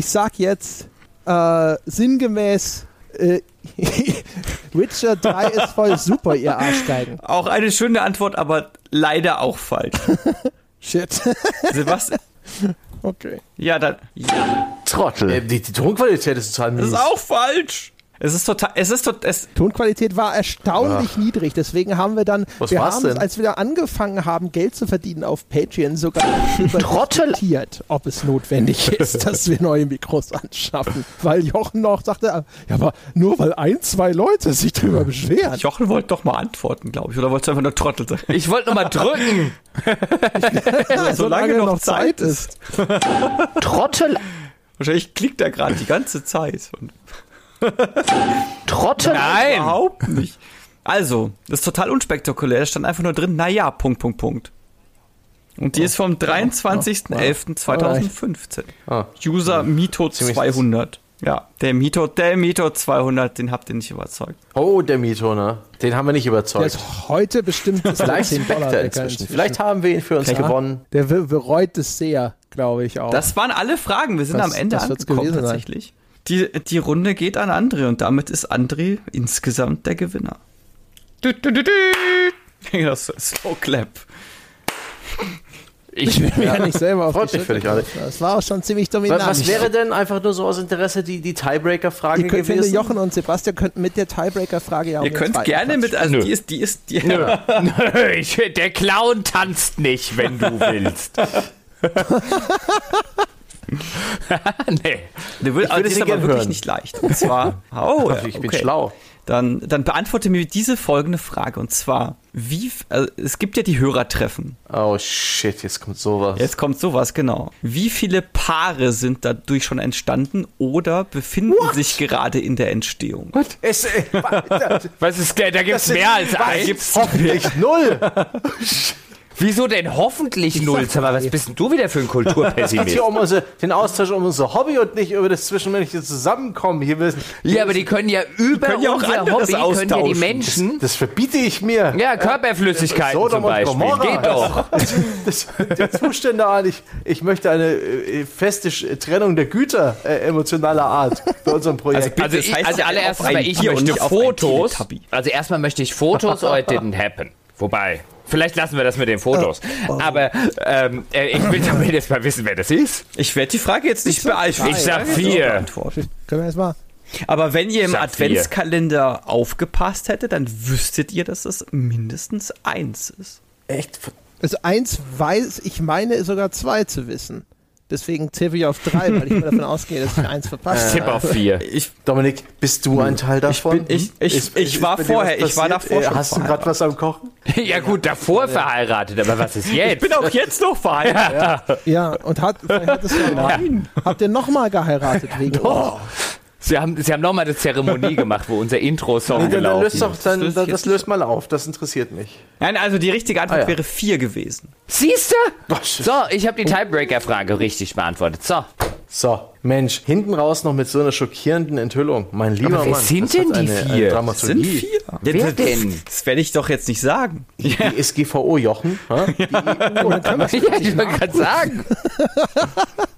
sinngemäß, Witcher 3 ist voll super, ihr Arschgeigen. Auch eine schöne Antwort, aber leider auch falsch. Shit. Sebastian, Okay. ja, dann, ja, Trottel. Die Tonqualität ist total das mies. ist auch falsch. Es Tonqualität war erstaunlich niedrig, deswegen haben wir dann, Was war's denn? als wir angefangen haben, Geld zu verdienen auf Patreon, sogar Trottel. diskutiert, ob es notwendig ist, dass wir neue Mikros anschaffen. Weil Jochen noch sagte, ja, aber nur weil 1-2 Leute sich drüber beschweren. Jochen wollte doch mal antworten, glaube ich. Oder wolltest du einfach nur Trottel sagen? Ich wollte noch mal drücken. Solange noch Zeit ist. Trottel. Wahrscheinlich klickt er gerade die ganze Zeit. Und Trottel. Nein. überhaupt nicht. Also, das ist total unspektakulär. Da stand einfach nur drin, naja, ... Und die ist vom 23.11.2015. Ah. User Mito Ziemlich 200. Ja, der Mito 200, den habt ihr nicht überzeugt. Oh, der Mito, ne? Den haben wir nicht Der überzeugt. ist heute bestimmt Vielleicht $10 Spectre inzwischen. Vielleicht haben wir ihn für uns gewonnen. Der bereut es sehr, glaube ich auch. Das waren alle Fragen. Wir sind Das- am Ende das wird's angekommen gewesen sein. tatsächlich. Die Runde geht an André und damit ist André insgesamt der Gewinner. Das ist Slow Clap. Ich will mir ja nicht selber auf Freut die mich für dich, Schulter Adi. klopfen. Das war auch schon ziemlich dominant. Was wäre denn einfach nur so aus Interesse die Tiebreaker-Frage Ich finde, gewesen? Jochen und Sebastian könnten mit der Tiebreaker-Frage ja auch Ihr den könnt zweiten gerne Platz mit, also Nö. die Nö, der Clown tanzt nicht, wenn du willst. Nee. Die ist sie aber gern wirklich hören. nicht leicht. Und zwar, Ich bin schlau. Dann beantworte mir diese folgende Frage. Und zwar, es gibt ja die Hörertreffen. Oh shit, jetzt kommt sowas. Jetzt kommt sowas, genau. Wie viele Paare sind dadurch schon entstanden oder befinden sich gerade in der Entstehung? Was ist der? Da gibt's mehr als eins. Hoffentlich 0. Wieso denn hoffentlich null? Sag mal, was bist denn du wieder für ein Es geht Kulturpessimist? hier um den Austausch um unser Hobby und nicht über das zwischenmenschliche Zusammenkommen. Hier wissen, Ja, aber die können ja über können ja auch unser anderes Hobby, können ja die austauschen. Menschen... das verbiete ich mir. Ja, Körperflüssigkeiten Sodom zum und Beispiel. Gomorra. Geht doch. Der Zustände an. Ich möchte eine feste Trennung der Güter emotionaler Art bei unserem Projekt. Also das heißt ja allererst auf ein mal, ich Tier und möchte nicht auf ein Fotos. Teletubby. Also erstmal möchte ich Fotos, or it didn't happen. Wobei, vielleicht lassen wir das mit den Fotos. Aber ich will damit jetzt mal wissen, wer das ist. Ich werde die Frage jetzt nicht beantworten. Ich sag 4. Können wir jetzt mal. Aber wenn ihr im Sag 4. Adventskalender aufgepasst hättet, dann wüsstet ihr, dass es mindestens 1 ist. Echt? Also 1 weiß, ich meine sogar 2 zu wissen. Deswegen tippe ich auf 3, weil ich mal davon ausgehe, dass ich 1 verpasst Tipp auf 4. Dominik, bist du ein Teil davon? Ich war bei dir vorher- was ich war passiert? davor schon Hast du gerade was am Kochen? Ja gut, davor verheiratet, aber was ist Ich jetzt? bin auch jetzt noch verheiratet. Ja, und vielleicht hat es ja habt ihr nochmal geheiratet wegen Sie haben nochmal eine Zeremonie gemacht, wo unser Intro-Song gelaufen ist. Das löst mal auf, das interessiert mich. Nein, also die richtige Antwort Ah, ja. wäre 4 gewesen. Siehste? So, ich habe die Tiebreaker-Frage richtig beantwortet. So. Mensch, hinten raus noch mit so einer schockierenden Enthüllung. Mein lieber Aber wer Mann. sind das hat denn die eine 4? Dramaturgie. Sind 4. Wer denn? Das werde ich doch jetzt nicht sagen. Die SGVO Jochen. Ja? Ja, ich wollte gerade sagen.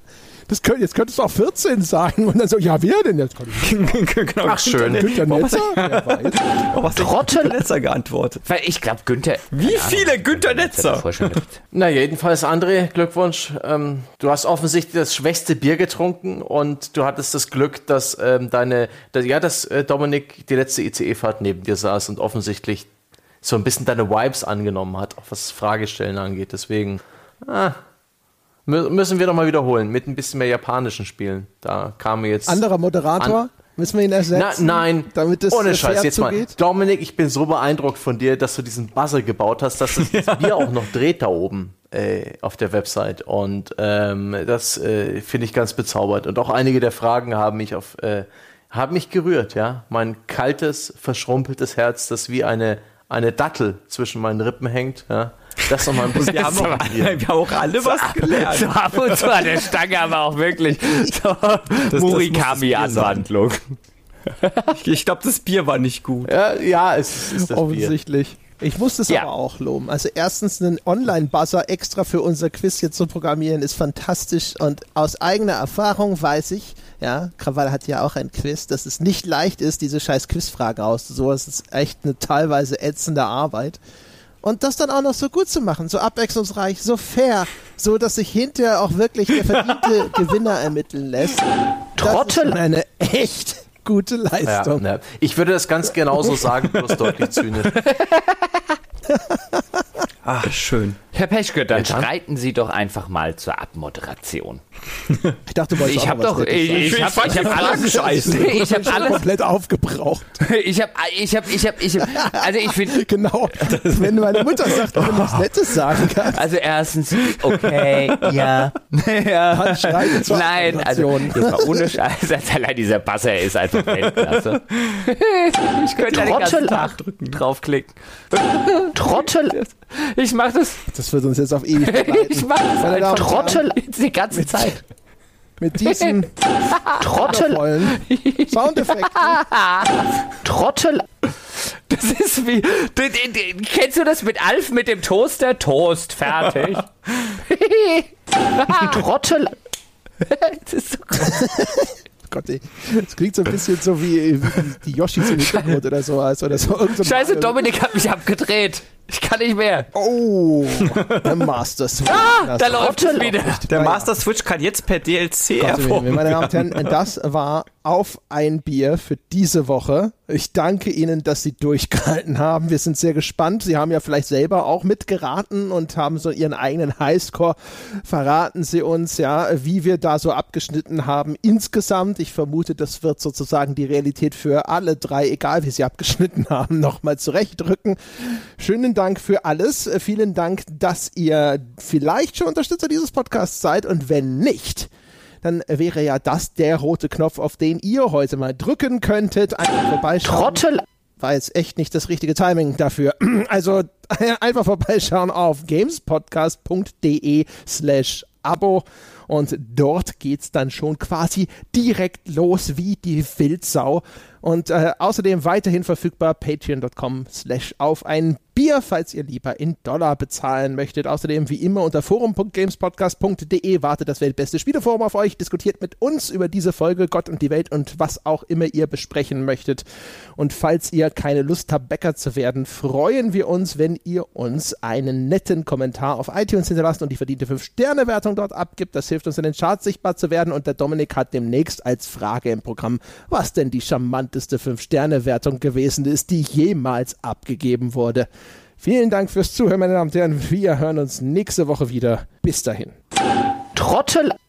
jetzt könnte es auch 14 sein. Und dann so, ja, wer denn jetzt? Genau, Ach, schön. Günther Netzer? Wer weiß. Was hat Günther Netzer geantwortet? Weil ich glaube, Günther... Wie viele Günther Netzer? Na, jedenfalls, André, Glückwunsch. Du hast offensichtlich das schwächste Bier getrunken und du hattest das Glück, dass Dominik die letzte ICE-Fahrt neben dir saß und offensichtlich so ein bisschen deine Vibes angenommen hat, auch was Fragestellen angeht. Deswegen müssen wir doch mal wiederholen mit ein bisschen mehr japanischen Spielen. Da kam jetzt... Anderer Moderator? Müssen wir ihn ersetzen? Nein, damit es ohne Scheiß, jetzt zugeht? mal. Dominik, ich bin so beeindruckt von dir, dass du diesen Buzzer gebaut hast, dass das Bier auch noch dreht da oben auf der Website. Und das finde ich ganz bezaubert. Und auch einige der Fragen haben mich gerührt, ja. Mein kaltes, verschrumpeltes Herz, das wie eine Dattel zwischen meinen Rippen hängt, ja. Das nochmal ein bisschen. Wir haben auch alle was gelernt. So ab und zu an der Stange, aber auch wirklich so Murakami-Anwandlung. Ich glaube, das Bier war nicht gut. Ja, es ist das offensichtlich. Bier. Ich muss das aber auch loben. Also erstens, einen Online-Buzzer extra für unser Quiz jetzt zu programmieren, ist fantastisch. Und aus eigener Erfahrung weiß ich, ja, Krawall hat ja auch ein Quiz, dass es nicht leicht ist, diese scheiß Quizfragen auszusuchen. Es ist echt eine teilweise ätzende Arbeit. Und das dann auch noch so gut zu machen, so abwechslungsreich, so fair, so dass sich hinterher auch wirklich der verdiente Gewinner ermitteln lässt. Das ist eine echt gute Leistung. Ja. Ich würde das ganz genauso sagen, bloß deutlich zynisch. Ach, schön. Herr Peschke, dann schreiten Sie doch einfach mal zur Abmoderation. Ich dachte, du ich habe alles scheiße. Ich habe alles komplett aufgebraucht. Also ich finde genau, wenn meine Mutter sagt, wenn du was Nettes sagen kannst. Also erstens, okay, ja. Nein, also jetzt mal ohne Scheiß, allein dieser Buzzer ist einfach Weltklasse. Ich könnte den ganzen Tag draufklicken. Trottel. Ich mach das. Das wird uns jetzt auf ewig begleiten. Ich mach das einfach. Trottel die ganze Zeit. Mit diesen Soundeffekten. Trottel. Das ist wie... Kennst du das mit Alf mit dem Toaster? Toast, fertig. Trottel. Das ist so Gott, ey. Das klingt so ein bisschen so wie die Yoshis in Hintergrund oder sowas. Oder so. Scheiße, Dominik hat mich abgedreht. Ich kann nicht mehr. Oh, der Master Switch. Da läuft es wieder. Der Master Switch kann jetzt per DLC hervorgehen. Meine Damen und Herren, das war Auf ein Bier für diese Woche. Ich danke Ihnen, dass Sie durchgehalten haben. Wir sind sehr gespannt. Sie haben ja vielleicht selber auch mitgeraten und haben so Ihren eigenen Highscore. Verraten Sie uns, ja, wie wir da so abgeschnitten haben insgesamt. Ich vermute, das wird sozusagen die Realität für alle drei, egal wie Sie abgeschnitten haben, nochmal zurechtrücken. Schönen Dank für alles. Vielen Dank, dass ihr vielleicht schon Unterstützer dieses Podcasts seid und wenn nicht, dann wäre ja das der rote Knopf, auf den ihr heute mal drücken könntet. Einfach vorbeischauen. Trottel. War jetzt echt nicht das richtige Timing dafür. Also einfach vorbeischauen auf gamespodcast.de/Abo und dort geht's dann schon quasi direkt los wie die Wildsau. Und außerdem weiterhin verfügbar patreon.com/auf ein Bier, falls ihr lieber in Dollar bezahlen möchtet. Außerdem wie immer unter forum.gamespodcast.de wartet das weltbeste Spieleforum auf euch. Diskutiert mit uns über diese Folge, Gott und die Welt und was auch immer ihr besprechen möchtet. Und falls ihr keine Lust habt, Bäcker zu werden, freuen wir uns, wenn ihr uns einen netten Kommentar auf iTunes hinterlasst und die verdiente 5-Sterne-Wertung dort abgibt. Das hilft uns in den Charts sichtbar zu werden. Und der Dominik hat demnächst als Frage im Programm, was denn die charmanteste 5-Sterne-Wertung gewesen ist, die jemals abgegeben wurde. Vielen Dank fürs Zuhören, meine Damen und Herren. Wir hören uns nächste Woche wieder. Bis dahin. Trottel.